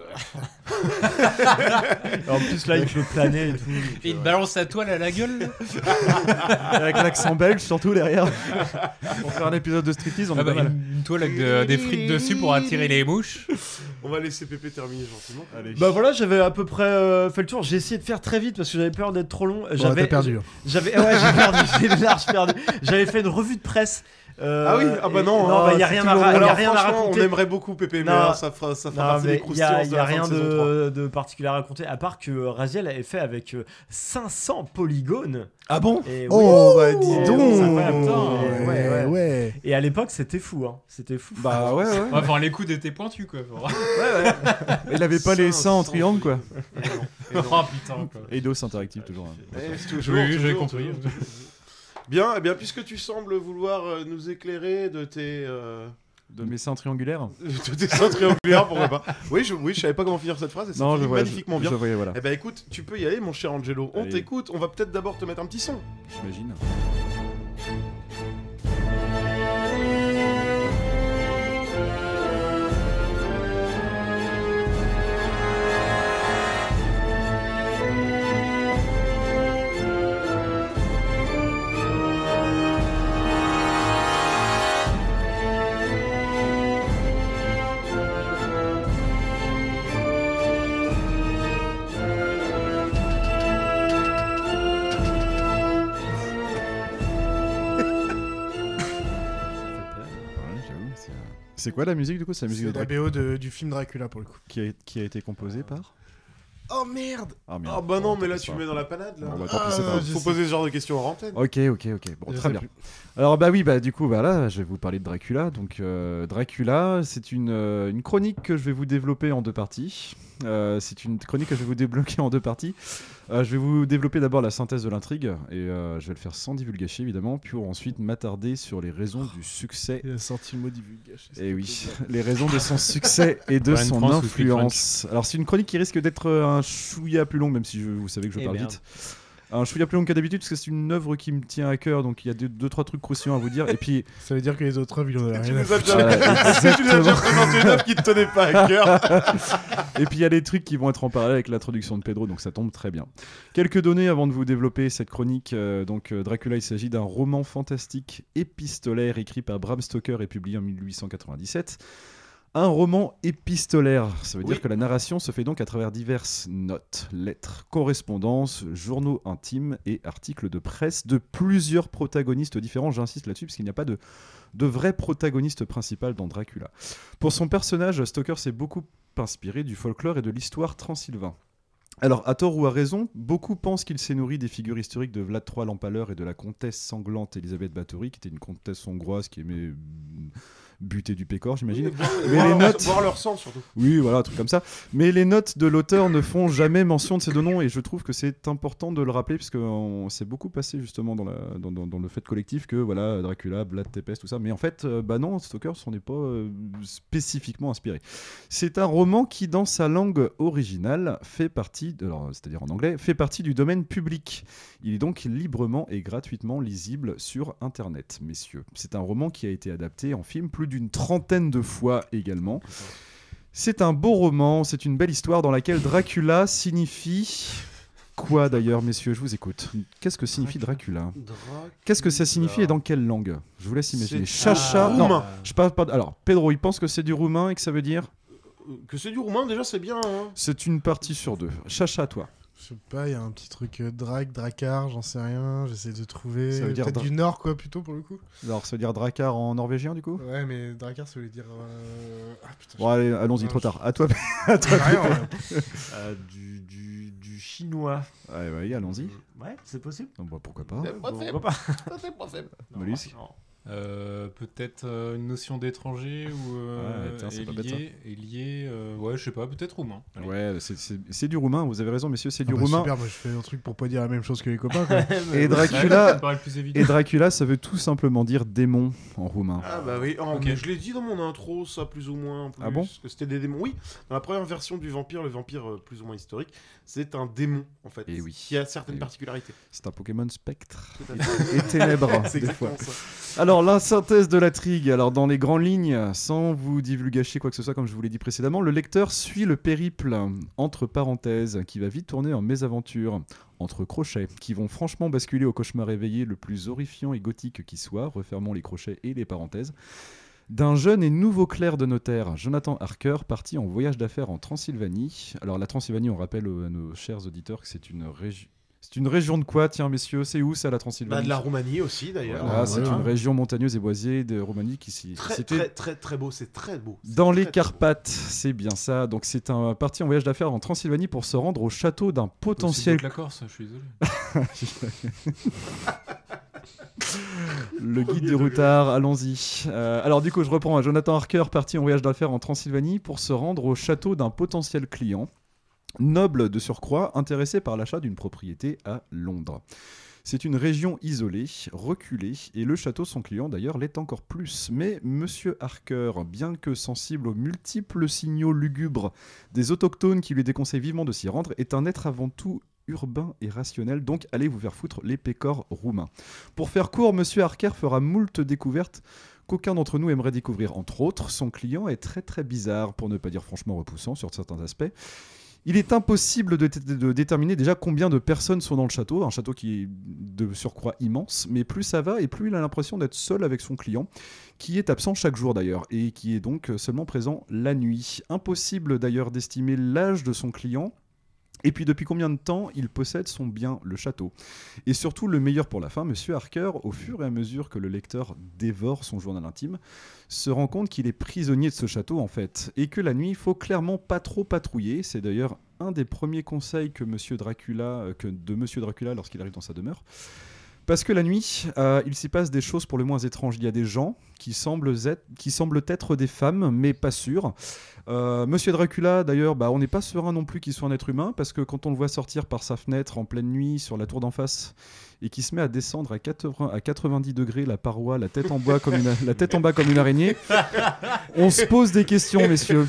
En plus, là, il peut planer et tout. donc, Et il te euh, balance sa toile à la gueule. Avec l'accent belge, surtout derrière. Pour faire un épisode de striptease, on Ah est bah, pas mal. une, une toile avec de- des frites dessus pour attirer les mouches. On va laisser Pépé terminer gentiment. Allez. Bah voilà, j'avais à peu près euh, fait le tour. J'ai essayé de faire très vite parce que j'avais peur d'être trop long. Bon, J'avais t'as perdu. hein. J'avais ouais, j'ai perdu, j'ai large perdu. J'avais fait une revue de presse. euh, Ah oui, ah bah et- non, non, hein, bah, y a c'est rien toujours- à, ra- y a Alors, rien à franchement, raconter. on aimerait beaucoup Pépé, mais Non. alors, ça fera, ça fera Non, partie mais des y croustillances a, de y la a fin rien de saison trois. de, de particulier à raconter à part que Raziel avait fait avec euh, cinq cents polygones. Ah bon? Et Oh, oui. bah Et dis oui, donc. c'est incroyable. Ouais, Et ouais, ouais. ouais. Et à l'époque, c'était fou, hein. C'était fou. Bah ouais, ouais. Enfin, les coudes étaient pointus, quoi. Faut- Ouais, ouais. Il avait pas les seins en triangle, quoi. Oh putain, quoi. Eidos Interactive, toujours. hein. Eh, toujours, Oui, j'ai toujours, compris. toujours, toujours. Bien, eh bien, puisque tu sembles vouloir euh, nous éclairer de tes... euh, De mes seins triangulaires. de tes seins triangulaires, pourquoi pas. Oui, je, oui, je savais pas comment finir cette phrase et ça Non, je finit vois, magnifiquement je- bien. je voyais, voilà. Eh ben écoute, tu peux y aller, mon cher Angelo. On Allez. t'écoute. On va peut-être d'abord te mettre un petit son. J'imagine. Ouais, j'avoue, c'est- C'est quoi la musique du coup? C'est la musique de C'est la Dracula B O de- du film Dracula pour le coup. qui a, qui a été composée par. Oh merde. Ah merde. Ah bah non, Bon, mais là tant pis, tu c'est me mets pas dans la panade là. Bon, bah, tant pis, c'est Ah, pas grave. faut poser ce genre de questions en antenne. Ok, ok, ok. Bon, Je très sais bien. plus. Alors bah oui, bah du coup, bah là, je vais vous parler de Dracula. Donc euh, Dracula, c'est une, euh, une chronique que je vais vous développer en deux parties. Euh, c'est une chronique que je vais vous débloquer en deux parties. Euh, je vais vous développer d'abord la synthèse de l'intrigue et euh, je vais le faire sans divulgacher évidemment, puis ensuite m'attarder sur les raisons du succès. Il a sorti le mot divulgation. Et oui, les raisons de son succès et de Brian son France ou influence. Alors c'est une chronique qui risque d'être euh, un chouïa plus longue, même si je, vous savez que je Eh parle merde. vite. Un chouïa plus long que d'habitude, parce que c'est une œuvre qui me tient à cœur, donc il y a deux, deux trois trucs croustillants à vous dire. Et puis, Ça veut dire que les autres œuvres, ils en ont Tu rien à nous as foutre. déjà, Voilà, est-ce que tu nous as déjà présenté une œuvre qui te tenait pas à cœur. et puis il y a des trucs qui vont être en parallèle avec l'introduction de Pedro, donc ça tombe très bien. Quelques données avant de vous développer cette chronique. Euh, donc euh, Dracula, il s'agit d'un roman fantastique épistolaire écrit par Bram Stoker et publié en mille huit cent quatre-vingt-dix-sept. Un roman épistolaire, ça veut dire Oui. que la narration se fait donc à travers diverses notes, lettres, correspondances, journaux intimes et articles de presse de plusieurs protagonistes différents. J'insiste là-dessus parce qu'il n'y a pas de, de vrai protagoniste principal dans Dracula. Pour son personnage, Stoker s'est beaucoup inspiré du folklore et de l'histoire transylvain. Alors, à tort ou à raison, beaucoup pensent qu'il s'est nourri des figures historiques de Vlad trois l'Empaleur et de la comtesse sanglante Elisabeth Bathory, qui était une comtesse hongroise qui aimait euh, buter du pécor, j'imagine. Oui, boire- Mais boire les leur- notes... boire leur sang surtout. Oui, voilà, un truc comme ça. Mais les notes de l'auteur ne font jamais mention de ces deux noms et je trouve que c'est important de le rappeler parce qu'on s'est beaucoup passé justement dans, la, dans, dans- dans le fait collectif que voilà, Dracula, Vlad Tepes, tout ça. Mais en fait, euh, bah non, Stoker s'en est pas euh, spécifiquement inspiré. C'est un roman qui, dans sa langue originale, fait partie, de- alors, c'est-à-dire en anglais, fait partie du domaine public. Il est donc librement et gratuitement lisible sur Internet, messieurs. C'est un roman qui a été adapté en film plus d'une trentaine de fois également. C'est un beau roman, c'est une belle histoire dans laquelle Dracula signifie... Quoi d'ailleurs, messieurs, je vous écoute. Qu'est-ce que signifie Dracula? Qu'est-ce que ça signifie et dans quelle langue? Je vous laisse imaginer. C'est Chacha... du Non, roumain. je parle pas... de- Alors, Pedro, il pense que c'est du roumain et que ça veut dire... Que c'est du roumain déjà, c'est bien. Hein. C'est une partie sur deux. Chacha, toi. Je sais pas, il y a un petit truc euh, drac, dracar, j'en sais rien, j'essaie de trouver. Ça veut dire Peut-être dra- du nord, quoi, plutôt pour le coup. Alors, ça veut dire Drakkar en norvégien, du coup? Ouais, mais dracar, ça voulait dire. euh, Ah putain. Bon, allez, allons-y, Ah, trop je- tard. À toi, à toi. J'ai rien, Pépé. ouais. Euh, du, du, du chinois. Ouais, ouais, allons-y. Ouais, c'est possible. Donc, bah, pourquoi pas? C'est pas Bon, faible. pourquoi pas. Ça, c'est pas faible. Non, Mollusque. non. Euh, peut-être euh, une notion d'étranger ou euh, Ouais, tiens, ça est peut être lié, est lié euh, ouais, je sais pas, peut-être roumain. Allez. Ouais, c'est- c'est c'est du roumain, vous avez raison, messieurs, c'est Ah du bah roumain. super, moi je fais un truc pour pas dire la même chose que les copains. Quoi. Et Ouais, ça Dracula, me paraît le plus évident. et Dracula, ça veut tout simplement dire démon en roumain. Ah bah oui, oh, Ok. mais je l'ai dit dans mon intro, ça plus ou moins. En plus, Ah bon que c'était des démons. Oui, dans la première version du vampire, le vampire euh, plus ou moins historique, c'est un démon en fait. Et oui. Qui a certaines Et oui. particularités. C'est un Pokémon spectre Tout à fait. et ténèbres, C'est des fois. exactement ça. Alors, la synthèse de l'intrigue. Alors, dans les grandes lignes, sans vous divulgacher quoi que ce soit, comme je vous l'ai dit précédemment, le lecteur suit le périple, entre parenthèses, qui va vite tourner en mésaventure, entre crochets, qui vont franchement basculer au cauchemar éveillé le plus horrifiant et gothique qui soit, refermons les crochets et les parenthèses, d'un jeune et nouveau clerc de notaire, Jonathan Harker, parti en voyage d'affaires en Transylvanie. Alors, la Transylvanie, on rappelle à nos chers auditeurs que c'est une région... C'est une région de quoi, tiens, messieurs? C'est où, ça, la Transylvanie? Bah, de la Roumanie aussi d'ailleurs. Voilà, Ah, c'est voilà. une région montagneuse et boisée de Roumanie qui s'y Très, c'était très, très, très beau, c'est très beau. C'est dans très, les très Carpates, c'est bien ça. Donc c'est un parti en voyage d'affaires en Transylvanie pour se rendre au château d'un Aussi potentiel. beau que la Corse, je suis désolé. Le guide du routard, allons-y. Euh, alors du coup, je reprends. Jonathan Harker parti en voyage d'affaires en Transylvanie pour se rendre au château d'un potentiel client, noble de surcroît, intéressé par l'achat d'une propriété à Londres. C'est une région isolée, reculée, et le château, son client d'ailleurs, l'est encore plus. Mais Monsieur Harker, bien que sensible aux multiples signaux lugubres des autochtones qui lui déconseillent vivement de s'y rendre, est un être avant tout urbain et rationnel, donc allez vous faire foutre les pécores roumains. Pour faire court, Monsieur Harker fera moult découvertes qu'aucun d'entre nous aimerait découvrir. Entre autres, son client est très très bizarre, pour ne pas dire franchement repoussant sur certains aspects. Il est impossible de, de, de déterminer déjà combien de personnes sont dans le château, un château qui est de surcroît immense, mais plus ça va et plus il a l'impression d'être seul avec son client, qui est absent chaque jour d'ailleurs, et qui est donc seulement présent la nuit. Impossible d'ailleurs d'estimer l'âge de son client, et puis depuis combien de temps il possède son bien, le château. Et surtout, le meilleur pour la fin, Monsieur Harker, au fur et à mesure que le lecteur dévore son journal intime, se rend compte qu'il est prisonnier de ce château en fait, et que la nuit, il faut clairement pas trop patrouiller. C'est d'ailleurs un des premiers conseils que Monsieur Dracula, que de Monsieur Dracula lorsqu'il arrive dans sa demeure. Parce que la nuit, euh, il s'y passe des choses pour le moins étranges. Il y a des gens qui semblent être, qui semblent être des femmes, mais pas sûrs. Euh, Monsieur Dracula, d'ailleurs, bah, on n'est pas serein non plus qu'il soit un être humain, parce que quand on le voit sortir par sa fenêtre en pleine nuit sur la tour d'en face, et qui se met à descendre à, quatre-vingts, à quatre-vingt-dix degrés la paroi, la tête en, bois comme une, la tête en bas comme une araignée, on se pose des questions, messieurs.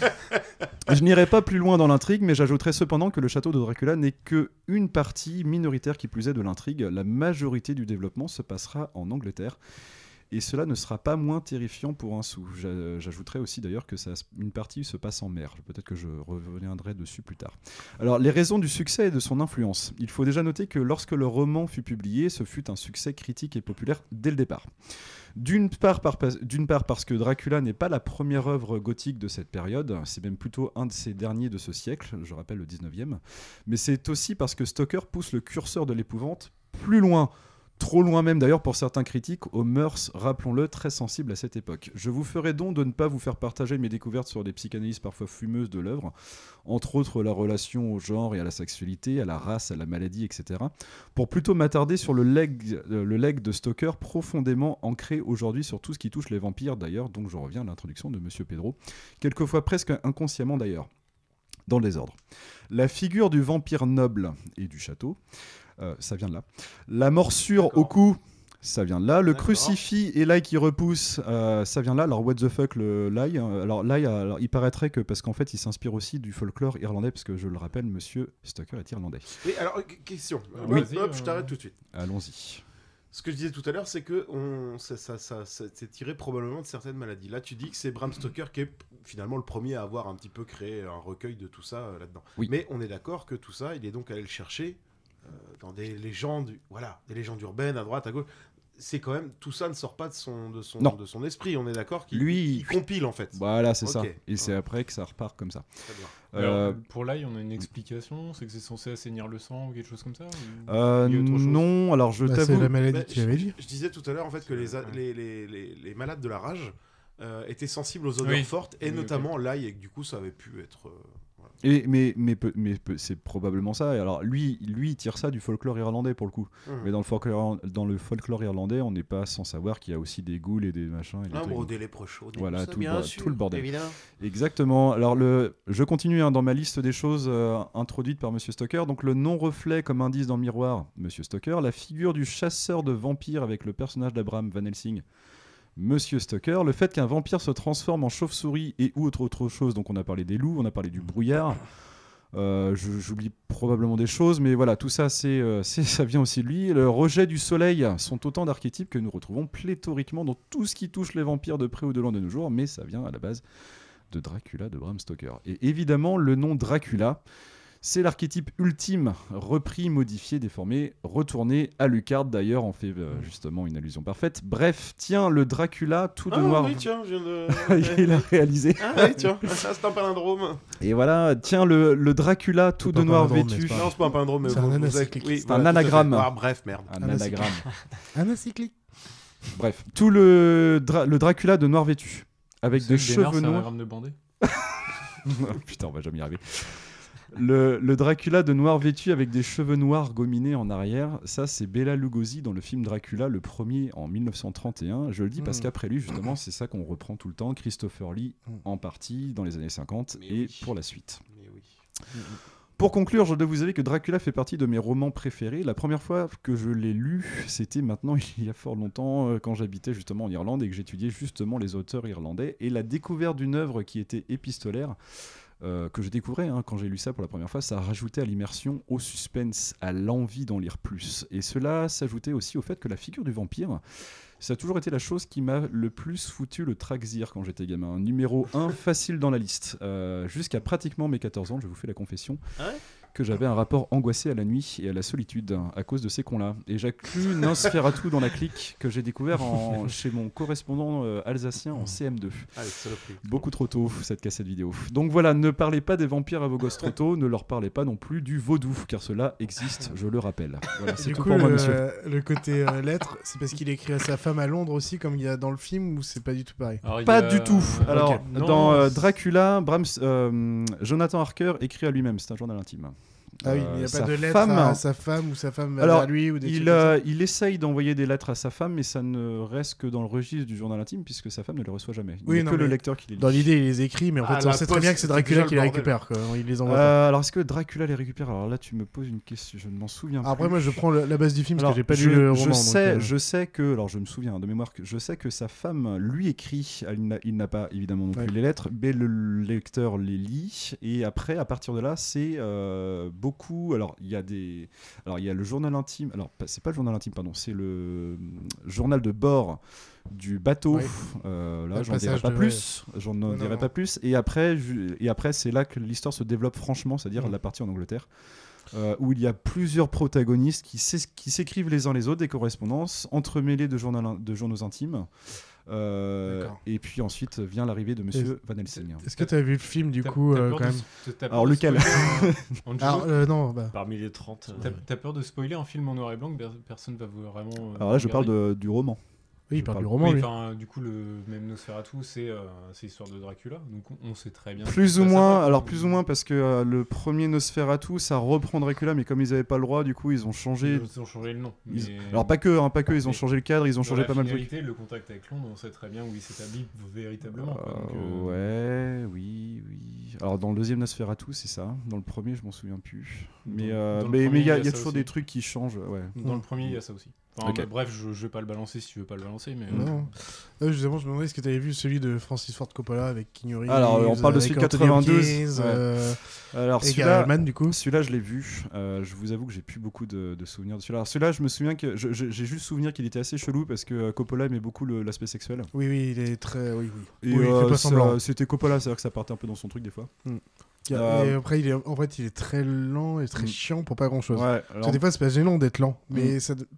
Je n'irai pas plus loin dans l'intrigue, mais j'ajouterai cependant que le château de Dracula n'est qu'une partie minoritaire qui plus est de l'intrigue. La majorité du développement se passera en Angleterre. Et cela ne sera pas moins terrifiant pour un sou. J'ajouterai aussi d'ailleurs que ça, une partie se passe en mer. Peut-être que je reviendrai dessus plus tard. Alors, les raisons du succès et de son influence. Il faut déjà noter que lorsque le roman fut publié, ce fut un succès critique et populaire dès le départ. D'une part, par, d'une part parce que Dracula n'est pas la première œuvre gothique de cette période, c'est même plutôt un de ces derniers de ce siècle, je rappelle le dix-neuvième, mais c'est aussi parce que Stoker pousse le curseur de l'épouvante plus loin, trop loin même d'ailleurs pour certains critiques, aux mœurs, rappelons-le, très sensibles à cette époque. Je vous ferai don de ne pas vous faire partager mes découvertes sur des psychanalyses parfois fumeuses de l'œuvre, entre autres la relation au genre et à la sexualité, à la race, à la maladie, et cetera, pour plutôt m'attarder sur le legs, euh, le legs de Stoker profondément ancré aujourd'hui sur tout ce qui touche les vampires d'ailleurs, donc je reviens à l'introduction de Monsieur Pedro, quelquefois presque inconsciemment d'ailleurs, dans le désordre. La figure du vampire noble et du château, Euh, ça vient de là. La morsure au cou, ça vient de là. Le crucifix et l'ail qui repousse, euh, ça vient de là. Alors, what the fuck, le, l'ail euh, Alors, l'ail, alors, il paraîtrait que, parce qu'en fait, il s'inspire aussi du folklore irlandais, parce que je le rappelle, Monsieur Stoker est irlandais. Et alors, question. Oui. Hop, hop, je t'arrête tout de suite. Allons-y. Ce que je disais tout à l'heure, c'est que on, ça, ça, ça, ça, c'est tiré probablement de certaines maladies. Là, tu dis que c'est Bram Stoker qui est finalement le premier à avoir un petit peu créé un recueil de tout ça euh, là-dedans. Oui. Mais on est d'accord que tout ça, il est donc allé le chercher euh, dans des légendes, voilà, des légendes urbaines à droite, à gauche. C'est quand même, tout ça ne sort pas de son, de son, de son esprit, on est d'accord qu'il Lui, il compile en fait. Voilà, c'est Ok. ça. Et c'est après que ça repart comme ça. Très bien. Alors, Euh, pour l'ail, on a une explication, c'est que c'est censé assainir le sang ou quelque chose comme ça ou... Euh, il y a autre chose non, alors je Bah, t'avoue. c'est la maladie Bah, que tu avais dit. Je, je disais tout à l'heure en fait que les, a- les, les, les, les malades de la rage euh, étaient sensibles aux odeurs Oui. fortes et Oui, notamment l'ail et que du coup ça avait pu être. euh, voilà. Et, mais mais, peu- mais peu- c'est probablement ça. Et alors lui, lui il tire ça du folklore irlandais pour le coup. Mmh. Mais dans le, folklore, dans le folklore irlandais, on n'est pas sans savoir qu'il y a aussi des ghouls et des machins. Et des Ah, trucs. broder les prochauds, Voilà, tout ça, tout, le, bien bord- sûr, tout le bordel. évidemment. Exactement. Alors le, je continue hein, dans ma liste des choses euh, introduites par Monsieur Stoker. Donc le non-reflet comme indice dans le miroir, Monsieur Stoker. La figure du chasseur de vampires avec le personnage d'Abraham Van Helsing, Monsieur Stoker. Le fait qu'un vampire se transforme en chauve-souris et ou autre, autre chose. Donc on a parlé des loups, on a parlé du brouillard. Euh, je- J'oublie probablement des choses, mais voilà, tout ça, c'est, euh, c'est- ça vient aussi de lui. Le rejet du soleil sont autant d'archétypes que nous retrouvons pléthoriquement dans tout ce qui touche les vampires de près ou de loin de nos jours, mais ça vient à la base de Dracula de Bram Stoker. Et évidemment, le nom Dracula, c'est l'archétype ultime, repris, modifié, déformé, retourné. Alucard d'ailleurs en fait euh, justement une allusion parfaite. Bref, tiens, le Dracula tout de Ah noir. oui, tiens, je viens de... Il a réalisé. Ah oui, tiens, ça c'est un palindrome. Et voilà, tiens, le, le Dracula tout C'est de pas un noir palindrome, mais vêtu. c'est pas- Non, c'est pas un palindrome, mais C'est un vous- vous avez- anacyclique. oui, C'est voilà, un tout à fait. anagramme. Ah, bref, merde. Un Anacyclique. anagramme. Anacyclique. Bref, tout le, dra- le Dracula de noir vêtu. Avec Vous des savez que Bénard, cheveux c'est un noirs. anagramme de Bandé. Putain, on va jamais y arriver. Le, le Dracula de noir vêtu avec des cheveux noirs gominés en arrière, ça c'est Bela Lugosi dans le film Dracula, le premier en mille neuf cent trente et un. Je le dis parce Mm. qu'après lui, justement, c'est ça qu'on reprend tout le temps. Christopher Lee en partie dans les années cinquante et pour la suite. Pour conclure, je dois vous avouer que Dracula fait partie de mes romans préférés. La première fois que je l'ai lu, c'était maintenant il y a fort longtemps, euh, quand j'habitais justement en Irlande et que j'étudiais justement les auteurs irlandais. Et la découverte d'une œuvre qui était épistolaire, euh, que je découvrais hein, quand j'ai lu ça pour la première fois, ça rajoutait à l'immersion, au suspense, à l'envie d'en lire plus. Et cela s'ajoutait aussi au fait que la figure du vampire, ça a toujours été la chose qui m'a le plus foutu le traxir quand j'étais gamin. Numéro un, facile dans la liste. Euh, jusqu'à pratiquement mes quatorze ans, je vous fais la confession, Ah ouais que j'avais un rapport angoissé à la nuit et à la solitude à cause de ces cons-là. Et j'inclus Nosferatu dans la clique que j'ai découvert en- chez mon correspondant euh, alsacien en C M deux. Ah, les saloperies. Beaucoup trop tôt, cette cassette vidéo. Donc voilà, ne parlez pas des vampires à vos gosses trop tôt, ne leur parlez pas non plus du vaudou, car cela existe, je le rappelle. Voilà, c'est Du tout coup, pour moi, le, monsieur. le côté euh, lettre, c'est parce qu'il écrit à sa femme à Londres aussi, comme il y a dans le film, ou c'est pas du tout pareil? Alors, il Pas y a- du tout. Alors, Ok. Non, dans euh, c'est- Dracula, Brahms, euh, Jonathan Harker écrit à lui-même, c'est un journal intime. Ah oui, mais il n'y a Euh, pas sa de lettre femme- à sa femme ou sa femme va Alors, vers lui ou des trucs il, comme ça. euh, il essaye d'envoyer des lettres à sa femme, mais ça ne reste que dans le registre du journal intime, puisque sa femme ne les reçoit jamais. Il Oui, n'y a non, que le mais lecteur qui les lit. Dans l'idée, il les écrit, mais en Ah, fait, on la sait très poste, bien que c'est c'est Dracula déjà qui le les bordel. récupère. Quoi. Il les envoie Euh, pas. alors, est-ce que Dracula les récupère? Alors là, tu me poses une question, je ne m'en souviens Après, plus. moi, je prends le- la base du film parce Alors, que j'ai pas je, lu le je roman. sais, donc, euh, je sais que, alors je me souviens de mémoire, que je sais que sa femme lui écrit. Il n'a, il n'a pas évidemment non plus Ouais. les lettres, mais le lecteur les lit. Et après, à partir de là, c'est euh, beaucoup. Alors, il y a des, alors il y a le journal intime. Alors, pas- c'est pas le journal intime, pardon, c'est le euh, journal de bord du bateau. Ouais. Euh, là, Le j'en dirai passage pas de- plus. J'en Ouais, dirai non, pas non. plus. Et après, ju- et après, c'est là que l'histoire se développe franchement, c'est-à-dire Mm. la partie en Angleterre. Euh, où il y a plusieurs protagonistes qui, s'es- qui s'écrivent les uns les autres des correspondances entremêlées de, journal, de journaux intimes. Euh, D'accord. et puis ensuite vient l'arrivée de Monsieur Van Helsing. Est-ce que tu as vu le film du T'as- coup t'as euh, peur quand de même s- t'as peur Alors de lequel spoiler un- Angelo Alors euh, non, bah. Parmi les trente. T'as t'as peur de spoiler un film en noir et blanc que per- personne va vraiment. euh, Alors là, je parle regarder de- du roman. Oui, il Je parle parle- du roman, Oui, lui. enfin, du coup, le même Nosferatu, c'est euh, c'est l'histoire de Dracula, donc on, on sait très bien. Plus Ça, ou ça moins, va, alors on- plus ou moins parce que euh, le premier Nosferatu, ça reprend Dracula, mais comme ils n'avaient pas le droit, du coup ils ont changé. Ils ont changé le nom. Ils- mais- Alors pas que, hein, pas que, ils ont mais changé le cadre, ils ont dans changé la pas mal de trucs. finalité, le contact avec Londres, on sait très bien où il s'établit véritablement. quoi, donc, euh, Euh, ouais, oui, oui. Alors dans le deuxième Nosferatu, c'est ça. Dans le premier, je m'en souviens plus. Mais Dans- euh, dans le mais premier, mais il y a, il y a il y a ça toujours aussi. des trucs qui changent. Ouais. Dans le premier, il y a ça aussi. Enfin, Ok. bah, bref, je, je vais pas le balancer si tu veux pas le balancer, mais. euh, Non. Euh, justement, je me demandais, est-ce que tu avais vu celui de Francis Ford Coppola avec Keanu Reeves, Alors on parle de avec celui de Anthony quatre-vingt-douze. Hopkins, Ouais. euh, Alors et celui-là, Gary Oldman, du coup. celui-là, je l'ai vu. Euh, je vous avoue que j'ai plus beaucoup de, de souvenirs de celui-là. Alors celui-là, je me souviens que je- je- j'ai juste souvenir qu'il était assez chelou parce que euh, Coppola aimait beaucoup le- l'aspect sexuel. Oui, oui, il est très. Oui, oui. Et oui, il euh, fait pas ça- semblant. c'était Coppola, c'est-à-dire que ça partait un peu dans son truc des fois. Mm. Euh, Et après, il est, en fait, il est très lent et très Mm. chiant pour pas grand chose. Ouais, Parce alors- que des fois, c'est pas gênant d'être lent, mais Mm. ça, pour pas Oui.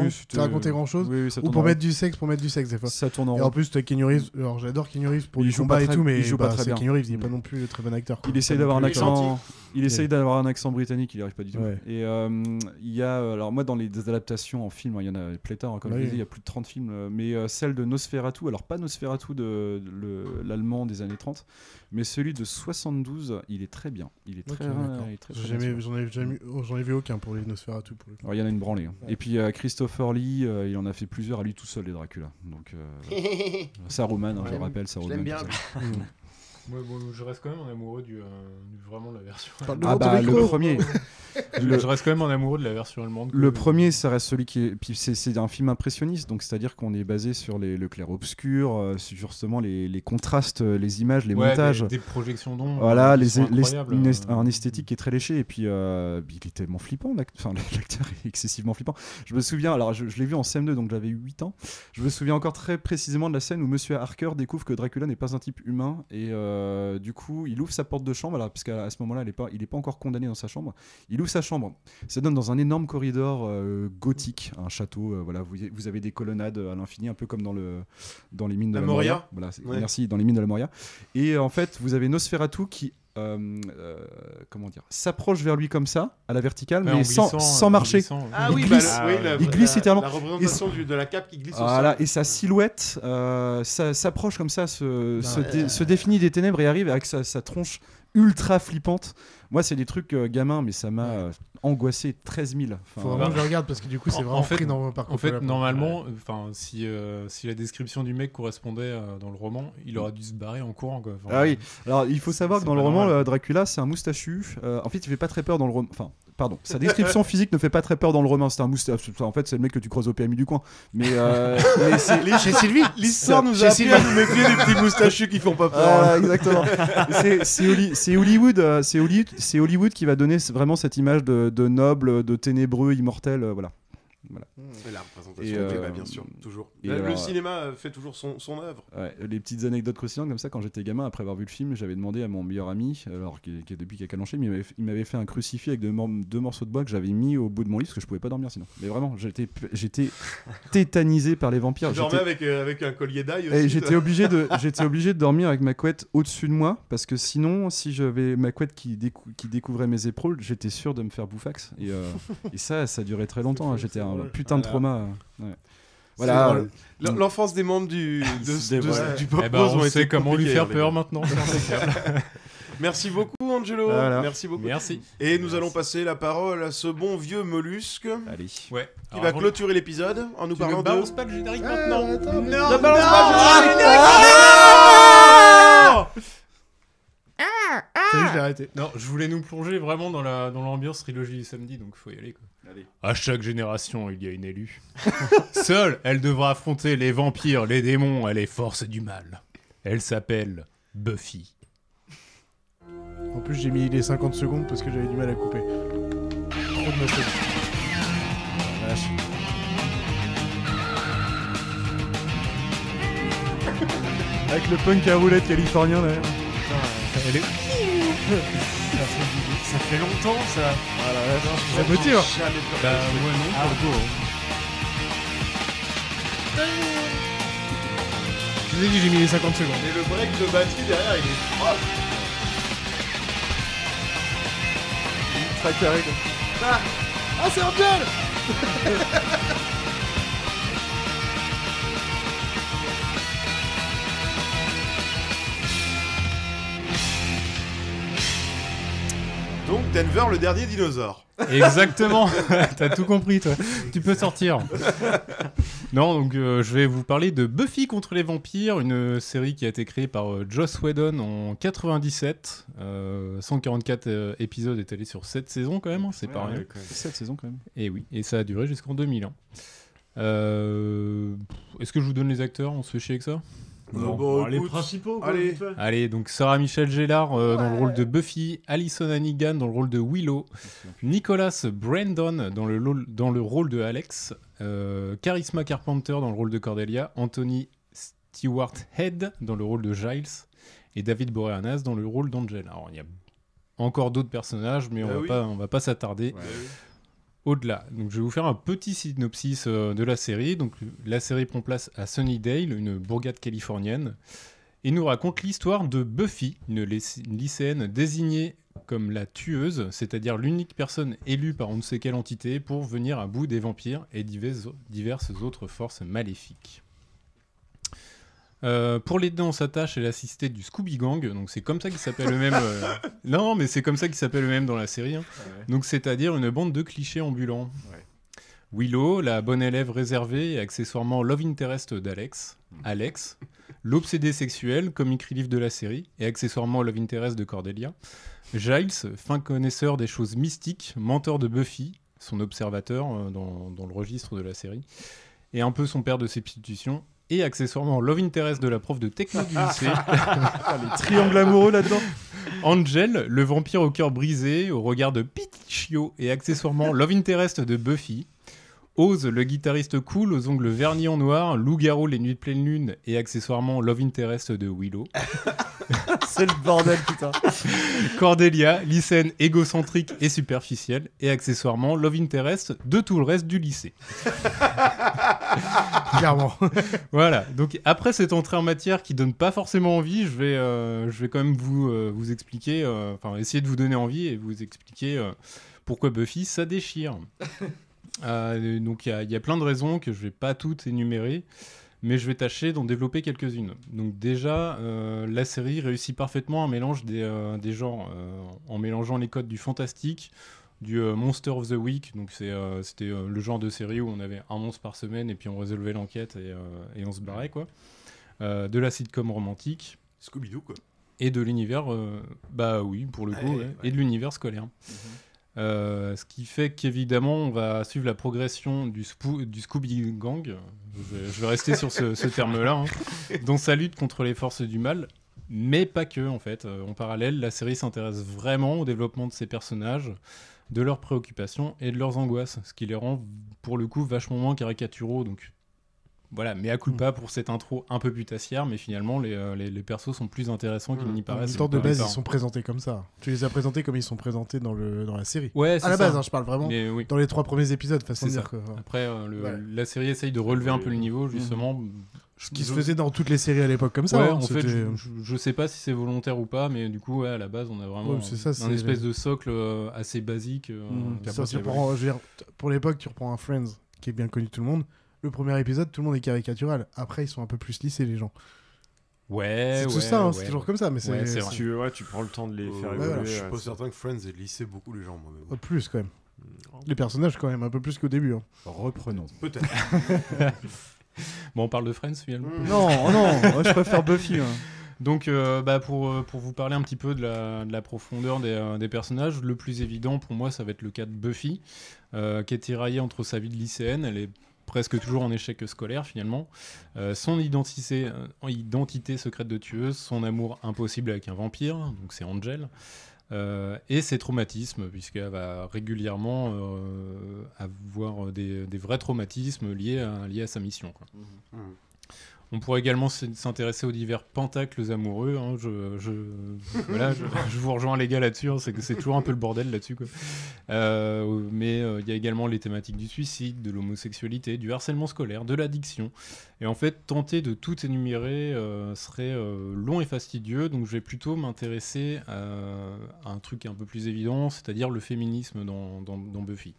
marrant. c'était- Ça racontait grand chose. oui, oui, ça Ou tourne pour en mettre rond. du sexe, pour mettre du sexe des fois. Ça tourne en Et rond. en plus, t'as Keanu Reeves. Alors j'adore Keanu Reeves pour Il du joue combat pas et très- tout, mais il joue pas bah, très c'est bien. Keanu Reeves, il est pas non plus très bon acteur. Il quoi. essaye Pas d'avoir un non plus- accent. Il essaye Et- d'avoir un accent britannique, il n'y arrive pas du tout. Ouais. Et euh, il y a, euh, alors moi dans les adaptations en film, il y en a pléthore, hein, comme Oui. je l'ai dit, il y a plus de trente films, euh, mais euh, celle de Nosferatu, alors pas Nosferatu de, de le- l'allemand des années trente, mais celui de soixante-douze, il est très bien. Il est très, Ok, euh, d'accord. il est très, J'ai très jamais- bien. J'en ai jamais oh, j'en ai vu aucun pour les Nosferatu. Pour le coup. Alors, il y en a une branlée. hein. Et puis euh, Christopher Lee, euh, il en a fait plusieurs à lui tout seul, les Dracula. Donc euh, Saruman, hein, je Ouais. le rappelle, Je Saruman. l'aime bien, tout ça. lui. Mm. Ouais, bon, je reste quand même en amoureux du, euh, du- vraiment de la version. Parle devant Ah ton bah, le micro. premier. je, Le- je reste quand même en amoureux de la version allemande. Le que- premier, ça reste celui qui est. Puis c'est, c'est un film impressionniste, donc c'est-à-dire qu'on est basé sur les, le clair-obscur, euh, sur justement les, les contrastes, euh, les images, les Ouais, montages. des- des projections d'ombre, Voilà, euh, les, qui sont les- incroyables, une euh. est- un esthétique qui est très léché, et puis euh, il est tellement flippant, l'act- enfin, l'acteur est excessivement flippant. Je me souviens, alors je, je l'ai vu en C M deux, donc j'avais huit ans. Je me souviens encore très précisément de la scène où Monsieur Harker découvre que Dracula n'est pas un type humain, et euh, du coup, il ouvre sa porte de chambre, alors, parce qu'à à ce moment-là, il n'est pas, il est pas encore condamné dans sa chambre. Il ouvre sa chambre. Ça donne dans un énorme corridor euh, gothique, un château. euh, voilà, vous, vous avez des colonnades à l'infini, un peu comme dans, le, dans les mines de La la, Moria. Moria. Voilà, c'est- Ouais. Merci, dans les mines de la Moria. Et euh, en fait, vous avez Nosferatu qui euh, euh, comment dire, s'approche vers lui comme ça, à la verticale, Ouais, mais en sans, glissant, sans en marcher. glissant. Ah il oui, bah, glisse, le- oui, la- il glisse la- littéralement. la représentation du- de la cape qui glisse au Voilà, sol. et sa silhouette euh, ça, s'approche comme ça, se, se, Ouais. dé- se définit des ténèbres et arrive avec sa, sa tronche ultra flippante. Moi, c'est des trucs euh, gamins, mais ça m'a euh, angoissé treize mille. Enfin, Faut vraiment que je regarde parce que du coup, c'est En- vraiment en fait, pris dans par En fait, Coppola. normalement, enfin, si, euh, si la description du mec correspondait euh, dans le roman, il aurait dû se barrer en courant. Quoi. Enfin, Ah oui, alors il faut savoir c'est que dans le pas roman, normal. euh, Dracula, c'est un moustachu. Euh, en fait, il fait pas très peur dans le roman. Enfin, pardon, sa description physique ne fait pas très peur dans le roman. C'est un moustachu. En fait, c'est le mec que tu croises au P M U du coin. Mais, euh, mais c'est Chez Sylvie, L'histoire nous Chez a appris Sylvie. à nous méfier des petits moustachus qui font pas peur. Voilà, exactement. c'est, c'est, Holly- c'est Hollywood, euh, c'est Hollywood, c'est Hollywood qui va donner c- vraiment cette image de, de noble, de ténébreux, immortel, euh, voilà. Voilà. Et la représentation, Et, ok, euh, bah, bien sûr, toujours. et Le, le alors, cinéma euh, fait toujours son, son œuvre. Ouais, les petites anecdotes croustillantes comme ça, quand j'étais gamin, après avoir vu le film, j'avais demandé à mon meilleur ami, alors qui, qui est depuis qui a calanché, mais il m'avait, il m'avait fait un crucifix avec deux, mor- deux morceaux de bois que j'avais mis au bout de mon lit parce que je pouvais pas dormir sinon. Mais vraiment, j'étais, j'étais tétanisé par les vampires. Tu dormais J'étais- avec, euh, avec un collier d'ail aussi. Et toi. j'étais obligé de, j'étais obligé de dormir avec ma couette au-dessus de moi parce que sinon, si j'avais ma couette qui, décou- qui découvrait mes épaules, j'étais sûr de me faire bouffax. Et, euh, et ça, ça durait très longtemps. hein. J'étais un putain de Voilà. trauma. euh, ouais. C'est Voilà. drôle. L- L'enfance des membres du, de, C'est de- vrai. du pop Eh ben, Rose on ont sait été comment lui compliquées, faire hein, les peur gars. maintenant, c'est impeccable. Merci beaucoup, Angelo. Voilà. Merci beaucoup. Merci. Et nous allons passer la parole à ce bon vieux mollusque Allez. Ouais. qui Alors, va avant- clôturer l'épisode en nous Tu parlant ne de. balances pas le générique maintenant. attends, mais- Non, Ne balance pas le générique. Ça y est, je l'ai arrêté. Non, je voulais nous plonger vraiment dans la dans l'ambiance trilogie du samedi, donc faut y aller quoi. Allez. À chaque génération, il y a une élue. Seule, elle devra affronter les vampires, les démons et les forces du mal. Elle s'appelle Buffy. En plus, j'ai mis les cinquante secondes parce que j'avais du mal à couper. Trop de nostalgie. Vache. Avec le punk à roulette californien là. Elle est... ça, fait... ça fait longtemps ça. Ah la vache. Ça me tire. Bah moi non pour le coup. hein. Je vous ai dit, j'ai mis les cinquante secondes. Et le break de batterie derrière, il est propre. Très carré quoi. Ah, ah c'est Angel. Donc Denver, le dernier dinosaure. Exactement, t'as tout compris toi. Tu peux sortir. Non, donc euh, je vais vous parler de Buffy contre les vampires, une série qui a été créée par euh, Joss Whedon en quatre-vingt-dix-sept. Euh, cent quarante-quatre euh, épisodes étalés sur sept saisons quand même, hein, c'est Ouais, pas rien. ouais, sept saisons quand même. Et oui, et ça a duré jusqu'en deux mille. Hein. Euh, Est-ce que je vous donne les acteurs? On se fait chier avec ça? Non, Bon, bah, les écoute, principaux, quoi, allez. vite fait. Allez, donc Sarah Michelle Gellar euh, dans le rôle de Buffy, Alison Hannigan dans le rôle de Willow, Nicholas Brandon dans le, lo- dans le rôle de Alex, euh, Charisma Carpenter dans le rôle de Cordelia, Anthony Stewart Head dans le rôle de Giles et David Boreanaz dans le rôle d'Angel. Alors il y a encore d'autres personnages, mais on Ah va oui. pas, on va pas s'attarder. Ouais. au-delà. Donc, je vais vous faire un petit synopsis euh, de la série. Donc, la série prend place à Sunnydale, une bourgade californienne, et nous raconte l'histoire de Buffy, une, lyc- une lycéenne désignée comme la tueuse, c'est-à-dire l'unique personne élue par on ne sait quelle entité pour venir à bout des vampires et diverses, diverses autres forces maléfiques. Euh, pour l'aider dans sa tâche, elle est assistée du Scooby Gang, donc c'est comme ça qu'il s'appelle le même. Euh... Non, mais c'est comme ça qu'il s'appelle le même dans la série. Hein. Ouais. Donc c'est-à-dire une bande de clichés ambulants. Ouais. Willow, la bonne élève réservée et accessoirement love interest d'Alex. Alex, l'obsédé sexuel, comic relief de la série et accessoirement love interest de Cordelia. Giles, fin connaisseur des choses mystiques, mentor de Buffy, son observateur euh, dans, dans le registre de la série, et un peu son père de substitution. Et accessoirement love interest de la prof de techno du lycée. Les triangles amoureux là-dedans. Angel, le vampire au cœur brisé, au regard de Pichio, et accessoirement love interest de Buffy. Oz, le guitariste cool aux ongles vernis en noir, loup-garou les nuits de pleine lune, et accessoirement love interest de Willow. C'est le bordel, putain. Cordelia, lycéenne égocentrique et superficielle, et accessoirement love interest de tout le reste du lycée. Clairement. Voilà, donc après cette entrée en matière qui donne pas forcément envie, je vais, euh, je vais quand même vous, euh, vous expliquer, euh, enfin essayer de vous donner envie et vous expliquer euh, pourquoi Buffy ça déchire. Euh, donc il y, y a plein de raisons que je vais pas toutes énumérer, mais je vais tâcher d'en développer quelques-unes. Donc déjà, euh, la série réussit parfaitement un mélange des, euh, des genres, euh, en mélangeant les codes du fantastique, du euh, Monster of the Week, donc c'est, euh, c'était euh, le genre de série où on avait un monstre par semaine et puis on résolvait l'enquête et, euh, et on se barrait, quoi. Euh, de la sitcom romantique. Scooby-Doo, quoi. Et de l'univers, euh, bah oui, pour le coup, ouais, ouais. Ouais. Et de l'univers scolaire. Mm-hmm. Euh, ce qui fait qu'évidemment on va suivre la progression du, spoo- du Scooby Gang, je vais, je vais rester sur ce, ce terme-là, hein, dans sa lutte contre les forces du mal, mais pas que en fait. Euh, en parallèle, la série s'intéresse vraiment au développement de ces personnages, de leurs préoccupations et de leurs angoisses, ce qui les rend pour le coup vachement moins caricaturaux. Donc voilà, mea culpa pour cette intro un peu putassière, mais finalement les, euh, les, les persos sont plus intéressants qu'ils n'y paraissent. En même temps, de base, ils sont présentés comme ça. Tu les as présentés comme ils sont présentés dans, le, dans la série. Ouais, c'est à la ça. base, hein, je parle vraiment Mais, oui. dans les trois premiers épisodes, façon c'est de ça. dire. Quoi. Après, euh, le, ouais. la série essaye de relever un peu le niveau, justement. Mmh. Ce qui se faisait dans toutes les séries à l'époque comme ça. Ouais, hein, en c'était... fait, je, je, je sais pas si c'est volontaire ou pas, mais du coup, ouais, à la base, on a vraiment ouais, c'est ça, c'est un espèce les... de socle euh, assez basique. Euh, mmh. ça, tu reprends, je veux dire, pour l'époque, tu reprends un Friends qui est bien connu de tout le monde. Le premier épisode, tout le monde est caricatural. Après, ils sont un peu plus lissés, les gens. Ouais, c'est tout ouais, ça, hein, ouais, c'est toujours comme ça. Mais c'est, ouais, c'est si tu, ouais, tu prends le temps de les faire euh, évoluer. Ouais, je suis ouais, pas c'est... certain que Friends ait lissé beaucoup les gens. Moi, mais bon. Plus quand même. Les personnages, quand même, un peu plus qu'au début. Hein. Reprenons. Peut-être. Bon, on parle de Friends finalement. Non, non, moi, je préfère Buffy. Hein. Donc, euh, bah, pour, pour vous parler un petit peu de la, de la profondeur des, euh, des personnages, le plus évident pour moi, ça va être le cas de Buffy, euh, qui est tiraillée entre sa vie de lycéenne, elle est presque toujours en échec scolaire finalement, euh, son identité, euh, identité secrète de tueuse, son amour impossible avec un vampire, donc c'est Angel, euh, et ses traumatismes, puisqu'elle va régulièrement euh, avoir des, des vrais traumatismes liés à, liés à sa mission, quoi. Mmh. Mmh. On pourrait également s'intéresser aux divers pentacles amoureux. Hein. Je, je, voilà, je, je vous rejoins les gars là-dessus. Hein. C'est que c'est toujours un peu le bordel là-dessus, quoi. Euh, mais il euh, y a également les thématiques du suicide, de l'homosexualité, du harcèlement scolaire, de l'addiction. Et en fait, tenter de tout énumérer euh, serait euh, long et fastidieux. Donc je vais plutôt m'intéresser à, à un truc un peu plus évident, c'est-à-dire le féminisme dans, dans, dans Buffy.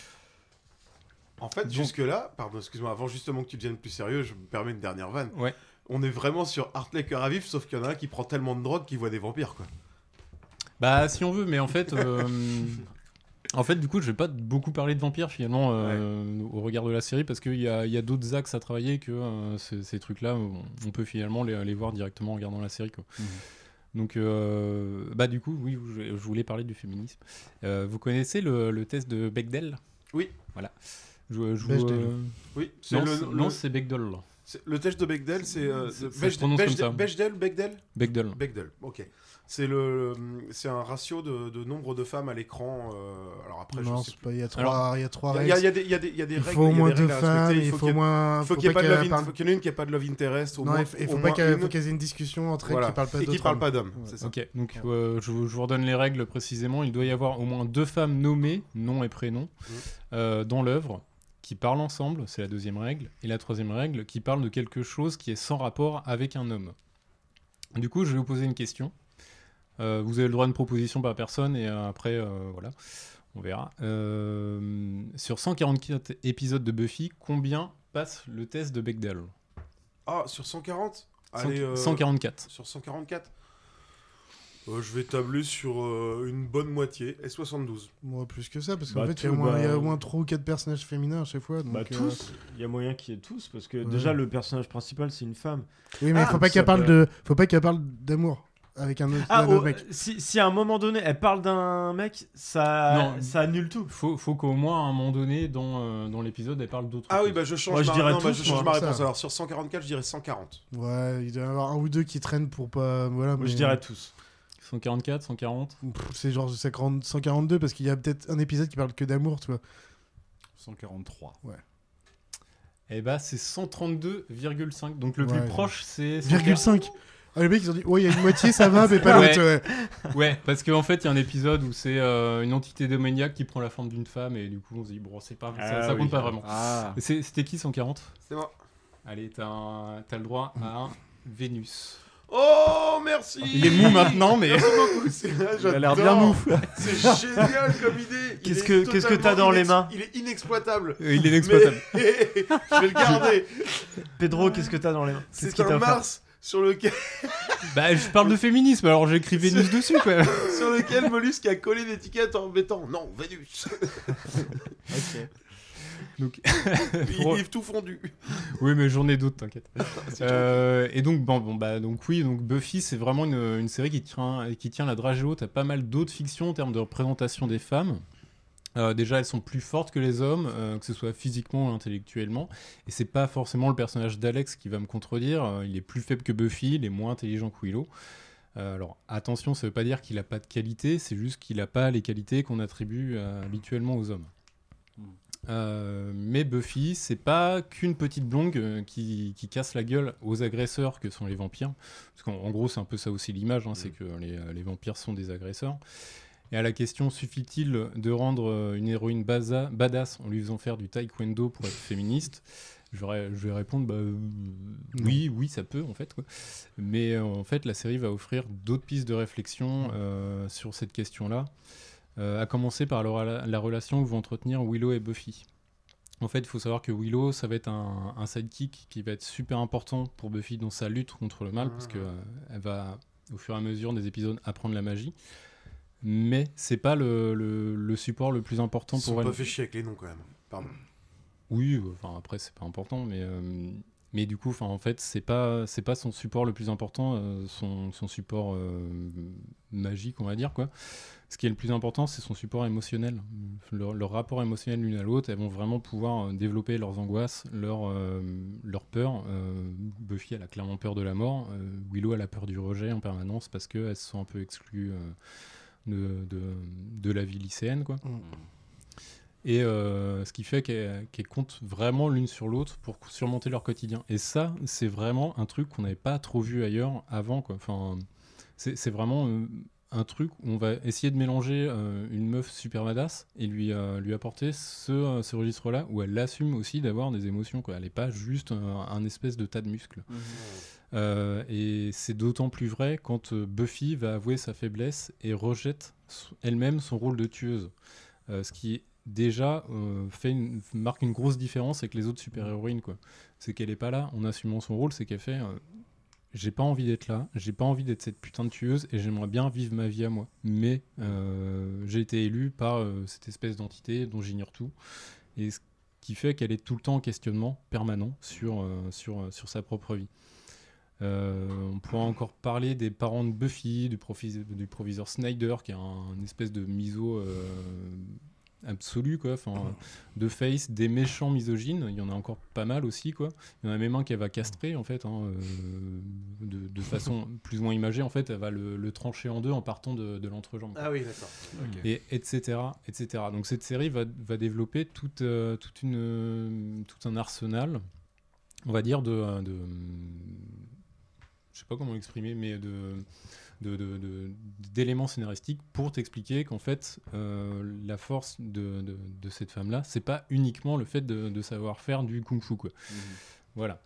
En fait, donc, jusque-là, pardon, excuse-moi, avant justement que tu deviennes plus sérieux, je me permets une dernière vanne. Ouais. On est vraiment sur Hartley cœur à vif, sauf qu'il y en a un qui prend tellement de drogue qu'il voit des vampires, quoi. Bah, si on veut, mais en fait, euh, en fait, du coup, je vais pas beaucoup parler de vampires finalement euh, ouais. au regard de la série, parce qu'il y a, y a d'autres axes à travailler que euh, ces, ces trucs-là. On, on peut finalement les, les voir directement en regardant la série, quoi. Mmh. Donc, euh, bah, du coup, oui, je, je voulais parler du féminisme. Euh, vous connaissez le, le test de Bechdel ? Oui. Voilà. Je, je Bechdel. Euh... Oui, c'est non, le, c'est, le... non, c'est Bechdel. C'est, le test de Bechdel, c'est. Euh, c'est Bechdel, Bechdel, Bechdel, Bechdel Bechdel. Bechdel, ok. C'est le, c'est un ratio de, de nombre de femmes à l'écran. euh, alors après, Non, je sais c'est pas- il y a plus. trois- Alors, il y a trois Il y a, règles. il y a des, il y a des, il y a des Il règles. faut au il y a moins des règles deux à respecter. femmes, Il il faut faut qu'il y ait- au moins- il faut faut qu'il y ait pas pas de qu'elle love in- parle- faut qu'il y en ait une qui ait pas de love interest. Au Non, moins, il faut- il au faut moins pas qu'il une. y ait une discussion entre elles Voilà. qui parlent pas Et qui d'autres parlent hommes. pas d'hommes. Ouais. C'est ça. Ok, donc euh, je, vous- je vous redonne les règles précisément. Il doit y avoir au moins deux femmes nommées, nom et prénom, Mmh. euh, dans l'œuvre, qui parlent ensemble, c'est la deuxième règle. Et la troisième règle, qui parle de quelque chose qui est sans rapport avec un homme. Du coup, je vais vous poser une question. Euh, vous avez le droit à une proposition par personne, et euh, après, euh, voilà, on verra. Euh, sur cent quarante-quatre épisodes de Buffy, combien passe le test de Bechdel? Ah, sur cent quarante Cent- Allez, euh, cent quarante-quatre. Sur cent quarante-quatre Euh, je vais tabler sur euh, une bonne moitié, et soixante-douze. Moi, plus que ça, parce qu'en Bah, fait, il y, a tout, au moins- bah, il y a au moins trois ou quatre personnages féminins à chaque fois. Donc, Bah, euh, tous. Il y a moyen qu'il y ait tous, parce que Ouais. déjà, le personnage principal, c'est une femme. Oui, mais il Ah, faut pas ça qu'elle parle peut- de, faut pas qu'elle parle d'amour avec un autre, Ah, un autre oh, mec. si, si à un moment donné, elle parle d'un mec, ça, Non. ça annule tout. Faut, faut qu'au moins à un moment donné, dans, euh, dans l'épisode, elle parle d'autres Ah oui, choses. bah je change Moi, je ma, dirais non, bah, tous, je change moi. ma Ça. réponse. Alors sur cent quarante-quatre, je dirais cent quarante. Ouais, il doit y en avoir un ou deux qui traînent pour pas. Voilà, Moi, mais- je dirais tous. cent quarante-quatre, cent quarante. Pff, C'est genre cinquante cent quarante-deux parce qu'il y a peut-être un épisode qui parle que d'amour, tu vois. cent quarante-trois. Ouais. Et bah c'est cent trente-deux virgule cinq. Donc le Ouais, plus proche c'est... Virgule cinq. Ah, les mecs, ils ont dit, ouais, il y a une moitié, ça va, mais pas Ouais. l'autre. Ouais. Ouais, parce qu'en fait, il y a un épisode où c'est euh, une entité démoniaque qui prend la forme d'une femme et du coup, on se dit, bon, c'est pas, ça, Ah ça compte oui. pas vraiment. Ah. Et c'est- C'était qui cent quarante? C'est moi. Allez, t'as un- t'as le droit à un Vénus. Oh, merci. Il est mou maintenant, mais... Merci beaucoup. c'est- Il a l'air bien j'adore. mou. C'est génial comme idée. Il Qu'est-ce est que- qu'est-ce que t'as totalement dans les inex- mains Il est inexploitable. Euh, il est inexploitable. Mais- je vais le garder. Pedro, qu'est-ce que t'as dans les mains? Qu'est-ce C'est qui t'a un offert Mars sur lequel, Bah, je parle de féminisme, alors j'ai écrit Vénus dessus, quoi. sur lequel Mollusque a collé l'étiquette en mettant non, Vénus. Ok. Donc... Il est tout fondu. Oui, mais j'en ai d'autres, t'inquiète. C'est Euh, et donc, bon, bon, bah, donc oui, donc Buffy, c'est vraiment une, une série qui tient, qui tient la dragée haute à pas mal d'autres fictions en termes de représentation des femmes. Euh, déjà, elles sont plus fortes que les hommes, euh, que ce soit physiquement ou intellectuellement. Et c'est pas forcément le personnage d'Alex qui va me contredire. Euh, il est plus faible que Buffy, il est moins intelligent que Willow. Euh, alors, attention, ça veut pas dire qu'il a pas de qualité, c'est juste qu'il a pas les qualités qu'on attribue euh, habituellement aux hommes. Euh, mais Buffy, c'est pas qu'une petite blonde euh, qui, qui casse la gueule aux agresseurs que sont les vampires. Parce qu'en en gros, c'est un peu ça aussi l'image, hein, c'est que les, les vampires sont des agresseurs. Et à la question, suffit-il de rendre euh, une héroïne baza- badass en lui faisant faire du taekwondo pour être féministe? J'aurais- Je vais répondre, bah, euh, oui, oui, ça peut en fait. Quoi. Mais euh, en fait, la série va offrir d'autres pistes de réflexion euh, sur cette question-là. Euh, à commencer par la, la relation que vont entretenir Willow et Buffy. En fait, il faut savoir que Willow, ça va être un, un sidekick qui va être super important pour Buffy dans sa lutte contre le mal, parce qu'elle euh, va, au fur et à mesure des épisodes, apprendre la magie. Mais c'est pas le, le, le support le plus important Ils pour sont elle. pas fait chier avec les noms quand même. Pardon. Oui, enfin après c'est pas important, mais euh, mais du coup, enfin en fait c'est pas c'est pas son support le plus important, euh, son, son support euh, magique on va dire quoi. Ce qui est le plus important, c'est son support émotionnel, leur, leur rapport émotionnel l'une à l'autre. Elles vont vraiment pouvoir euh, développer leurs angoisses, leur euh, leur peur. Euh, Buffy elle a clairement peur de la mort. Euh, Willow elle a peur du rejet en permanence parce que elles se sont un peu exclues euh, de, de de la vie lycéenne quoi. Mm. Et euh, ce qui fait qu'elles qu'elles comptent vraiment l'une sur l'autre pour surmonter leur quotidien. Et ça, c'est vraiment un truc qu'on n'avait pas trop vu ailleurs avant, quoi. Enfin, c'est, c'est vraiment euh, un truc où on va essayer de mélanger euh, une meuf super badass et lui, euh, lui apporter ce, euh, ce registre-là où elle assume aussi d'avoir des émotions, quoi. Elle n'est pas juste un, un espèce de tas de muscles. Mmh. Euh, et c'est d'autant plus vrai quand euh, Buffy va avouer sa faiblesse et rejette elle-même son rôle de tueuse. Euh, ce qui déjà euh, fait une, marque une grosse différence avec les autres super-héroïnes, quoi. C'est qu'elle est pas là en assumant son rôle, c'est qu'elle fait euh, j'ai pas envie d'être là, j'ai pas envie d'être cette putain de tueuse et j'aimerais bien vivre ma vie à moi, mais euh, j'ai été élue par euh, cette espèce d'entité dont j'ignore tout, et ce qui fait qu'elle est tout le temps en questionnement permanent sur, euh, sur, euh, sur sa propre vie. Euh, on pourra encore parler des parents de Buffy, du, profi- du proviseur Snyder qui est un, un espèce de miso euh, absolue, quoi. Enfin, de face, des méchants misogynes, il y en a encore pas mal aussi, quoi. Il y en a même un qu'elle va castrer, en fait, hein, euh, de, de façon plus ou moins imagée, en fait, elle va le, le trancher en deux en partant de, de l'entrejambe. Ah oui, d'accord. Okay. Et etc., et cetera. Donc cette série va, va développer toute, euh, toute une, euh, tout un arsenal, on va dire, de... de je sais pas comment l'exprimer, mais de... De, de, de, d'éléments scénaristiques pour t'expliquer qu'en fait euh, la force de, de, de cette femme là c'est pas uniquement le fait de, de savoir faire du kung fu, quoi. Mmh. Voilà.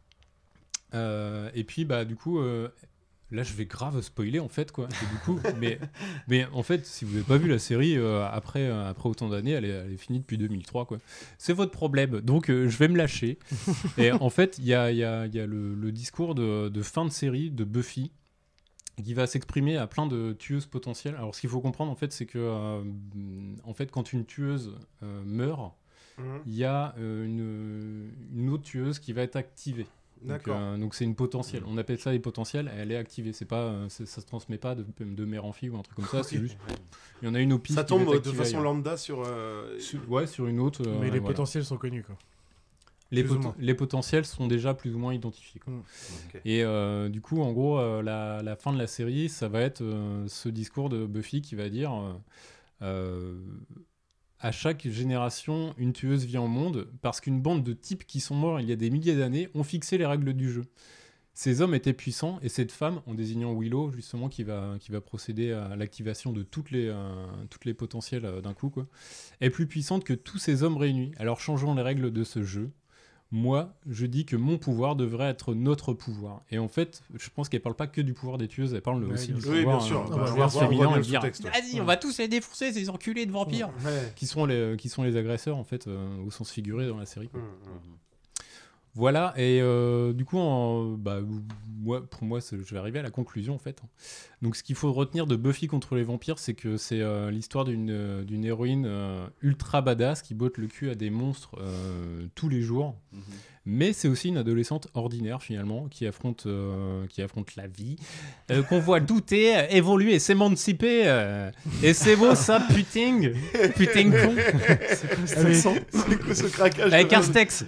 Euh, et puis bah du coup euh, là je vais grave spoiler en fait, quoi. Et du coup mais, mais en fait si vous n'avez pas vu la série euh, après, euh, après autant d'années, elle est, elle est finie depuis deux mille trois, quoi. C'est votre problème, donc euh, je vais me lâcher. Et en fait il y a, y a, y a le, le discours de, de fin de série de Buffy qui va s'exprimer à plein de tueuses potentielles. Alors, ce qu'il faut comprendre, en fait, c'est que, euh, en fait, quand une tueuse euh, meurt, il mmh. y a euh, une, une autre tueuse qui va être activée. D'accord. Donc, euh, donc c'est une potentielle. On appelle ça des potentielles. Elle est activée. C'est pas, euh, c'est, ça se transmet pas de, de mère en fille ou un truc comme ça. C'est juste, il y en a une au pif. Ça tombe de façon lambda sur. Euh... sur ouais, sur une autre. Mais euh, les voilà. potentiels sont connus, quoi. Les, pot- les potentiels sont déjà plus ou moins identifiés, quoi. Mmh. Okay. Et euh, du coup, en gros, euh, la, la fin de la série, ça va être euh, ce discours de Buffy qui va dire euh, euh, à chaque génération, une tueuse vient au monde parce qu'une bande de types qui sont morts il y a des milliers d'années ont fixé les règles du jeu. Ces hommes étaient puissants et cette femme, en désignant Willow, justement, qui va, qui va procéder à l'activation de toutes les, euh, toutes les potentiels euh, d'un coup, quoi, est plus puissante que tous ces hommes réunis. Alors changeons les règles de ce jeu. Moi, je dis que mon pouvoir devrait être notre pouvoir. Et en fait, je pense qu'elle parle pas que du pouvoir des tueuses, elle parle ouais, aussi du oui, pouvoir, bien sûr. euh, Ah bah, pouvoir féminin et dire texte, ouais. vas-y, on va tous les défoncer, ces enculés de vampires, ouais. qui sont les qui sont les agresseurs en fait, euh, au sens figuré dans la série, quoi. Mmh, mmh. Voilà, et euh, du coup, en, bah, moi, pour moi, je vais arriver à la conclusion, en fait. Donc, ce qu'il faut retenir de Buffy contre les vampires, c'est que c'est euh, l'histoire d'une, euh, d'une héroïne euh, ultra badass qui botte le cul à des monstres euh, tous les jours. Mm-hmm. Mais c'est aussi une adolescente ordinaire, finalement, qui affronte, euh, qui affronte la vie, euh, qu'on voit douter, euh, évoluer et s'émanciper. Euh, et c'est beau, ça, putain Putain con. C'est quoi, ce, c'est quoi ce craquage avec de un stex.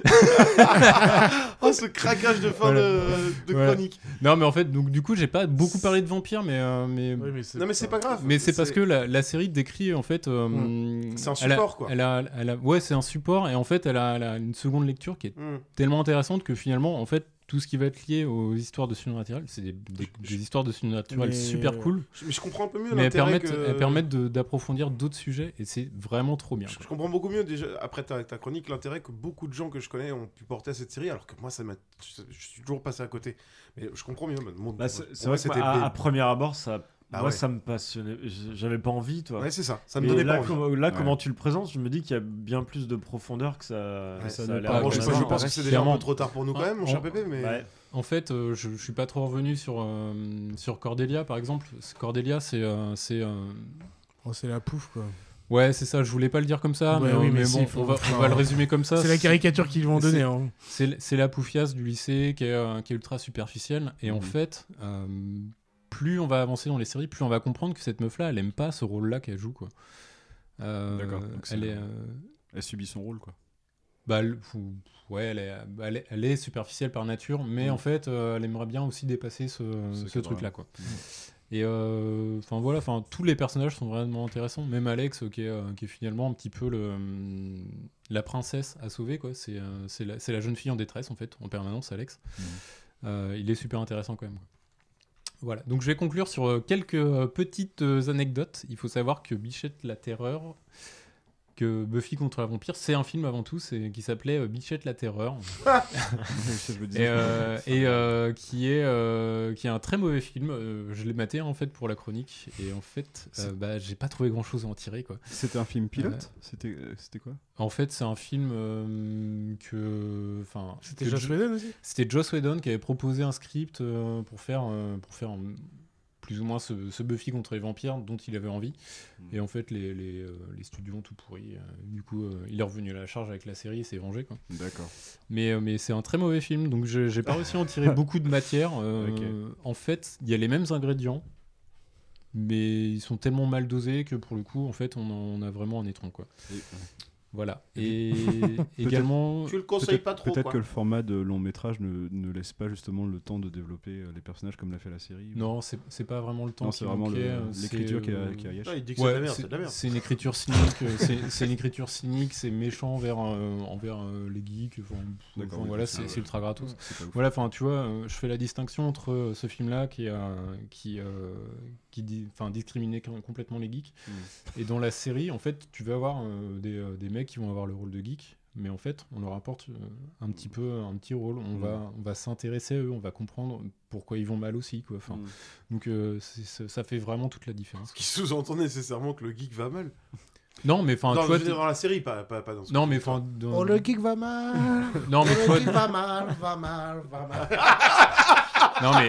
Oh, ce craquage de fin voilà. de, de voilà. chronique. Non, mais en fait, donc, du coup, j'ai pas beaucoup parlé de vampires, mais... Euh, mais... Oui, mais c'est non, mais c'est pas grave. Mais c'est, c'est... parce que la, la série décrit, en fait... Euh, mmh. C'est un support, a, quoi. Elle a, elle a, ouais, c'est un support, et en fait, elle a, elle a une seconde lecture qui est mmh. tellement intéressante que finalement, en fait, tout ce qui va être lié aux histoires de surnaturel, c'est des, des, des histoires de surnaturel mais... super cool. Mais je comprends un peu mieux mais l'intérêt elles permettent, que... elles permettent de, d'approfondir d'autres sujets, et c'est vraiment trop bien. Je, je comprends beaucoup mieux, déjà, après ta, ta chronique, l'intérêt que beaucoup de gens que je connais ont pu porter à cette série, alors que moi, ça m'a, je, je suis toujours passé à côté. Mais je comprends mieux. Mon, bah, c'est, c'est vrai que c'était à, à premier abord, ça... Bah moi, ouais. ça me passionnait. J'avais pas envie, toi. Ouais, c'est ça. Ça me donnait là, pas com- envie. Là, ouais. comment tu le présentes, je me dis qu'il y a bien plus de profondeur que ça. Ouais, ça, ça ça a l'air. Bon, je, je pense que c'est déjà un peu trop tard pour nous quand même, mon cher Pépé. Mais ouais. En fait, euh, je, je suis pas trop revenu sur euh, sur Cordelia, par exemple. Cordelia, c'est euh, c'est. Euh... Oh, c'est la pouffe, quoi. Ouais, c'est ça, je voulais pas le dire comme ça, ouais, mais, oui, mais, mais bon, si, faut, on, va, faut, on va le résumer comme ça. C'est la caricature qu'ils vont donner. C'est, hein. c'est, c'est la poufiasse du lycée qui est, euh, qui est ultra superficielle, et mmh. en fait, euh, plus on va avancer dans les séries, plus on va comprendre que cette meuf-là, elle aime pas ce rôle-là qu'elle joue, quoi. Euh, D'accord, donc elle, est, est, euh... elle subit son rôle, quoi. Bah, elle, ouais, elle est, elle, est, elle est superficielle par nature, mais mmh. en fait, euh, elle aimerait bien aussi dépasser ce, ce, ce truc-là, quoi. Mmh. Et enfin euh, voilà, enfin tous les personnages sont vraiment intéressants. Même Alex, qui est, euh, qui est finalement un petit peu le, la princesse à sauver, quoi. C'est, euh, c'est, la, c'est la jeune fille en détresse en fait, en permanence, Alex. Mmh. Euh, il est super intéressant quand même. Voilà. Donc je vais conclure sur quelques petites anecdotes. Il faut savoir que Bichette la Terreur, que Buffy contre la vampire, c'est un film avant tout, c'est, qui s'appelait Bichette la Terreur. et euh, et euh, qui, est, euh, qui est un très mauvais film. Euh, je l'ai maté en fait pour la chronique, et en fait, euh, bah, j'ai pas trouvé grand chose à en tirer, quoi. C'était un film pilote euh, c'était, euh, c'était quoi En fait, c'est un film euh, que. C'était Joss Whedon aussi C'était Joss Whedon qui avait proposé un script euh, pour faire. Euh, pour faire un, plus ou moins ce, ce Buffy contre les vampires dont il avait envie. Mmh. Et en fait, les, les, euh, les studios ont tout pourri. Euh, du coup, euh, il est revenu à la charge avec la série et s'est vengé, quoi. D'accord. Mais, euh, mais c'est un très mauvais film, donc je, j'ai pas réussi à en tirer beaucoup de matière. Euh, okay. En fait, il y a les mêmes ingrédients, mais ils sont tellement mal dosés que pour le coup, en fait, on, en, on a vraiment un étron, quoi. Et, Voilà. Et également. Tu le conseilles pas trop. Peut-être quoi. que le format de long métrage ne, ne laisse pas justement le temps de développer euh, les personnages comme l'a fait la série. Non, c'est, c'est pas vraiment le temps. Non, qui c'est vraiment manquait, le, l'écriture qui a, euh... qui a gâché. Ouais, il dit que ouais, c'est de la merde, c'est, c'est de la merde. c'est une écriture cynique. c'est, c'est une écriture cynique, c'est méchant envers, euh, envers euh, les geeks. Enfin, enfin, oui, voilà, c'est, c'est, ouais. c'est ultra gratos. C'est pas ouf. Voilà, enfin, tu vois, euh, je fais la distinction entre euh, ce film-là qui a, qui, euh, qui dit, enfin, discriminait complètement les geeks, mm. et dans la série, en fait, tu vas avoir euh, des, euh, des mecs qui vont avoir le rôle de geek. Mais en fait, on leur apporte euh, un petit peu un petit rôle. On, mmh. va, on va s'intéresser à eux, on va comprendre pourquoi ils vont mal aussi, quoi. Enfin, mmh. Donc euh, c'est, c'est, ça fait vraiment toute la différence. Ce qui sous-entend nécessairement que le geek va mal. Non, mais enfin, tu vois, dans la série, pas, pas, pas dans ce non, mais enfin, dans... oh le geek va mal. Non, mais oh, toi... le geek va mal, va mal, va mal. Non mais.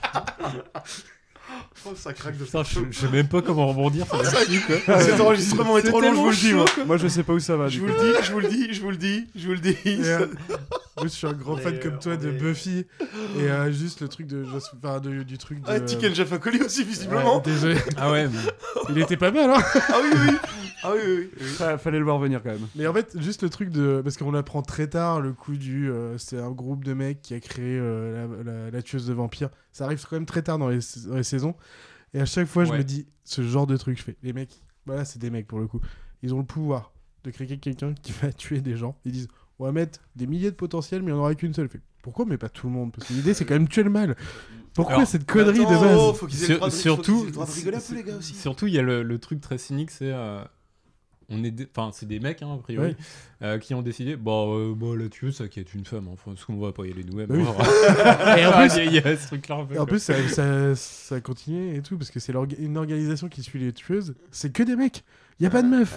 Oh, ça craque de Putain, je, je sais même pas comment rebondir. Ça quoi. Cet enregistrement est, est trop long, je vous le dis. Moi. moi, je sais pas où ça va. Je vous le dis, je vous le dis, je vous le dis, je vous le dis. Euh, moi, je suis un grand fan comme toi de Buffy et euh, juste le truc de, enfin, de du truc de. Ah, Tiken Jaffa-Coli aussi visiblement. Ouais, désolé. Ah ouais. Mais... Il était pas mal, hein. Ah oui, oui. Ah oui, oui. oui. Ça, fallait le voir venir quand même. Mais en fait, juste le truc de, parce qu'on apprend très tard le coup du, euh, c'est un groupe de mecs qui a créé euh, la, la, la tueuse de vampires. Ça arrive quand même très tard dans les, dans les saisons. Et à chaque fois, ouais. je me dis, ce genre de truc, je fais, les mecs, voilà, c'est des mecs pour le coup. Ils ont le pouvoir de créer quelqu'un qui va tuer des gens. Ils disent, on va mettre des milliers de potentiels, mais il n'y en aura qu'une seule. Fait, pourquoi, mais pas tout le monde? Parce que l'idée, c'est quand même tuer le mal. Pourquoi alors, cette connerie attends, de base oh, faut qu'ils aient Sur, le droit de, surtout, faut qu'ils aient le droit de rigoler un peu, les gars aussi. Surtout, il y a le, le truc très cynique, c'est. Euh... On est, enfin, c'est des mecs, hein, a priori, ouais. euh, qui ont décidé, bon, euh, bon, la tueuse, ça qui est une femme, hein, parce qu'on va pas y aller nous-mêmes. Oui. Hein. Et en plus, il y, y a ce truc-là. Un peu, et en plus, ça, ça, ça a continué et tout, parce que c'est une organisation qui suit les tueuses. C'est que des mecs. Il y a pas de meufs.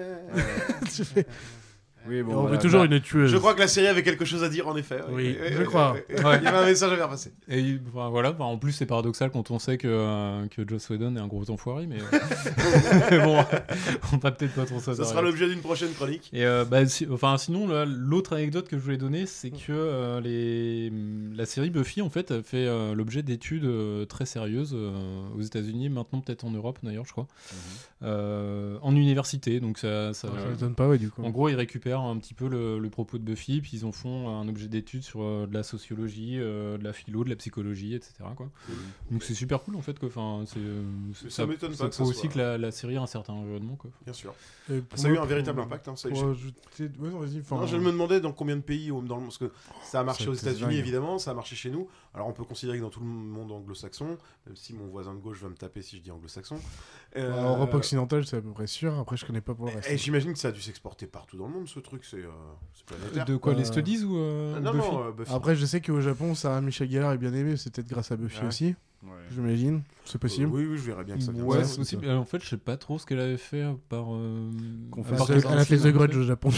Tu fais. Oui, bon, on voilà. veut toujours une tueuse. Je crois que la série avait quelque chose à dire, en effet. Oui, oui je oui, crois. Oui, oui, oui. Ouais. Il y avait un message à faire passer. Et enfin, voilà, enfin, en plus, c'est paradoxal quand on sait que, euh, que Joss Whedon est un gros enfoiré, mais bon, on va peut-être pas trop ça. Ça sera l'objet d'une prochaine chronique. Et euh, bah, si, enfin, sinon, là, l'autre anecdote que je voulais donner, c'est que euh, les... la série Buffy, en fait, a fait euh, l'objet d'études euh, très sérieuses euh, aux États-Unis, maintenant peut-être en Europe d'ailleurs, je crois, mm-hmm. euh, en université. Donc ça, ça, ça euh, donne pas, ouais, du coup. En gros, ils récupèrent un petit peu le, le propos de Buffy, puis ils en font un objet d'étude sur euh, de la sociologie, euh, de la philo, de la psychologie, et cetera. Quoi. Mmh. Donc c'est super cool en fait. Quoi. Enfin, c'est, c'est, ça, ça m'étonne ça pas. Ça aussi que la, la série a un certain environnement. Quoi. Bien sûr. Ça a eu un véritable impact. Hein, ça pour ajouter... ouais, non, vas-y, non, je me demandais dans combien de pays dans le monde, parce que ça a marché ça aux États-Unis évidemment, ça a marché chez nous. Alors on peut considérer que dans tout le monde anglo-saxon, même si mon voisin de gauche va me taper si je dis anglo-saxon. Euh... En Europe occidentale, c'est à peu près sûr. Après, je connais pas pour le reste. Et j'imagine que ça a dû s'exporter partout dans le monde, ce truc. C'est, euh, c'est planétaire. De quoi, euh... les studies ou euh, non, Buffy non, euh, Buffy. Après, je sais qu'au Japon, Sarah Michelle Gellar est bien aimée. C'est peut-être grâce à Buffy ouais. aussi. Ouais. J'imagine. C'est possible. Euh, oui, oui, je verrais bien que ça vienne. Ouais, ça, c'est possible. En fait, je sais pas trop ce qu'elle avait fait par. Euh... Elle, part elle a fait The Grudge au Japon.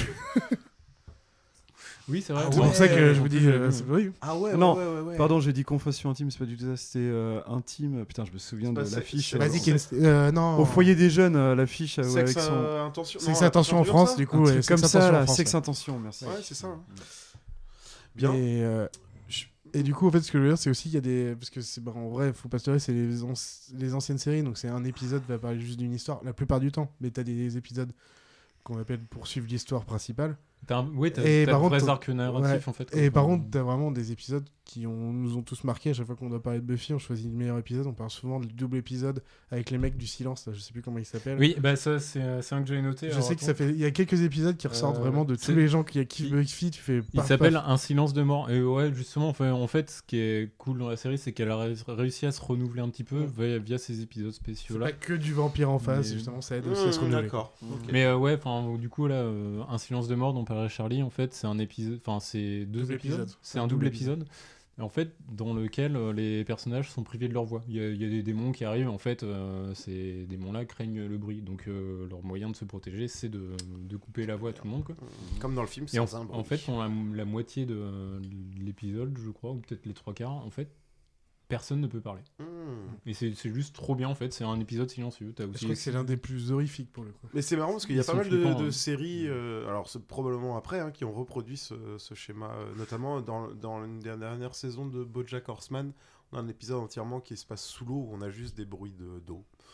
Oui, c'est vrai. Ah, c'est ouais, pour ça que je vous dis. Euh, c'est... Oui. Ah ouais, non, ouais, ouais, ouais. Pardon, j'ai dit confession intime, c'est pas du tout ça, c'était euh, intime. Putain, je me souviens c'est de l'affiche. Vas-y, euh, euh, non. Au foyer des jeunes, euh, l'affiche euh, avec son. Euh, intention. Sex Intention en France, du coup. Comme ça, là, Sex Intention, merci. Ouais, c'est ça. Bien. Et, euh, et du coup, en fait, ce que je veux dire, c'est aussi qu'il y a des. Parce que c'est, bah, en vrai, faut pas se leurrer, c'est les, an... les anciennes séries, donc c'est un épisode va parler juste d'une histoire, la plupart du temps. Mais t'as des épisodes qu'on appelle poursuivre l'histoire principale. T'as un... Oui, t'as, et t'as par un vrai contre, arc narratif ouais. en fait. Et par contre, t'as vraiment des épisodes qui ont, nous ont tous marqué. À chaque fois qu'on doit parler de Buffy, on choisit le meilleur épisode. On parle souvent du double épisode avec les mecs du silence. Là, je sais plus comment ils s'appellent. Oui, bah ça, c'est, c'est un que j'ai noté. Je sais que ça fait. Il y a quelques épisodes qui ressortent euh, vraiment de tous les gens qui a kiffé Buffy. Tu fais. Il s'appelle Un silence de mort. Et ouais, justement, enfin, en fait, ce qui est cool dans la série, c'est qu'elle a réussi à se renouveler un petit peu ouais. via, via ces épisodes spéciaux là. C'est pas que du vampire en face, mais... justement, ça aide aussi mmh, à se renouveler. D'accord. Okay. Mais euh, ouais, enfin, du coup là, euh, Un silence de mort dont parlait Charlie, en fait, c'est un épisode. Enfin, c'est deux double épisodes. Épisode. C'est un double épisode. épisode. En fait, dans lequel euh, les personnages sont privés de leur voix. Il y, y a des démons qui arrivent, en fait, euh, ces démons-là craignent le bruit. Donc, euh, leur moyen de se protéger, c'est de, de couper la voix à tout le monde. Quoi. Comme dans le film, c'est en, un bruit. En fait, pendant la, la moitié de, de l'épisode, je crois, ou peut-être les trois quarts, en fait, personne ne peut parler. Mmh. Et c'est, c'est juste trop bien, en fait. C'est un épisode silencieux. T'as aussi je crois que c'est l'un des plus horrifiques, pour le coup. Mais c'est marrant, parce qu'il y a Ils pas mal de, flippants, de hein. séries, euh, alors c'est probablement après, hein, qui ont reproduit ce, ce schéma, euh, notamment dans, dans une des dernières saisons de BoJack Horseman. On a un épisode entièrement qui se passe sous l'eau, où on a juste des bruits de, d'eau.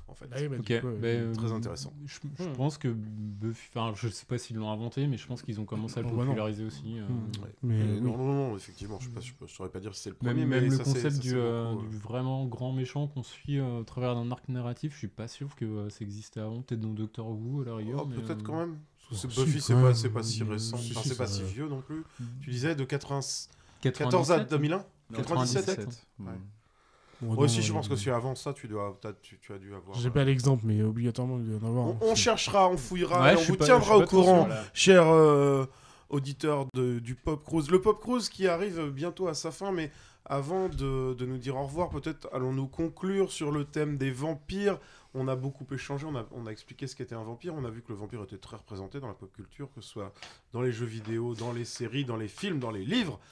en fait. Ah oui, bah, Ok, du coup, bah, euh, Très intéressant. Je, je pense que Buffy, enfin, je sais pas s'ils l'ont inventé, mais je pense qu'ils ont commencé à le Oh, bah non. populariser aussi. euh. Hmm. Ouais. Mais Euh, oui. non, non, non, effectivement, je sais pas, je, je saurais pas dire si c'est le premier, Même, mais même le ça, c'est- concept ça, du, c'est euh, beaucoup, du euh, vraiment grand méchant qu'on suit euh, au travers d'un arc narratif, je suis pas sûr que euh, ça existait avant, peut-être dans Doctor Who à la rigueur. Oh, mais, peut-être euh, quand même. Parce que Oh, Buffy, si, c'est quand pas, même. c'est pas si Si, récent, si, enfin, si, c'est pas ça- si vieux non plus. Mm. Tu disais de quatre-vingts quatre-vingt-dix-sept, quatorze à deux mille un Non, quatre-vingt-dix-sept quatre-vingt-dix-sept. Ouais. Bon, Moi non, aussi, je ouais, pense que mais- si avant ça, tu, dois, t'as- tu, tu as dû avoir. J'ai euh, pas l'exemple, mais obligatoirement, il doit y en avoir. On, hein. on cherchera, on fouillera, Ouais, et je on suis vous pas- tiendra je suis au pas trop courant, sûr, là. cher euh, auditeur de, du Pop Cruise. Le Pop Cruise qui arrive bientôt à sa fin, mais avant de, de nous dire au revoir, peut-être allons-nous conclure sur le thème des vampires. On a beaucoup échangé, on a, on a expliqué ce qu'était un vampire, on a vu que le vampire était très représenté dans la pop culture, que ce soit dans les jeux vidéo, dans les séries, dans les films, dans les livres.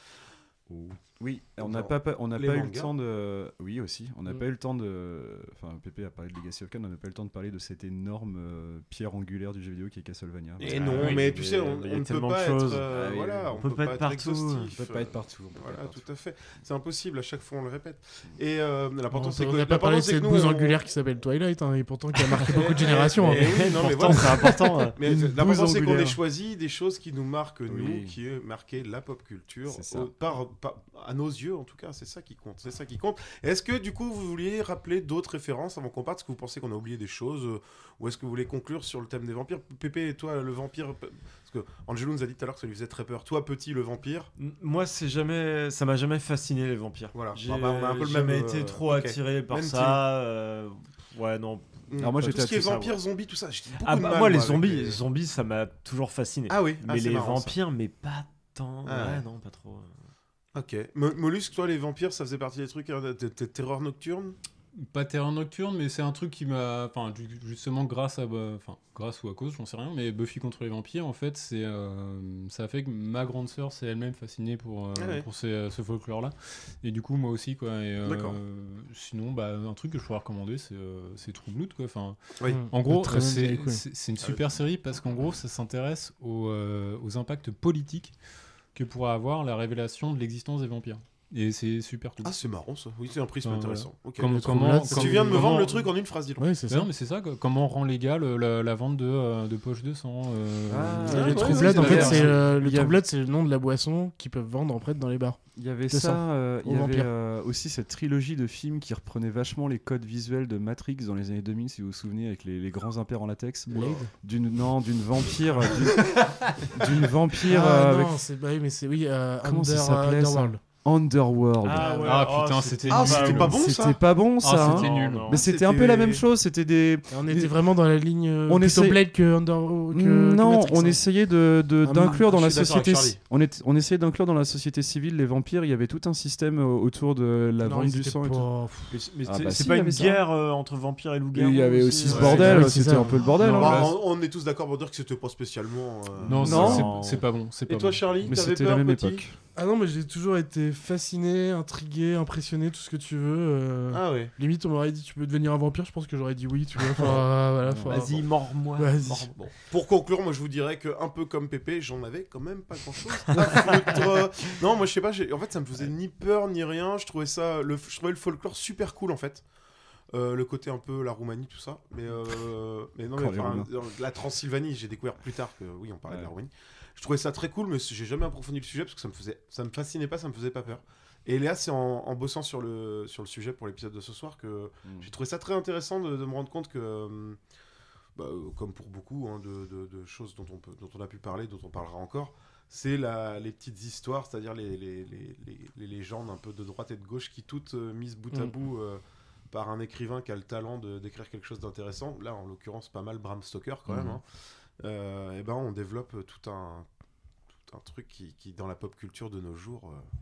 Oui, on Dans n'a pas, pas- on n'a les pas eu le mangas. temps de. Oui, aussi. On n'a Mm. pas eu le temps de. Enfin, Pépé a parlé de Legacy of Kain, on n'a pas eu le temps de parler de cette énorme euh, pierre angulaire du jeu vidéo qui est Castlevania. Et Ah non, oui, mais il tu y a- sais, on, il y a on ne peut tellement pas de être, choses. euh, Ah oui, voilà, on on peut pas être partout. exhaustif. On peut pas être partout, on peut pas Voilà, être partout. tout à fait. C'est impossible, à chaque fois on le répète. Et euh, l'important On c'est que on n'a pas parlé de l'important, c'est cette que nous, bouse on- angulaire qui s'appelle Twilight, hein, et pourtant qui a marqué beaucoup de Eh, générations. eh, hein. oui, non, mais Pourtant, voilà. c'est important. hein. Mais Une l'important bouse c'est qu'on ait angulaire. choisi des choses qui nous marquent nous, Oui. qui est marqué la pop culture, C'est ça. au- par, par- à nos yeux en tout cas, c'est ça qui compte, c'est ça qui compte. Est-ce que du coup vous vouliez rappeler d'autres références avant qu'on parte? Est-ce que vous pensez qu'on a oublié des choses, euh, ou est-ce que vous voulez conclure sur le thème des vampires? Pépé, et toi le vampire, parce que Angelo nous a dit tout à l'heure que ça lui faisait très peur. Toi petit le vampire. M- Moi, c'est jamais, ça m'a jamais fasciné les vampires. Voilà. J'ai Ah bah, on a un peu le jamais même, été euh, trop ok. attiré par Même ça. euh, Ouais, non. Alors moi, Tout j'étais ce qui est attiré- vampire, zombie, tout ça, j'ai beaucoup Ah de bah, mal, moi, les avec zombies, les- les zombies, ça m'a toujours fasciné. Ah oui, ah, mais c'est les marrant, ça. vampires, mais pas tant. Ah ouais, ouais. non, pas trop. Ok. Mo- Mollusque, toi, les vampires, ça faisait partie des trucs euh, de, de- de terreur nocturne? Pas Terreur Nocturne, mais c'est un truc qui m'a. Enfin, ju- justement, grâce à. bah, Enfin, grâce ou à cause, j'en sais rien, mais Buffy contre les vampires, en fait, c'est. euh, Ça a fait que ma grande sœur s'est elle-même fascinée pour, euh, Ah ouais. pour ces- ce folklore-là. Et du coup, moi aussi, quoi. Et, euh, D'accord. Sinon, bah, un truc que je pourrais recommander, c'est euh, c'est True Blood, quoi. Enfin, Oui. en gros, Très bien, c'est cool. c'est- c'est une Ah super série parce qu'en gros, ça s'intéresse aux, euh, aux impacts politiques que pourra avoir la révélation de l'existence des vampires. Et c'est super cool. Ah, c'est marrant ça. Oui, c'est un prisme Enfin, intéressant. voilà. Ok. Comme- Le comment- Troublade, comme- tu viens de me comment- vendre le truc en une phrase, dis donc. Ouais, c'est Mais ça. non, mais c'est ça, quoi. Comment rend légal euh, la, la vente de, euh, de poches de sang euh, Ah, Et ouais, le ouais, Troublade, ouais, en fait, ouais, c'est ouais. euh, le Il y a- Troublade, c'est le nom de la boisson qu'ils peuvent vendre en fait dans les bars. Il y avait C'est ça, ça, euh, il aux y avait vampires. euh, aussi cette trilogie de films qui reprenait vachement les codes visuels de Matrix dans les années deux mille, si vous vous souvenez, avec les, les grands impairs en latex. Blade. D'une non, d'une vampire, d'une- d'une vampire Ah euh, non, avec c'est bah oui, mais c'est oui, euh, comment ça Under, s'appelait ça Underworld. Underworld. Ah, ouais. Ah, oh, putain, c'est- c'était Ah, nul. c'était pas bon ça. C'était pas bon ça. Ah, hein. c'était nul. non. Mais c'était un peu la même chose. C'était des. Et on était vraiment dans la ligne euh, On plutôt essaie- Blade que Underworld. Que, non, que Matrix, on hein. essayait de de- Ah, d'inclure dans je la suis d'accord avec société. Charlie. On est, on essayait d'inclure dans la société civile les vampires. Il y avait tout un système euh, autour de la Non, vente ils du étaient sang et pas- tout. Mais, mais Ah c'est bah c'est si, pas il y une avait ça. guerre euh, entre vampires et Et loups-garous il y avait aussi, aussi ce ouais. bordel. ouais, c'est C'était ça. un peu le bordel. Non, hein. Bah, ouais. on, on est tous d'accord pour dire que c'était pas spécialement. euh, Non, Non. c'est- c'est- c'est pas bon. c'est Et pas toi, bon. Charlie, Mais t'avais c'était peur, la même petit époque. Ah non, mais j'ai toujours été fasciné, intrigué, impressionné, tout ce que tu veux. euh, Ah ouais. Limite, on m'aurait dit tu peux devenir un vampire, je pense que j'aurais dit oui, tu vois. Enfin, euh, voilà, faut- Vas-y, mords-moi. Vas-y. mords-moi. Bon. Pour conclure, moi je vous dirais que un peu comme Pépé, j'en avais quand même pas grand-chose à foutre. Non, moi je sais pas. j'ai- En fait, ça me faisait ni peur ni rien. Je trouvais ça, le... je trouvais le folklore super cool en fait. Euh, le côté un peu la Roumanie, tout ça. Mais, euh... mais non, mais Encore les enfin, Roumains. dans la Transylvanie, j'ai découvert plus tard que oui, on parlait de la Ouais. Roumanie. Je trouvais ça très cool, mais j'ai jamais approfondi le sujet parce que ça me faisait, ça me fascinait pas, ça me faisait pas peur. Et là, c'est en, en bossant sur le, sur le sujet pour l'épisode de ce soir que Mm. j'ai trouvé ça très intéressant de, de me rendre compte que, euh, bah, euh, comme pour beaucoup hein, de, de- de choses dont on, peut, dont on a pu parler, dont on parlera encore, c'est la, les petites histoires, c'est-à-dire les, les, les, les, les légendes un peu de droite et de gauche qui toutes euh, mises bout à Mm. bout euh, par un écrivain qui a le talent de, d'écrire quelque chose d'intéressant. Là, en l'occurrence, pas mal Bram Stoker quand Mhm. même. Hein. Euh, et ben, on développe tout un, tout un truc qui, qui, dans la pop culture de nos jours...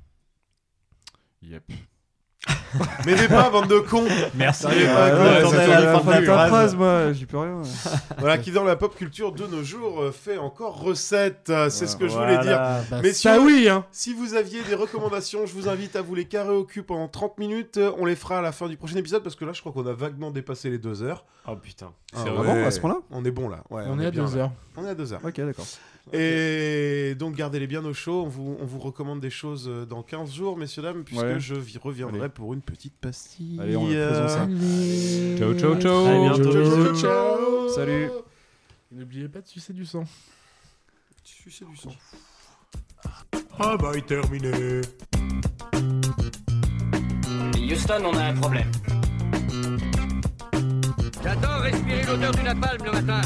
euh, Yep. M'aidez pas, bande de cons. Merci. T'arrives Euh, pas à ouais, quoi, attendez, ça à fait la la fin fin de de la la phrase. moi, j'y peux rien. Voilà, qui dans la pop culture de nos jours euh, fait encore recette. Euh, C'est ce que je Voilà. voulais dire. Bah, Messieurs, ça oui, hein. si vous aviez des recommandations, je vous invite à vous les carrer au cul pendant trente minutes. Euh, On les fera à la fin du prochain épisode parce que là, je crois qu'on a vaguement dépassé les deux heures. Oh putain. Ah Ah bon, à ce point-là On est bon là. Ouais, On est à bien, deux là. heures. On est à deux heures. Ok, d'accord. Et donc gardez-les bien au chaud. On vous, on vous recommande des choses dans quinze jours, messieurs, dames, puisque Ouais. je y reviendrai Allez. pour une petite pastille. Allez, on faisons ça. Ciao, ciao, ciao. À bientôt. Ciao, ciao. Salut. N'oubliez pas de sucer du sang. Sucer du sang. Travail terminé. Houston, on a un problème. J'adore respirer l'odeur du napalm le matin.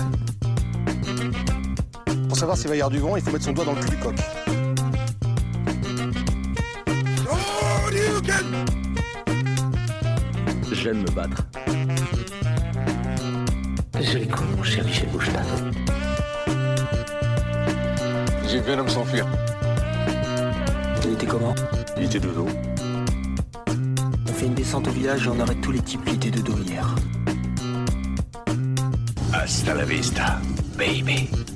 Pour savoir s'il va y avoir du vent, il faut mettre son doigt dans le cul du coq. J'aime me battre. Joli coup, mon cher Michel Bouchard. J'ai vu un homme s'enfuir. Il était comment? Il était de dos. On fait une descente au village et on arrête tous les types qui étaient de dos hier. Hasta la vista, baby.